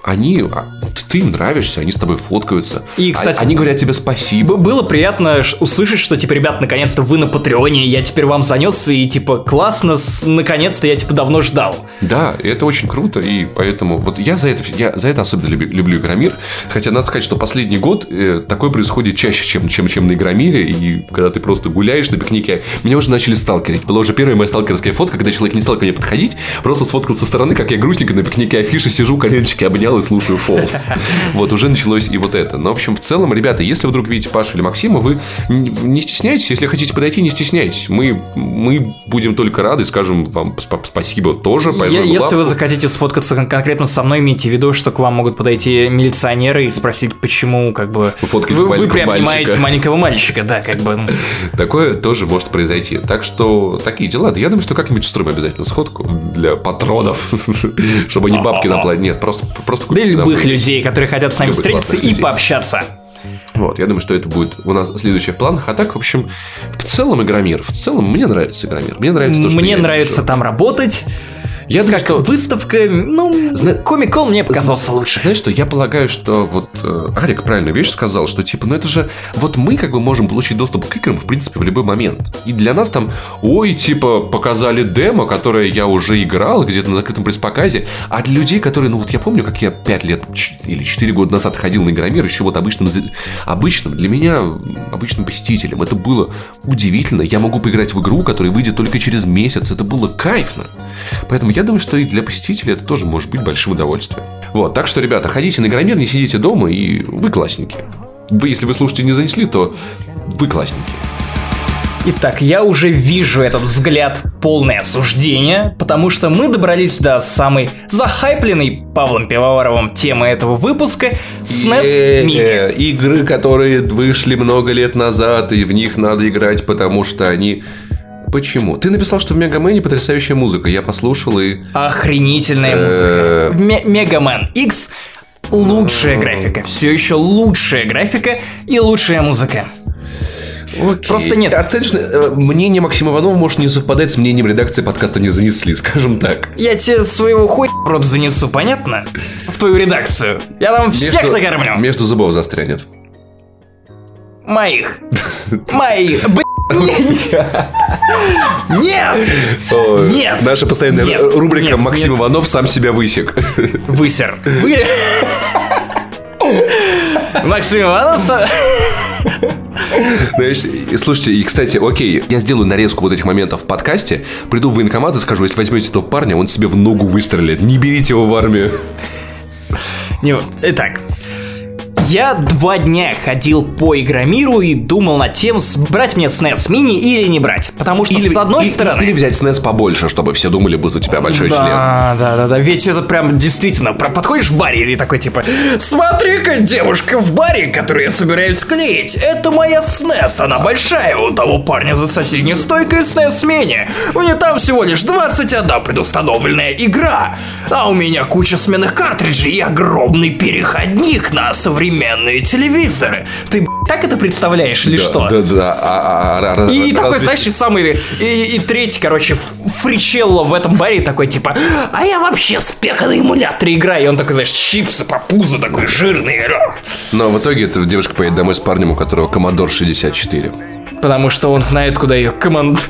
ты им нравишься, они с тобой фоткаются. И, кстати, они говорят тебе спасибо. Было приятно услышать, что, типа, ребят, наконец-то вы на Патреоне, я теперь вам занес, и, типа, классно, наконец-то я, типа, давно ждал. Да, и это очень круто, и поэтому вот я за это особенно люблю Игромир. Хотя надо сказать, что последний год такое происходит чаще, чем на Игромире, и когда ты просто гуляешь на пикнике. Меня уже начали сталкерить. Была уже первая моя сталкерская фотка, когда человек не стал ко мне подходить, просто сфоткал со стороны, как я грустненько на пикнике афиши сижу, коленочки обнял и слушаю Falls. Вот, уже началось и вот это. Но, в общем, в целом, ребята, если вдруг видите Пашу или Максима, вы не стесняйтесь. Если хотите подойти, не стесняйтесь. Мы будем только рады, скажем вам спасибо тоже. Если вы захотите сфоткаться конкретно со мной, имейте в виду, что к вам могут подойти милиционеры и спросить, почему, как бы, вы приобнимаете маленького мальчика. Да, как бы. Такое тоже может произойти. Так что, такие дела. Да я думаю, что как-нибудь устроим обязательно сходку для патронов, чтобы они бабки наплатили. Нет, просто для любых людей, которые хотят с нами встретиться и пообщаться. Вот, я думаю, что это будет у нас следующее в планах. А так, в общем, в целом Игромир. В целом мне нравится Игромир. Мне нравится то, что мне нравится там работать. Я думаю, что... выставка, Комик-кон мне показался лучше. Знаешь что, я полагаю, что вот Арик правильную вещь сказал, что типа, это же вот мы как бы можем получить доступ к играм, в принципе, в любой момент. И для нас там, показали демо, которое я уже играл где-то на закрытом пресс-показе. А для людей, которые, я помню, как я 5 лет или 4 года назад ходил на Игромир, еще вот обычным для меня, обычным посетителем. Это было удивительно. Я могу поиграть в игру, которая выйдет только через месяц. Это было кайфно. Поэтому я думаю, что и для посетителей это тоже может быть большим удовольствием. Вот, так что, ребята, ходите на Игромир, не сидите дома, и вы классненькие. Если вы слушаете не занесли, то вы классненькие. Итак, я уже вижу этот взгляд полное осуждение, потому что мы добрались до самой захайпленной Павлом Пивоваровым темы этого выпуска SNES Mini. Игры, которые вышли много лет назад, и в них надо играть, потому что они... Почему? Ты написал, что в Мегамене потрясающая музыка. Я послушал и... Охренительная музыка. В Мегамен X лучшая графика. Все еще лучшая графика и лучшая музыка. Окей. Просто нет. Оценишь, мнение Максима Иванова может не совпадать с мнением редакции подкаста «Не занесли», скажем так. Я тебе своего хуя в рот занесу, понятно? В твою редакцию. Я там всех накормлю. Между зубов застрянет. Моих. Нет! Нет! Наша постоянная рубрика «Максим Иванов сам себя высек». Высер. Максим Иванов... Знаешь, слушайте, и, кстати, окей, я сделаю нарезку вот этих моментов в подкасте, приду в военкомат и скажу, если возьмете этого парня, он себе в ногу выстрелит, не берите его в армию. Итак, я 2 дня ходил по Игромиру и думал над тем, брать мне SNES Mini или не брать. Потому что, с одной стороны... Или взять SNES побольше, чтобы все думали, будто у тебя большой член. Да. Ведь это прям действительно... Подходишь в баре и такой типа... Смотри-ка, девушка в баре, которую я собираюсь клеить. Это моя SNES, она большая. У того парня за соседней стойкой SNES Mini. У нее там всего лишь 21 предустановленная игра. А у меня куча сменных картриджей и огромный переходник на современные телевизоры. Ты, так это представляешь или что? Да. И такой, знаешь, и самый... И третий, короче, фричелло в этом баре такой, типа... А я вообще с пека на эмуляторе играю. И он такой, знаешь, чипсы по пузу такой жирный. Но в итоге эта девушка поедет домой с парнем, у которого Commodore 64. Потому что он знает, куда ее командор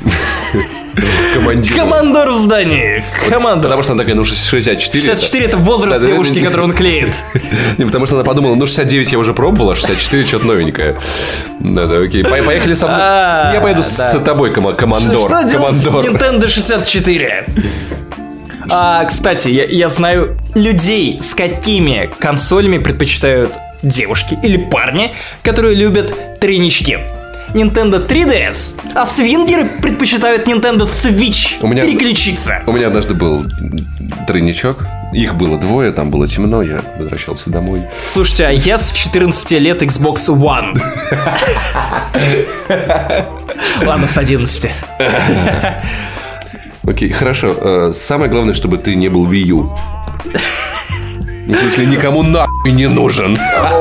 в здании. Потому что она такая, 64. 64 это возраст девушки, которую он клеит. Не, потому что она подумала, 69 я уже пробовала, 64 что-то новенькое. Да, окей. Поехали со мной. Я поеду с тобой, Командор. Что делать с Nintendo 64? Кстати, я знаю людей, с какими консолями предпочитают девушки или парни, которые любят тройнички. Nintendo 3DS, а свингеры предпочитают Nintendo Switch. Переключиться. У меня однажды был тройничок. Их было 2, там было темно, я возвращался домой. Слушайте, а я с 14 лет Xbox One. Ладно, с 11. Окей, хорошо. Самое главное, чтобы ты не был Wii U. В смысле, никому нахуй не нужен.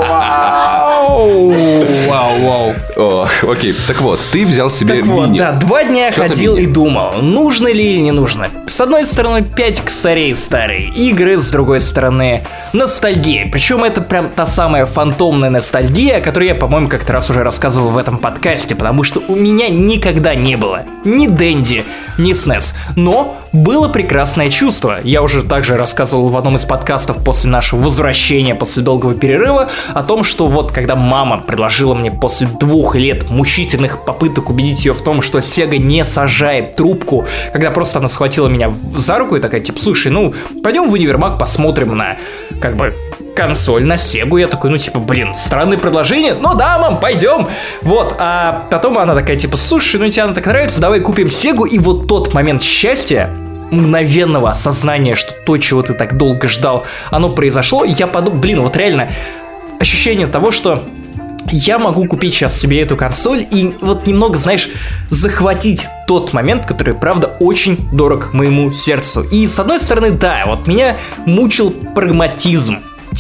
Вау. Окей, так вот, ты взял себе мини. Да, 2 дня ходил и думал, нужно ли или не нужно. С одной стороны, 5 косарей старые игры, с другой стороны, ностальгия. Причем это прям та самая фантомная ностальгия, о которой я, по-моему, как-то раз уже рассказывал в этом подкасте, потому что у меня никогда не было ни Dendy, ни SNES. Но было прекрасное чувство. Я уже также рассказывал в одном из подкастов после нашего возвращения, после долгого перерыва, о том, что вот когда мама предложила мне после 2 лет мучительных попыток убедить ее в том, что Sega не сажает трубку, когда просто она схватила меня за руку и такая, типа, слушай, пойдем в универмаг посмотрим на, консоль, на Сегу. Я такой, странное предложение. Да, мам, пойдем. Вот, а потом она такая, типа, слушай, тебе она так нравится, давай купим Сегу. И вот тот момент счастья, мгновенного осознания, что то, чего ты так долго ждал, оно произошло, и я подумал, вот реально ощущение того, что я могу купить сейчас себе эту консоль и вот немного, знаешь, захватить тот момент, который, правда, очень дорог моему сердцу. И, с одной стороны, да, вот меня мучил прагматизм.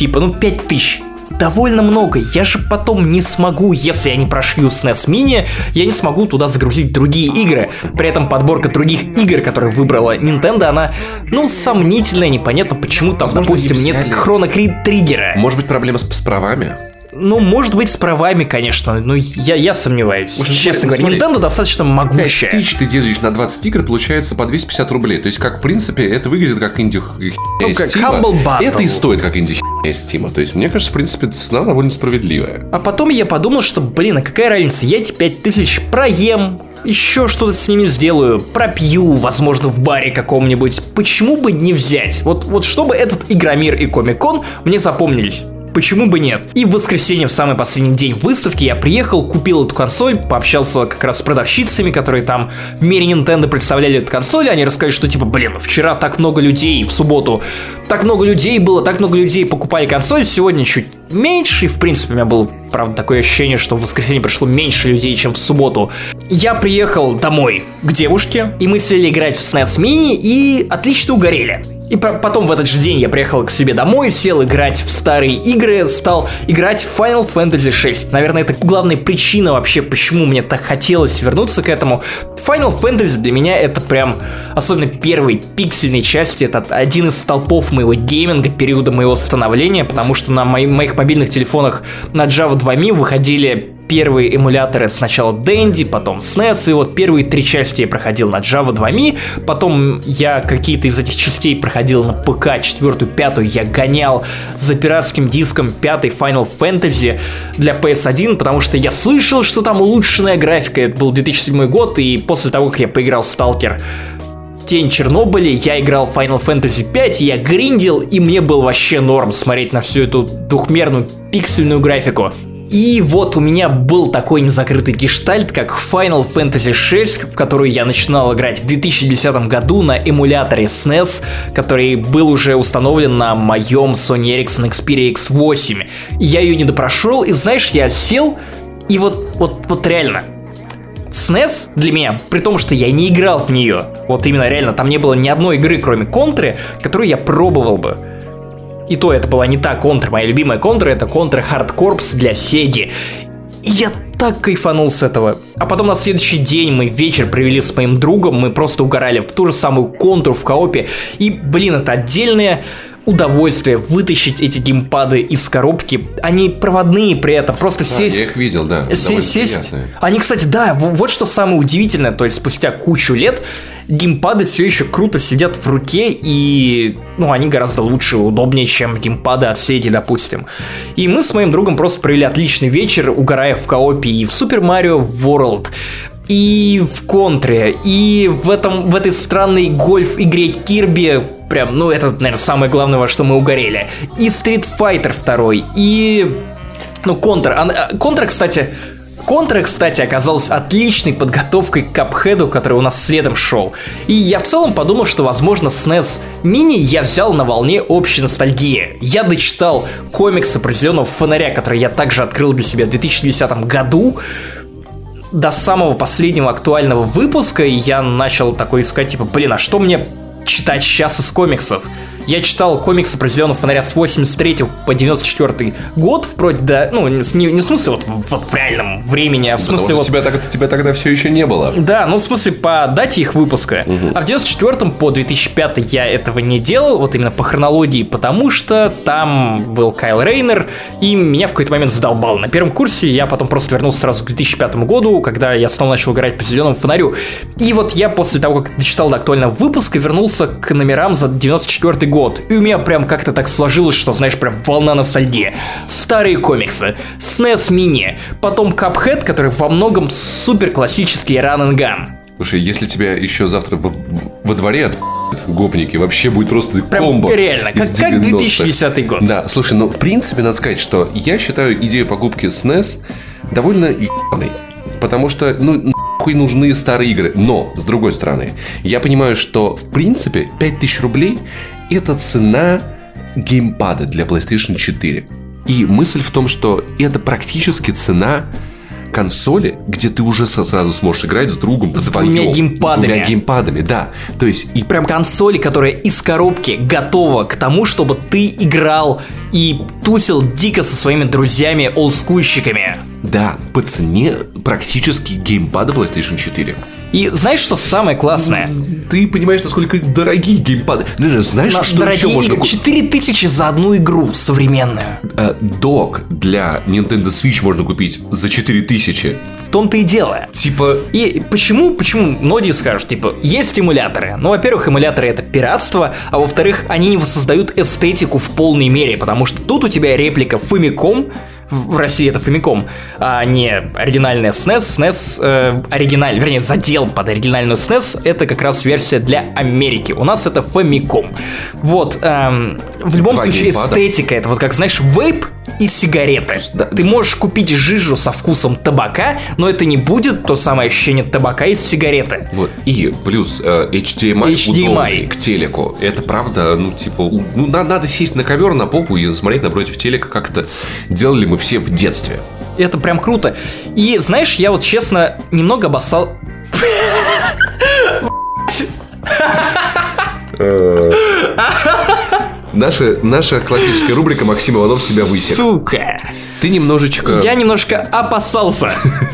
5000. Довольно много. Я же потом не смогу, если я не прошью SNES Mini, я не смогу туда загрузить другие игры. При этом подборка других игр, которые выбрала Nintendo, она, сомнительная, непонятно почему там, допустим, нет Chrono Trigger. Может быть, проблема с правами? Может быть, с правами, конечно, но я сомневаюсь. Честно говоря, Nintendo достаточно могучая. 5000 ты делишь на 20 игр, получается по 250 рублей. То есть, в принципе, это выглядит как инди-херня из Steam. Это и стоит как инди-херня из Steam. То есть, мне кажется, в принципе, цена довольно справедливая. А потом я подумал, что, а какая разница, я эти 5000 проем, еще что-то с ними сделаю, пропью, возможно, в баре каком-нибудь. Почему бы не взять? Вот чтобы этот Игромир и Комик-кон мне запомнились. Почему бы нет? И в воскресенье, в самый последний день выставки, я приехал, купил эту консоль, пообщался как раз с продавщицами, которые там в мире Nintendo представляли эту консоль, они рассказали, что вчера так много людей, в субботу так много людей было, так много людей покупали консоль, сегодня чуть меньше, и в принципе у меня было, правда, такое ощущение, что в воскресенье пришло меньше людей, чем в субботу. Я приехал домой к девушке, и мы сели играть в SNES Mini, и отлично угорели. И потом в этот же день я приехал к себе домой, сел играть в старые игры, стал играть в Final Fantasy 6. Наверное, это главная причина вообще, почему мне так хотелось вернуться к этому. Final Fantasy для меня это прям, особенно первой пиксельной части, это один из столпов моего гейминга, периода моего становления, потому что на моих мобильных телефонах на Java 2Me выходили первые эмуляторы сначала Dendy, потом SNES, и вот первые 3 части я проходил на Java 2Me, потом я какие-то из этих частей проходил на ПК, 4-ю, 5-ю я гонял за пиратским диском 5-й Final Fantasy для PS1, потому что я слышал, что там улучшенная графика, это был 2007 год, и после того, как я поиграл в Stalker Тень Чернобыля, я играл в Final Fantasy 5, я гриндил, и мне был вообще норм смотреть на всю эту двухмерную пиксельную графику. И вот у меня был такой незакрытый гештальт, как Final Fantasy 6, в которую я начинал играть в 2010 году на эмуляторе SNES, который был уже установлен на моем Sony Ericsson Xperia X8. Я ее не допрошел, и знаешь, я сел, и вот реально... SNES для меня, при том, что я не играл в нее, вот именно реально, там не было ни одной игры, кроме Контры, которую я пробовал бы. И то это была не та Контра, моя любимая Контра, это Контра Hard Corps для Сеги. И я так кайфанул с этого. А потом на следующий день мы вечер провели с моим другом, мы просто угорали в ту же самую Контру в коопе. И, блин, это отдельное удовольствие вытащить эти геймпады из коробки. Они проводные при этом, просто сесть... Я их видел, да, сесть. Они, кстати, да, вот что самое удивительное, то есть спустя кучу лет геймпады все еще круто сидят в руке, и, они гораздо лучше и удобнее, чем геймпады от Sega, допустим. И мы с моим другом просто провели отличный вечер, угорая в коопе и в Super Mario World, и в Контре, и в этой странной гольф-игре Кирби. Прям, это, наверное, самое главное, во что мы угорели. И Street Fighter 2, и... Контра, кстати, оказалась отличной подготовкой к Cuphead'у, который у нас следом шел. И я в целом подумал, что, возможно, SNES Mini я взял на волне общей ностальгии. Я дочитал комиксы про Зеленого фонаря, который я также открыл для себя в 2010 году, до самого последнего актуального выпуска, и я начал такой искать, а что мне читать сейчас из комиксов? Я читал комиксы про Зеленого фонаря с 83 по 94 год, вплоть до... не в смысле в реальном времени, а в смысле... Потому что тебя тогда все еще не было. Да, в смысле по дате их выпуска. А в 94 по 2005 я этого не делал, вот именно по хронологии, потому что там был Кайл Рейнер, и меня в какой-то момент задолбал. На первом курсе я потом просто вернулся сразу к 2005 году, когда я снова начал играть по Зеленому фонарю. И вот я после того, как дочитал до актуального выпуска, вернулся к номерам за 94 год. И у меня прям как-то так сложилось, что, знаешь, прям волна ностальгии. Старые комиксы, SNES Mini, потом Cuphead, который во многом супер классический run and gun. Слушай, если тебя еще завтра во дворе гопники, вообще будет просто прям комбо. Реально, как 2010 год. Да, слушай, в принципе, надо сказать, что я считаю идею покупки SNES довольно ебаной. Потому что, нахуй нужны старые игры. Но, с другой стороны, я понимаю, что, в принципе, 5000 рублей – это цена геймпада для PlayStation 4. И мысль в том, что это практически цена консоли, где ты уже сразу сможешь играть с другом вдвоем. С двумя геймпадами, да. То есть, и прям консоли, которая из коробки готова к тому, чтобы ты играл и тусил дико со своими друзьями олдскульщиками. Да, по цене практически геймпада PlayStation 4. И знаешь, что самое классное? Ты понимаешь, насколько дорогие геймпады. Знаешь, что еще можно купить? 4000 за одну игру современную. Док для Nintendo Switch можно купить за 4000. В том-то и дело. И почему многие скажут, есть эмуляторы. Во-первых, эмуляторы — это пиратство, а во-вторых, они не воссоздают эстетику в полной мере, потому что тут у тебя реплика Famicom, в России это Famicom, а не оригинальная SNES. SNES, задел под оригинальную SNES, это как раз версия для Америки. У нас это Famicom. В любом случае эстетика, это как, знаешь, вейп и сигареты. Ты можешь купить жижу со вкусом табака, но это не будет то самое ощущение табака из сигареты. И плюс HDMI удобный к телеку. Это правда, надо сесть на ковер, на попу и смотреть напротив телека, как это делали мы все в детстве. Это прям круто. И знаешь, я честно немного обоссал... Наша классическая рубрика «Максим Иванов себя высек». Сука. Ты немножечко... Я немножко опасался.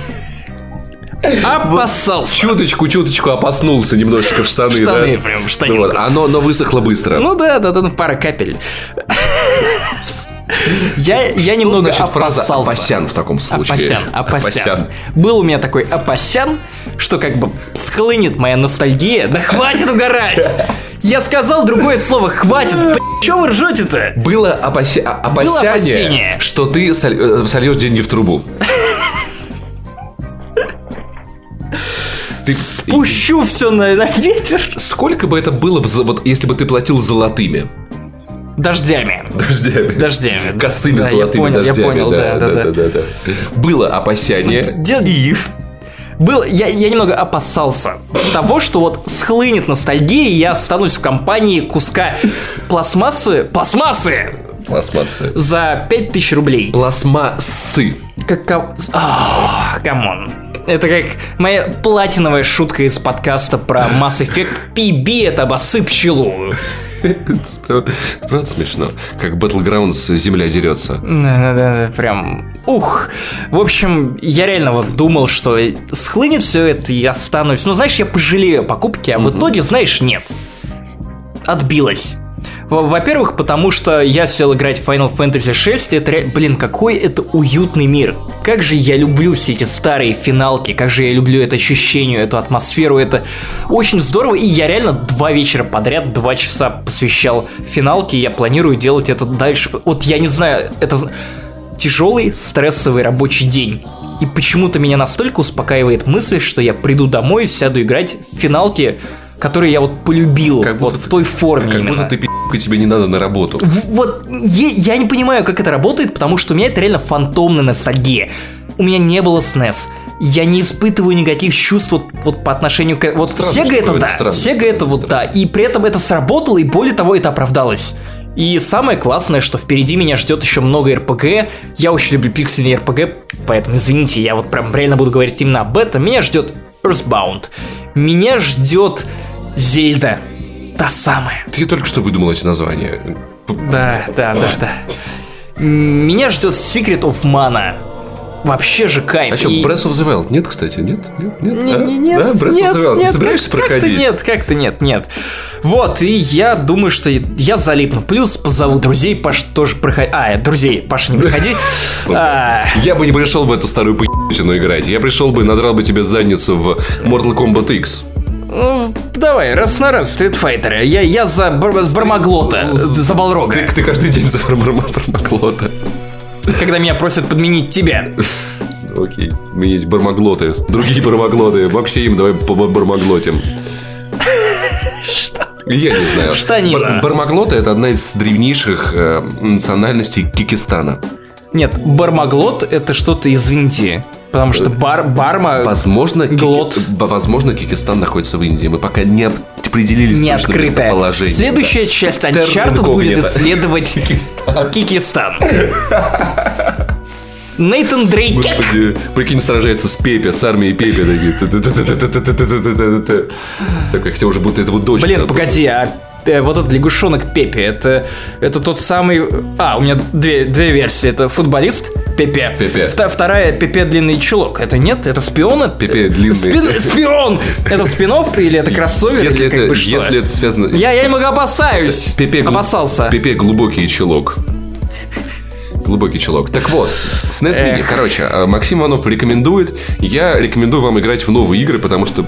Опасался. Чуточку опаснулся немножечко в штаны. Прям в штаны. Но высохло быстро. Да, пара капель. Я немного Значит, фраза опасался. «Апасян» в таком случае. Апасян. Был у меня такой Апасян, что как бы схлынет моя ностальгия. Да хватит угорать! Я сказал другое слово, хватит, чё вы ржете-то? Было опасение, что ты сольешь деньги в трубу. Спущу все на ветер. Сколько бы это было, вот, если бы ты платил золотыми? Дождями. Косыми Да, золотыми я дождями. понял, да. Было опасение. Я немного опасался того, что вот схлынет ностальгия, и я останусь в компании куска пластмассы за 5000 рублей. Пластмассы. Камон. Это как моя платиновая шутка из подкаста про Mass Effect. PB, это обоссып пчелу. Это правда смешно. Как Battlegrounds земля дерется. Да, прям. Ух. В общем, я реально вот думал, что схлынет все это и останусь. Ну, знаешь, я пожалею о покупке, а в итоге, знаешь, нет. Отбилось. Во-первых, потому что я сел играть в Final Fantasy 6, это, блин, какой это уютный мир. Как же я люблю все эти старые финалки, как же я люблю это ощущение, эту атмосферу, это очень здорово. И я реально 2 вечера подряд, 2 часа посвящал финалке, и я планирую делать это дальше. Вот я не знаю, это тяжелый, стрессовый рабочий день. И почему-то меня настолько успокаивает мысль, что я приду домой, сяду играть в финалки, которые я вот полюбил, как вот в той форме именно. Как будто ты тебе не надо на работу. Вот я не понимаю, как это работает, потому что у меня это реально фантомная ностальгия. У меня не было SNES. Я не испытываю никаких чувств вот по отношению к... Вот Sega это да, Sega это вот да. И при этом это сработало, и более того, это оправдалось. И самое классное, что впереди меня ждет еще много РПГ. Я очень люблю пиксельные РПГ, поэтому извините, я вот прям реально буду говорить именно об этом. Меня ждет Earthbound. Меня ждет Зельда. Та самая. Ты только что выдумал эти названия. Да. Меня ждет Secret of Mana. Вообще же кайф. А что, Breath of the Wild? Нет, кстати, нет? Нет, да? Breath of the Wild. Нет, ты собираешься проходить? Как-то нет. Вот, и я думаю, что я залипну. Плюс позову друзей, Паш тоже проходи. Друзей, Паша, не приходи. Я бы не пришел в эту старую по***тину играть. Я пришел бы и надрал бы тебе задницу в Mortal Kombat X. Давай, раз на раз, Street Fighter. Я за Бармаглота, за Балрога. Ты каждый день за Бармаглота. Когда меня просят подменить тебя. Окей, менять Бармаглоты. Другие Бармаглоты. Максим, давай Бармаглотим. Что? Я не знаю. Штанина. Бармаглоты — это одна из древнейших национальностей Киргизстана. Нет, Бармаглот — это что-то из Индии. Потому что Барма... Возможно, Киргизстан находится в Индии. Мы пока не определились не точно местоположение. Следующая часть Uncharted будет исследовать Киргизстан. Нейтан Дрейк. Прикинь, сражается с Пепе, с армией Пепе. Так, хотя уже будет этого дочь. Блин, погоди, вот этот лягушонок Пепе, это тот самый... у меня две версии. Это футболист Пепе. Вторая Пепе длинный чулок. Это нет? Это шпион? Пепе длинный. Шпион! Это спин-офф или это кроссовер? Если это связано... Я немного опасаюсь. Опасался. Пепе глубокий чулок. Глубокий чулок. Так вот, SNES Mini. Короче, Максим Иванов рекомендует. Я рекомендую вам играть в новые игры, потому что,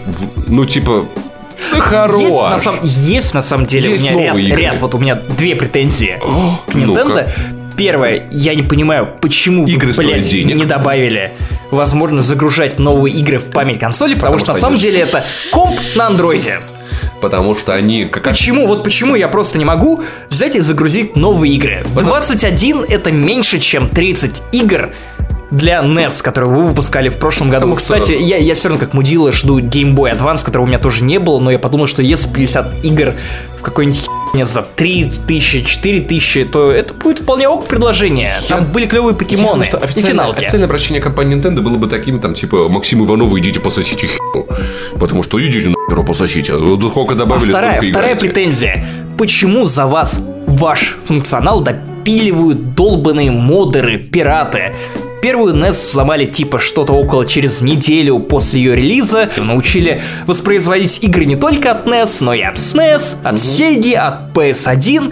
хорош. Есть на самом деле есть у меня ряд. Вот у меня 2 претензии к Nintendo. Первое, я не понимаю, почему вы, блядь, не добавили возможность загружать новые игры в память консоли, потому что на самом деле это комп на андроиде. Потому что они... Почему? Вот почему я просто не могу взять и загрузить новые игры. 21 это меньше, чем 30 игр для NES, которые вы выпускали в прошлом году. Кстати, я все равно как мудила жду Game Boy Advance, которого у меня тоже не было, но я подумал, что если 50 игр в какой-нибудь херне за 3000, 4000, то это будет вполне ок предложение. Там были клевые покемоны и финалки. Официальное обращение компании Nintendo было бы таким, там, типа, Максим Иванов, идите пососите херу. Потому что идите нахер пососите. Сколько добавили, вторая претензия. Почему за вас ваш функционал допиливают долбаные модеры, пираты? Первую NES взломали типа что-то около через неделю после ее релиза. Научили воспроизводить игры не только от NES, но и от SNES, от Sega, от PS1.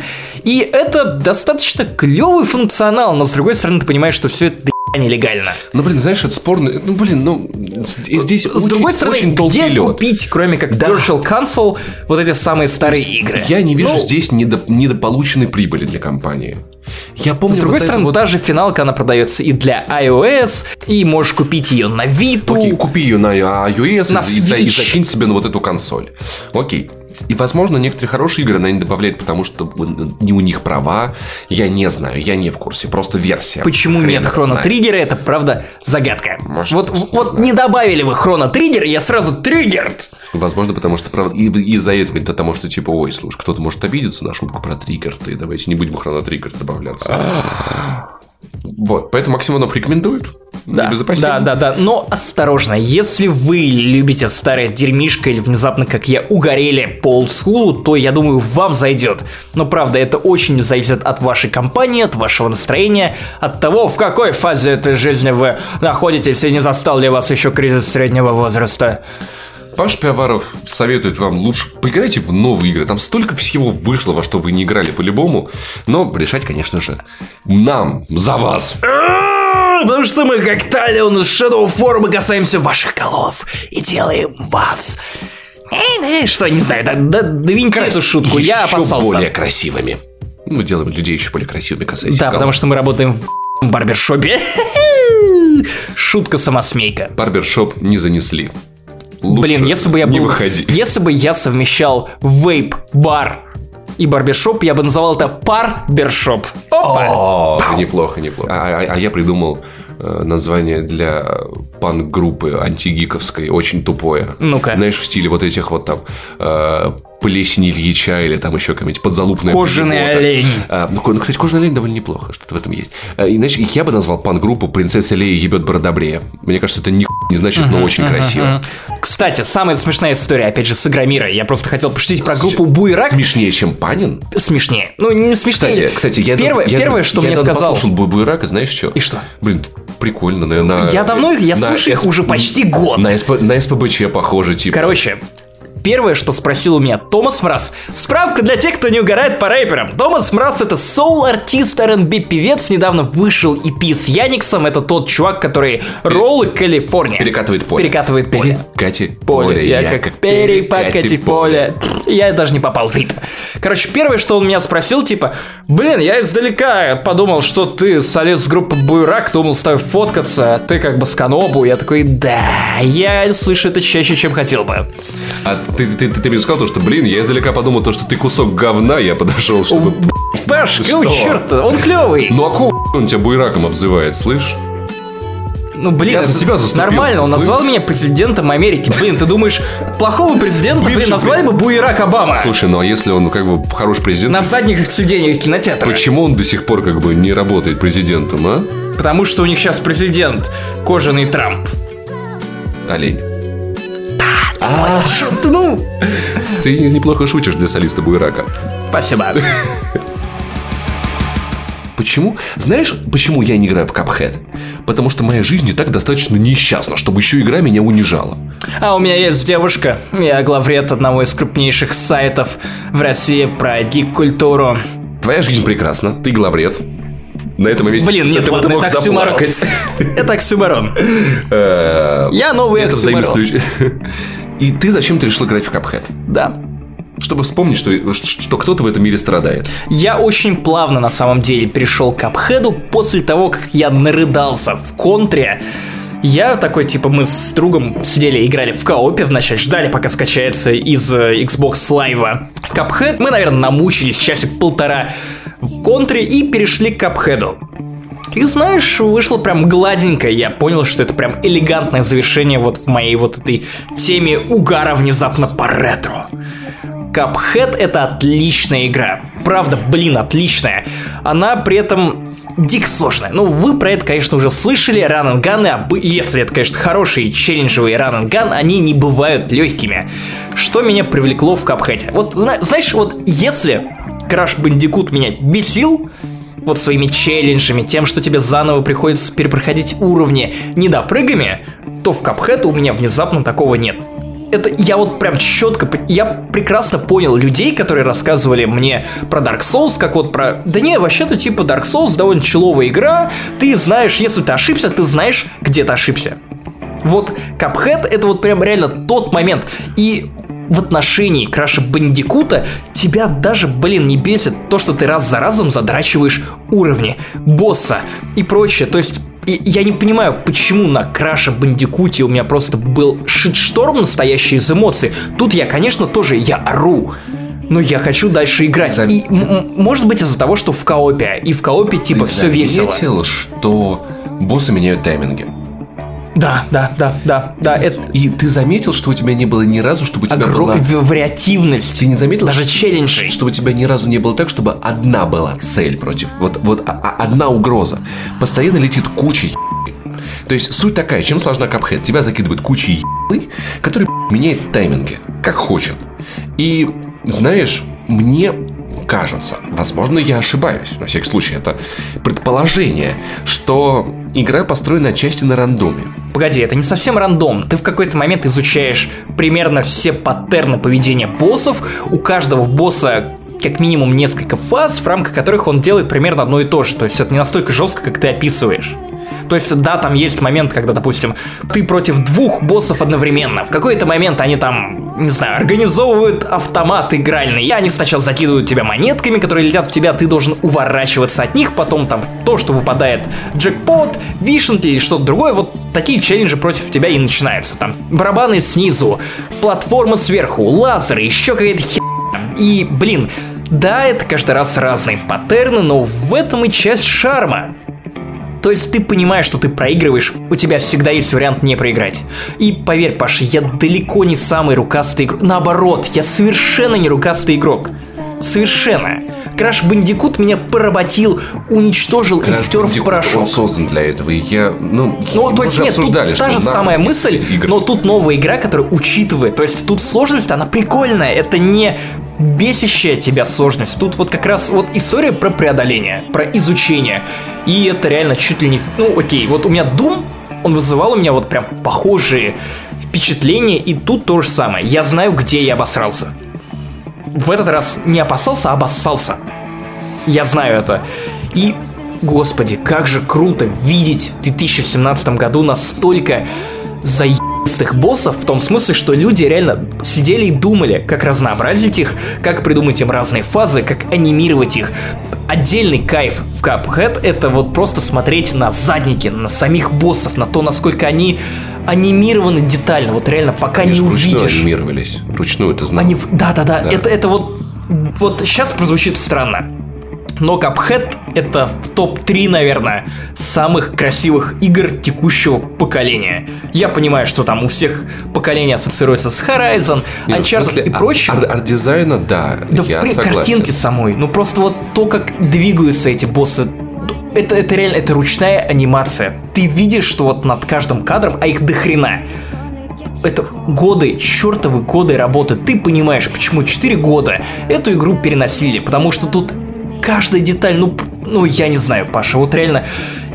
И это достаточно клевый функционал, но с другой стороны ты понимаешь, что все это нелегально. Ну, блин, знаешь, это спорно. Ну, блин, здесь с другой стороны, очень толстый где лед. купить, кроме как Virtual Console, вот эти самые старые игры? Я не вижу здесь недополученной прибыли для компании. Я помню, с другой стороны, та же финалка, она продается и для iOS, и можешь купить ее на Vita. Окей, купи ее на iOS на и закинь себе на вот эту консоль. Окей. И, возможно, некоторые хорошие игры она не добавляет, потому что не у них права. Я не знаю, я не в курсе. Просто версия. Почему нет хроно-триггера, это, правда, загадка. Может, вот не добавили вы хроно-триггер, я сразу триггерд. Возможно, потому что, правда, и из-за этого, потому что, типа, ой, слушай, кто-то может обидеться на шутку про триггер, и давайте не будем хроно-триггер добавляться. Вот, поэтому Максимонов рекомендует. Да, но осторожно, если вы любите старое дерьмишко или внезапно, как я, угорели по олдскулу, то, я думаю, вам зайдет. Но, правда, это очень зависит от вашей компании, от вашего настроения, от того, в какой фазе этой жизни вы находитесь, и не застал ли вас еще кризис среднего возраста. Паш Пиаваров советует вам лучше поиграйте в новые игры. Там столько всего вышло, во что вы не играли по-любому. Но решать, конечно же, нам за вас. Потому что мы, как Талион из Shadow of War, мы касаемся ваших голов и делаем вас... Что, не знаю, довиньте эту шутку, я опасался. Еще более красивыми. Мы делаем людей еще более красивыми, касаясь голов. Да, потому что мы работаем в барбершопе. Шутка-самосмейка. Барбершоп не занесли. Лучше блин, если бы я был... не выходи. Если бы я совмещал вейп, бар и барбершоп, я бы называл это парбершоп. Опа! Неплохо. А я придумал название для панк-группы антигиковской, очень тупое. Ну-ка. Знаешь, в стиле вот этих вот там Плесень Ильича или там еще какая-нибудь подзалупная. Кожаный олень. Ну, кстати, кожаный олень довольно неплохо, что-то в этом есть. И, знаешь, я бы назвал панк-группу «Принцесса Лея ебет Бородобрея». Мне кажется, это не значит, но очень красиво. Кстати, самая смешная история, опять же, с Игромира. Я просто хотел пошутить про группу Буерак. Смешнее, чем Панин? Смешнее. Ну, не смешнее. Кстати, я Первое, что мне сказал... Я послушал Буерак, и знаешь что? И что? Блин, прикольно, наверное. Я слушаю их уже почти год. На СПБЧ похоже, типа. Короче... Первое, что спросил у меня Томас Мраз. Справка для тех, кто не угорает по рэперам. Томас Мраз — это соул-артист, R&B-певец. Недавно вышел EP с Яниксом. Это тот чувак, который Роллы Калифорния. Перекатывает поле. Перекати поле. Я как перепакати поле. Я даже не попал в ритм. Короче, первое, что он меня спросил, типа, блин, я издалека подумал, что ты солист группы Буерак, думал с тобой фоткаться, ты как бы с Канобу. Я такой, да, я слышу это чаще, чем хотел бы. А ты мне сказал, что, блин, я издалека подумал, что ты кусок говна, я подошел, чтобы... Паш, какого черта, он клевый. Ну, а какого он тебя буераком обзывает, слышь? Ну, блин, я за тебя заступился, нормально, он назвал меня президентом Америки. Блин, ты думаешь, плохого президента, назвали бы Буерак Обама. Слушай, ну а если он как бы хороший президент... На задних сиденьях кинотеатра. Почему он до сих пор как бы не работает президентом, а? Потому что у них сейчас президент кожаный Трамп. Олень. Ну. Ты неплохо шутишь для солиста Буерака. Спасибо. Почему? Знаешь, почему я не играю в Cuphead? Потому что моя жизнь и так достаточно несчастна, чтобы еще игра меня унижала. А у меня есть девушка. Я главред одного из крупнейших сайтов в России про гик-культуру. Твоя жизнь прекрасна, ты главред. На этом и весь... Блин, нет, ладно, это оксюмарон. Это оксюмарон. Я новый оксюмарон. И ты зачем-то решил играть в Cuphead? Да. Чтобы вспомнить, что кто-то в этом мире страдает. Я очень плавно, на самом деле, перешел к Cuphead'у после того, как я нарыдался в контре. Я такой, типа, мы с другом сидели, играли в коопе вначале, ждали, пока скачается из Xbox Live Cuphead. Мы, наверное, намучились часик-полтора в контре и перешли к Cuphead'у. И знаешь, вышло прям гладенько. Я понял, что это прям элегантное завершение вот в моей вот этой теме угара внезапно по ретро. Cuphead — это отличная игра. Правда, блин, отличная. Она при этом дико сложная. Ну, вы про это, конечно, уже слышали. Run-and-gun, если это, конечно, хорошие челленджевые run-and-gun, они не бывают легкими. Что меня привлекло в Cuphead? Вот, знаешь, вот если Crash Bandicoot меня бесил, вот своими челленджами, тем, что тебе заново приходится перепроходить уровни недопрыгами, то в Cuphead у меня внезапно такого нет. это я вот прям четко, я прекрасно понял людей, которые рассказывали мне про Dark Souls, как вот про... Да не, вообще-то типа Dark Souls довольно человая игра, ты знаешь, если ты ошибся, ты знаешь, где ты ошибся. Вот Cuphead это вот прям реально тот момент. И в отношении Краша Бандикута тебя даже, не бесит то, что ты раз за разом задрачиваешь уровни, босса и прочее. То есть я не понимаю, почему на Краше Бандикуте у меня просто был шитшторм настоящий из эмоций. Тут я, конечно, тоже я ору, но я хочу дальше играть. И может быть из-за того, что в коопе. И в коопе типа все весело. Ты заметил, что боссы меняют тайминги? Да. И ты заметил, что у тебя не было ни разу, чтобы у тебя была... вариативность. Ты не заметил? Даже челленджи. Что у тебя ни разу не было так, чтобы одна была цель против... Вот одна угроза. Постоянно летит куча То есть суть такая, чем сложна Cuphead? Тебя закидывают кучей который меняет тайминги, как хочет. И, знаешь, мне кажется, возможно, я ошибаюсь, на всякий случай, это предположение, что игра построена отчасти на рандоме. Погоди, это не совсем рандом. Ты в какой-то момент изучаешь примерно все паттерны поведения боссов. У каждого босса как минимум несколько фаз, в рамках которых он делает примерно одно и то же. То есть это не настолько жестко, как ты описываешь. То есть, да, там есть момент, когда, допустим, ты против двух боссов одновременно. В какой-то момент они там, не знаю, организовывают автомат игральный. И они сначала закидывают тебя монетками, которые летят в тебя, ты должен уворачиваться от них. Потом там то, что выпадает джекпот, вишенки или что-то другое. Вот такие челленджи против тебя и начинаются. Там барабаны снизу, платформа сверху, лазеры, еще какая-то херня. И, да, это каждый раз разные паттерны, но в этом и часть шарма. То есть ты понимаешь, что ты проигрываешь, у тебя всегда есть вариант не проиграть. И поверь, Паша, я далеко не самый рукастый игрок. Наоборот, я совершенно не рукастый игрок. Совершенно. Краш Бандикут меня поработил, уничтожил и стер в порошок. Он создан для этого, и то есть нет, тут та же самая мысль, но тут новая игра, которая учитывает. То есть тут сложность, она прикольная, это не бесящая тебя сложность. Тут вот как раз вот история про преодоление, про изучение. И это реально чуть ли не... окей, вот у меня Doom, он вызывал у меня вот прям похожие впечатления, и тут то же самое. Я знаю, где я обосрался. В этот раз не опасался, а обоссался. Я знаю это. И, господи, как же круто видеть в 2017 году настолько заебистых боссов, в том смысле, что люди реально сидели и думали, как разнообразить их, как придумать им разные фазы, как анимировать их. Отдельный кайф в Cuphead — это вот просто смотреть на задники, на самих боссов, на то, насколько они анимированы детально, вот реально, пока не увидишь. Вручную анимировались, вручную, ты знаешь. Да. Это вот сейчас прозвучит странно, но Cuphead — это в топ-3, наверное, самых красивых игр текущего поколения. Я понимаю, что там у всех поколение ассоциируется с Horizon, Uncharted и прочим. Арт-дизайна, да, я согласен. Картинки самой, просто вот то, как двигаются эти боссы, это реально, это ручная анимация. Ты видишь, что вот над каждым кадром, а их дохрена, это чертовы годы работы. Ты понимаешь, почему 4 года эту игру переносили, потому что тут каждая деталь, я не знаю, Паша, вот реально,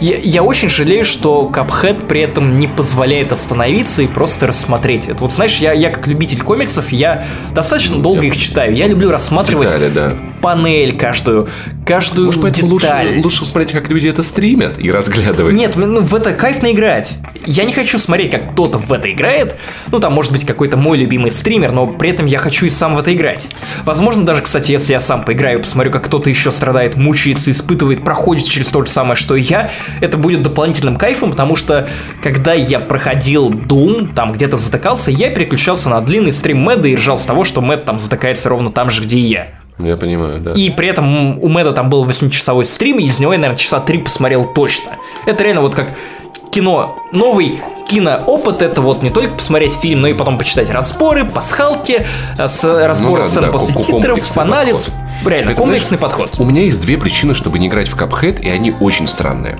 я очень жалею, что Cuphead при этом не позволяет остановиться и просто рассмотреть. Это вот, знаешь, я как любитель комиксов, я достаточно долго их читаю, я люблю рассматривать детали, да. Панель каждую Может, деталь. Лучше смотреть, как люди это стримят и разглядывать. Нет, в это кайфно играть. Я не хочу смотреть, как кто-то в это играет. Там может быть какой-то мой любимый стример, но при этом я хочу и сам в это играть. Возможно, даже, кстати, если я сам поиграю, посмотрю, как кто-то еще страдает, мучается, испытывает, проходит через то же самое, что и я, это будет дополнительным кайфом, потому что, когда я проходил Doom, там где-то затыкался, я переключался на длинный стрим Мэда и ржал с того, что Мэд там затыкается ровно там же, где и я. Я понимаю, да. И при этом у Мэда там был 8-часовой стрим, и из него я, наверное, часа 3 посмотрел точно. Это реально вот как кино, новый киноопыт, это вот не только посмотреть фильм, но и потом почитать разборы, пасхалки, разборы сцен после титров, анализ. Реально, комплексный подход. У меня есть 2 причины, чтобы не играть в Cuphead, и они очень странные.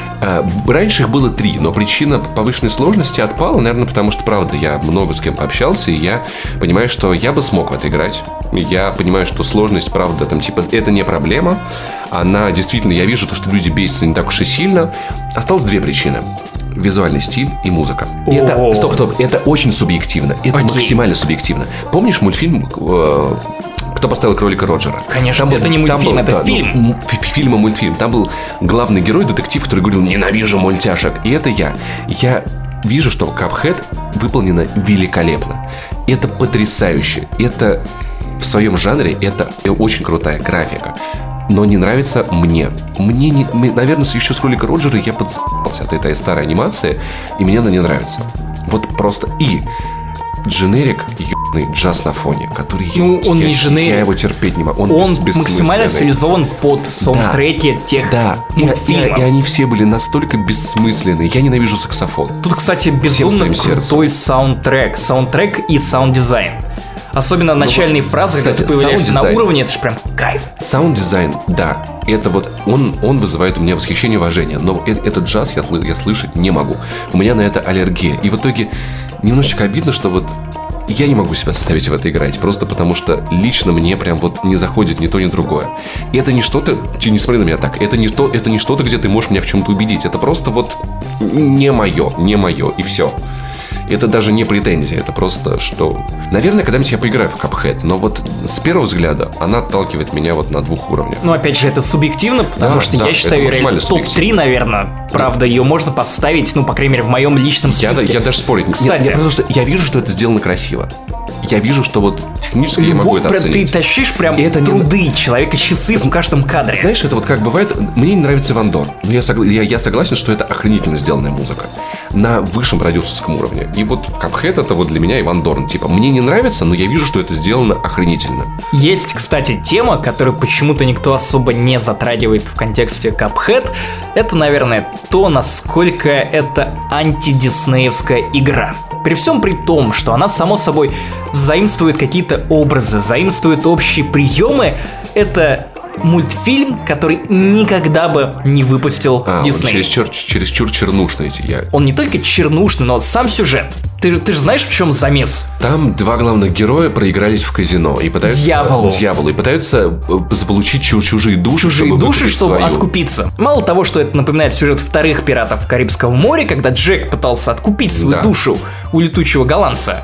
Раньше их было 3, но причина повышенной сложности отпала, наверное, потому что, правда, я много с кем пообщался, и я понимаю, что я бы смог в это играть. Я понимаю, что сложность, правда, это не проблема. Она действительно, я вижу то, что люди бесятся не так уж и сильно. Осталось 2 причины. визуальный стиль и музыка. И это, стоп, это очень субъективно. Это максимально субъективно. Помнишь мультфильм «Кто поставил кролика Роджера»? Конечно, это не мультфильм, это фильм. Фильм и мультфильм. Там был главный герой, детектив, который говорил: ненавижу мультяшек. И это я. Я вижу, что Cuphead выполнено великолепно. Это потрясающе. Это в своем жанре, это очень крутая графика. Но не нравится мне. Наверное, еще с кролика Роджера я подзапался от этой старой анимации, и мне она не нравится. Вот просто. И дженерик ебаный джаз на фоне, который он не дженерик. Я его терпеть не могу. Он максимально стилизован под саундтреки тех мультфильмов. И они все были настолько бессмысленные. Я ненавижу саксофон. Тут, кстати, безумно крутой саундтрек. Саундтрек и саунд-дизайн. Особенно начальные фразы, когда ты появляешься на уровне, это же прям кайф. Саунд-дизайн, да. Это вот он вызывает у меня восхищение и уважение. Но этот джаз я слышать не могу. У меня на это аллергия. И в итоге немножечко обидно, что вот я не могу себя заставить в это играть. Просто потому что лично мне прям вот не заходит ни то, ни другое. И это не что-то, не смотри на меня так, это не что-то, где ты можешь меня в чем-то убедить. Это просто вот не мое, и все. Это даже не претензия, это просто что... Наверное, когда-нибудь я поиграю в Cuphead, но вот с первого взгляда она отталкивает меня вот на 2 уровнях. Ну, опять же, это субъективно, потому что я считаю, реально топ-3, наверное, правда, ее можно поставить, по крайней мере, в моем личном списке. Я даже спорить. Кстати, потому что я вижу, что это сделано красиво. Я вижу, что вот технически я могу это оценить. Ты тащишь прям труды человека, часы в каждом кадре. Знаешь, это вот как бывает... Мне не нравится Вандор, но я согласен, что это охренительно сделанная музыка. На высшем продюсерском уровне. И вот Cuphead это вот для меня Иван Дорн. Типа, мне не нравится, но я вижу, что это сделано охренительно. Есть, кстати, тема, которую почему-то никто особо не затрагивает в контексте Cuphead. Это, наверное, то, насколько это антидиснеевская игра. При всем при том, что она, само собой, заимствует какие-то образы, заимствует общие приемы, это мультфильм, который никогда бы не выпустил Дисней. Он чересчур чернушный. Он не только чернушный, но сам сюжет. Ты же знаешь, в чем замес? Там 2 главных героя проигрались в казино и пытаются... Дьяволу. И пытаются заполучить чужие души, чтобы откупиться. Мало того, что это напоминает сюжет вторых «Пиратов Карибского моря», когда Джек пытался откупить свою душу у летучего голландца.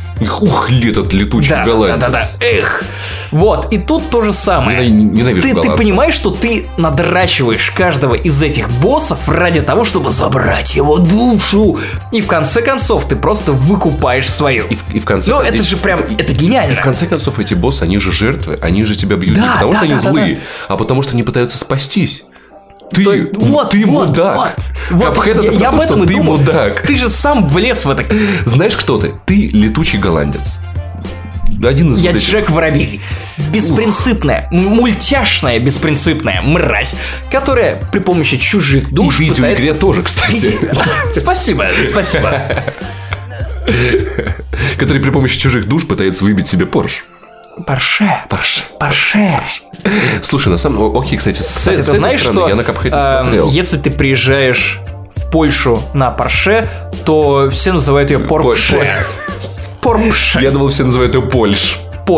Этот летучий голландец. Эх. Вот, и тут то же самое. Ненавижу голландцев. Ты понимаешь, что ты надрачиваешь каждого из этих боссов ради того, чтобы забрать его душу. И в конце концов ты просто выкупаешь свою. И в конце... это же прям, это гениально. И в конце концов эти боссы, они же жертвы, они же тебя бьют не потому, что они злые, а потому, что они пытаются спастись. Ты мудак. Я об этом и думал. Мудак. Ты же сам влез в это. Знаешь, кто ты? Ты летучий голландец. Один из Я Джек Воробей. Беспринципная, мультяшная беспринципная мразь, которая при помощи чужих душ и в видеоигре тоже, кстати. Спасибо. Который при помощи чужих душ пытается выбить себе Порш. Порше. Слушай, на самом деле, окей, кстати, ты знаешь, что я на Cuphead не смотрел. Если ты приезжаешь в Польшу на Порше, то все называют ее Порше. Я думал, все называют ее Польш.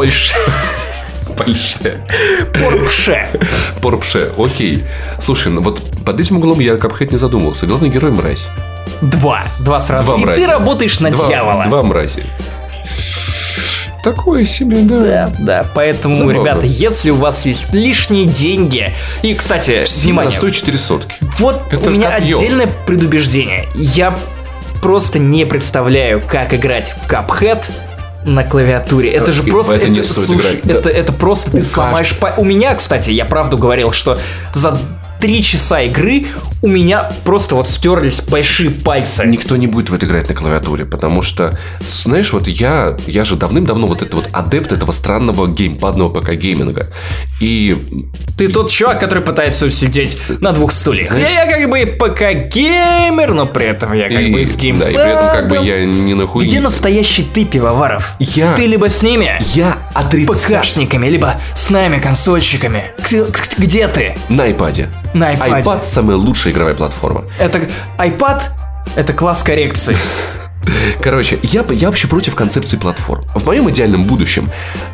Порше. Окей. Слушай, вот под этим углом я Cuphead не задумывался. Главный герой мразь. Два сразу. И ты работаешь на дьявола. 2 мрази. Такое себе, да. Да, поэтому, забавно. Ребята, если у вас есть лишние деньги... И, кстати, внимание. Стоит 4 сотки. Вот это у меня отдельное предубеждение. Я просто не представляю, как играть в Cuphead на клавиатуре. Это же просто... Это не стоит играть. Это просто ты сломаешь... У меня, кстати, я правду говорил, что за 3 часа игры у меня просто вот стерлись большие пальцы. Никто не будет в это играть на клавиатуре, потому что, знаешь, вот я же давным-давно вот это вот адепт этого странного геймпадного ПК-гейминга. И... Ты тот чувак, который пытается сидеть на 2 стульях. Я как бы ПК-геймер, но при этом я как бы и с геймпадом. Да, и при этом как бы я не нахуй... Где настоящий ты, пивоваров? Ты либо с ними, ПКшниками, либо с нами, консольщиками. Где ты? На iPad. iPad самая лучшая игровая платформа. iPad — это класс коррекции. Короче, я вообще против концепции платформ. В моем идеальном будущем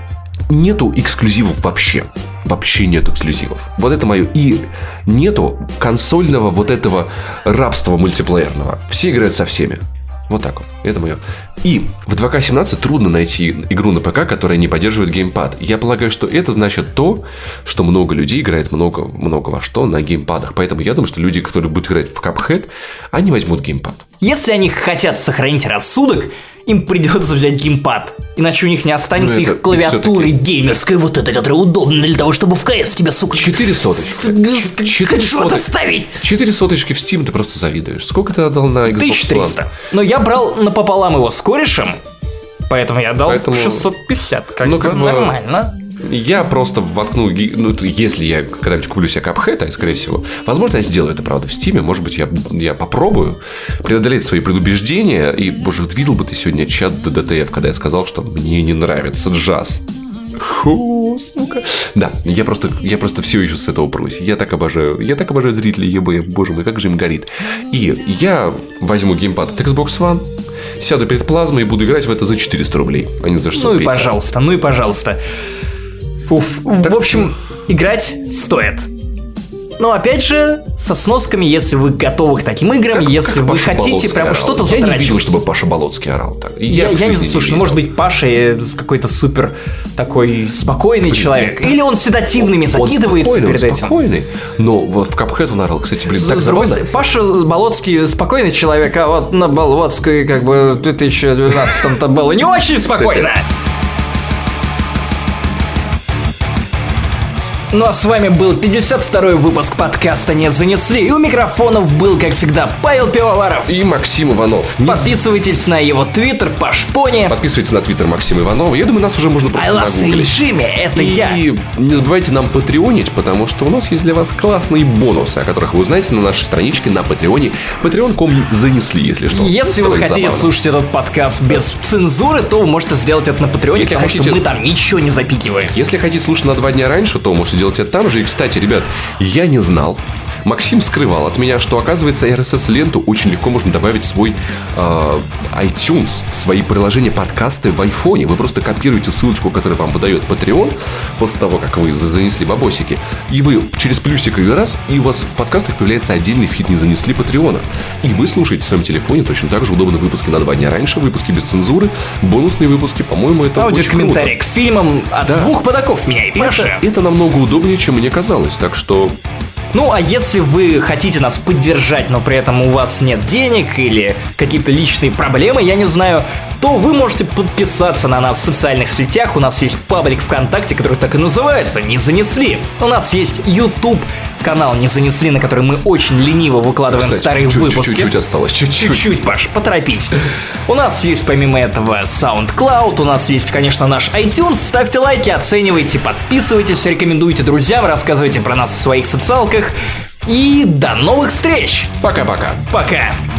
нету эксклюзивов вообще. Вообще нет эксклюзивов. Вот это мое. И нету консольного вот этого рабства мультиплеерного. Все играют со всеми. Вот так вот. Это мое. И в 2К17 трудно найти игру на ПК, которая не поддерживает геймпад. Я полагаю, что это значит то, что много людей играет много во что на геймпадах. Поэтому я думаю, что люди, которые будут играть в Cuphead, они возьмут геймпад. Если они хотят сохранить рассудок, им придется взять геймпад. Иначе у них не останется их клавиатуры геймерской, вот этой, которая удобна для того, чтобы в КС тебя, сука... 4 соточки. 4 соточки в Steam ты просто завидуешь. Сколько ты отдал на Xbox One? 1300. Но я брал напополам его с корешем, поэтому я дал 650. Как бы нормально. Я просто воткну, ну, если я когда-нибудь куплю себе Cuphead, а скорее всего, возможно, я сделаю это, правда, в Steam, может быть, я попробую преодолеть свои предубеждения, и, боже, видел бы ты сегодня чат ДДТФ, когда я сказал, что мне не нравится джаз. Сука. Да, я просто все еще с этого прусь. Я так обожаю зрителей ЕБ, боже мой, как же им горит. И я возьму геймпад от Xbox One, сяду перед плазмой и буду играть в это за 400 рублей, а не за 650. Ну и пожалуйста. Уф. В общем, играть стоит. Но опять же, со сносками, если вы готовы к таким играм, если вы хотите прям что-то задрачивать. Я не видел, чтобы Паша Болоцкий орал так. Я не знаю, слушай, может быть, Паша какой-то супер такой спокойный человек. Или он седативными закидывается перед этим. Спокойный, но вот в Cuphead он орал, кстати, блин, так забавно. Паша Болоцкий спокойный человек, а вот на Болоцкой как бы в 2012-м-то было не очень спокойно. Ну а с вами был 52-й выпуск подкаста «Не занесли». И у микрофонов был, как всегда, Павел Пивоваров и Максим Иванов. Подписывайтесь на его твиттер Пашпони. Подписывайтесь на твиттер Максима Иванова. Я думаю, нас уже можно просто нагуглить. Джимми, это я. И не забывайте нам патреонить, потому что у нас есть для вас классные бонусы, о которых вы узнаете на нашей страничке на Патреоне. Patreon.com занесли, если что. Если вы хотите слушать этот подкаст без цензуры, то вы можете сделать это на Патреоне, потому что мы там ничего не запикиваем. Если хотите слушать на 2 дня раньше, то можете делать это там же. И, кстати, ребят, я не знал, Максим скрывал от меня, что, оказывается, RSS-ленту очень легко можно добавить в свой iTunes, в свои приложения подкасты в айфоне. Вы просто копируете ссылочку, которую вам выдает Patreon, после того, как вы занесли бабосики, и вы через плюсик ее раз, и у вас в подкастах появляется отдельный фид «Не занесли Патреона». И вы слушаете в своем телефоне точно так же удобно выпуски на 2 дня раньше, выпуски без цензуры, бонусные выпуски, по-моему, это очень круто. Аудиокомментарий к фильмам от 2 ходоков меня и Паши. Это намного удобнее, чем мне казалось, так что... Ну, а если вы хотите нас поддержать, но при этом у вас нет денег или какие-то личные проблемы, я не знаю, то вы можете подписаться на нас в социальных сетях. У нас есть паблик ВКонтакте, который так и называется «Не занесли». У нас есть YouTube канал «Не занесли», на который мы очень лениво выкладываем старые выпуски. Чуть-чуть осталось, чуть-чуть, Паш, поторопись. У нас есть помимо этого SoundCloud, у нас есть, конечно, наш iTunes. Ставьте лайки, оценивайте, подписывайтесь, рекомендуйте друзьям, рассказывайте про нас в своих социалках. И до новых встреч! Пока-пока. Пока!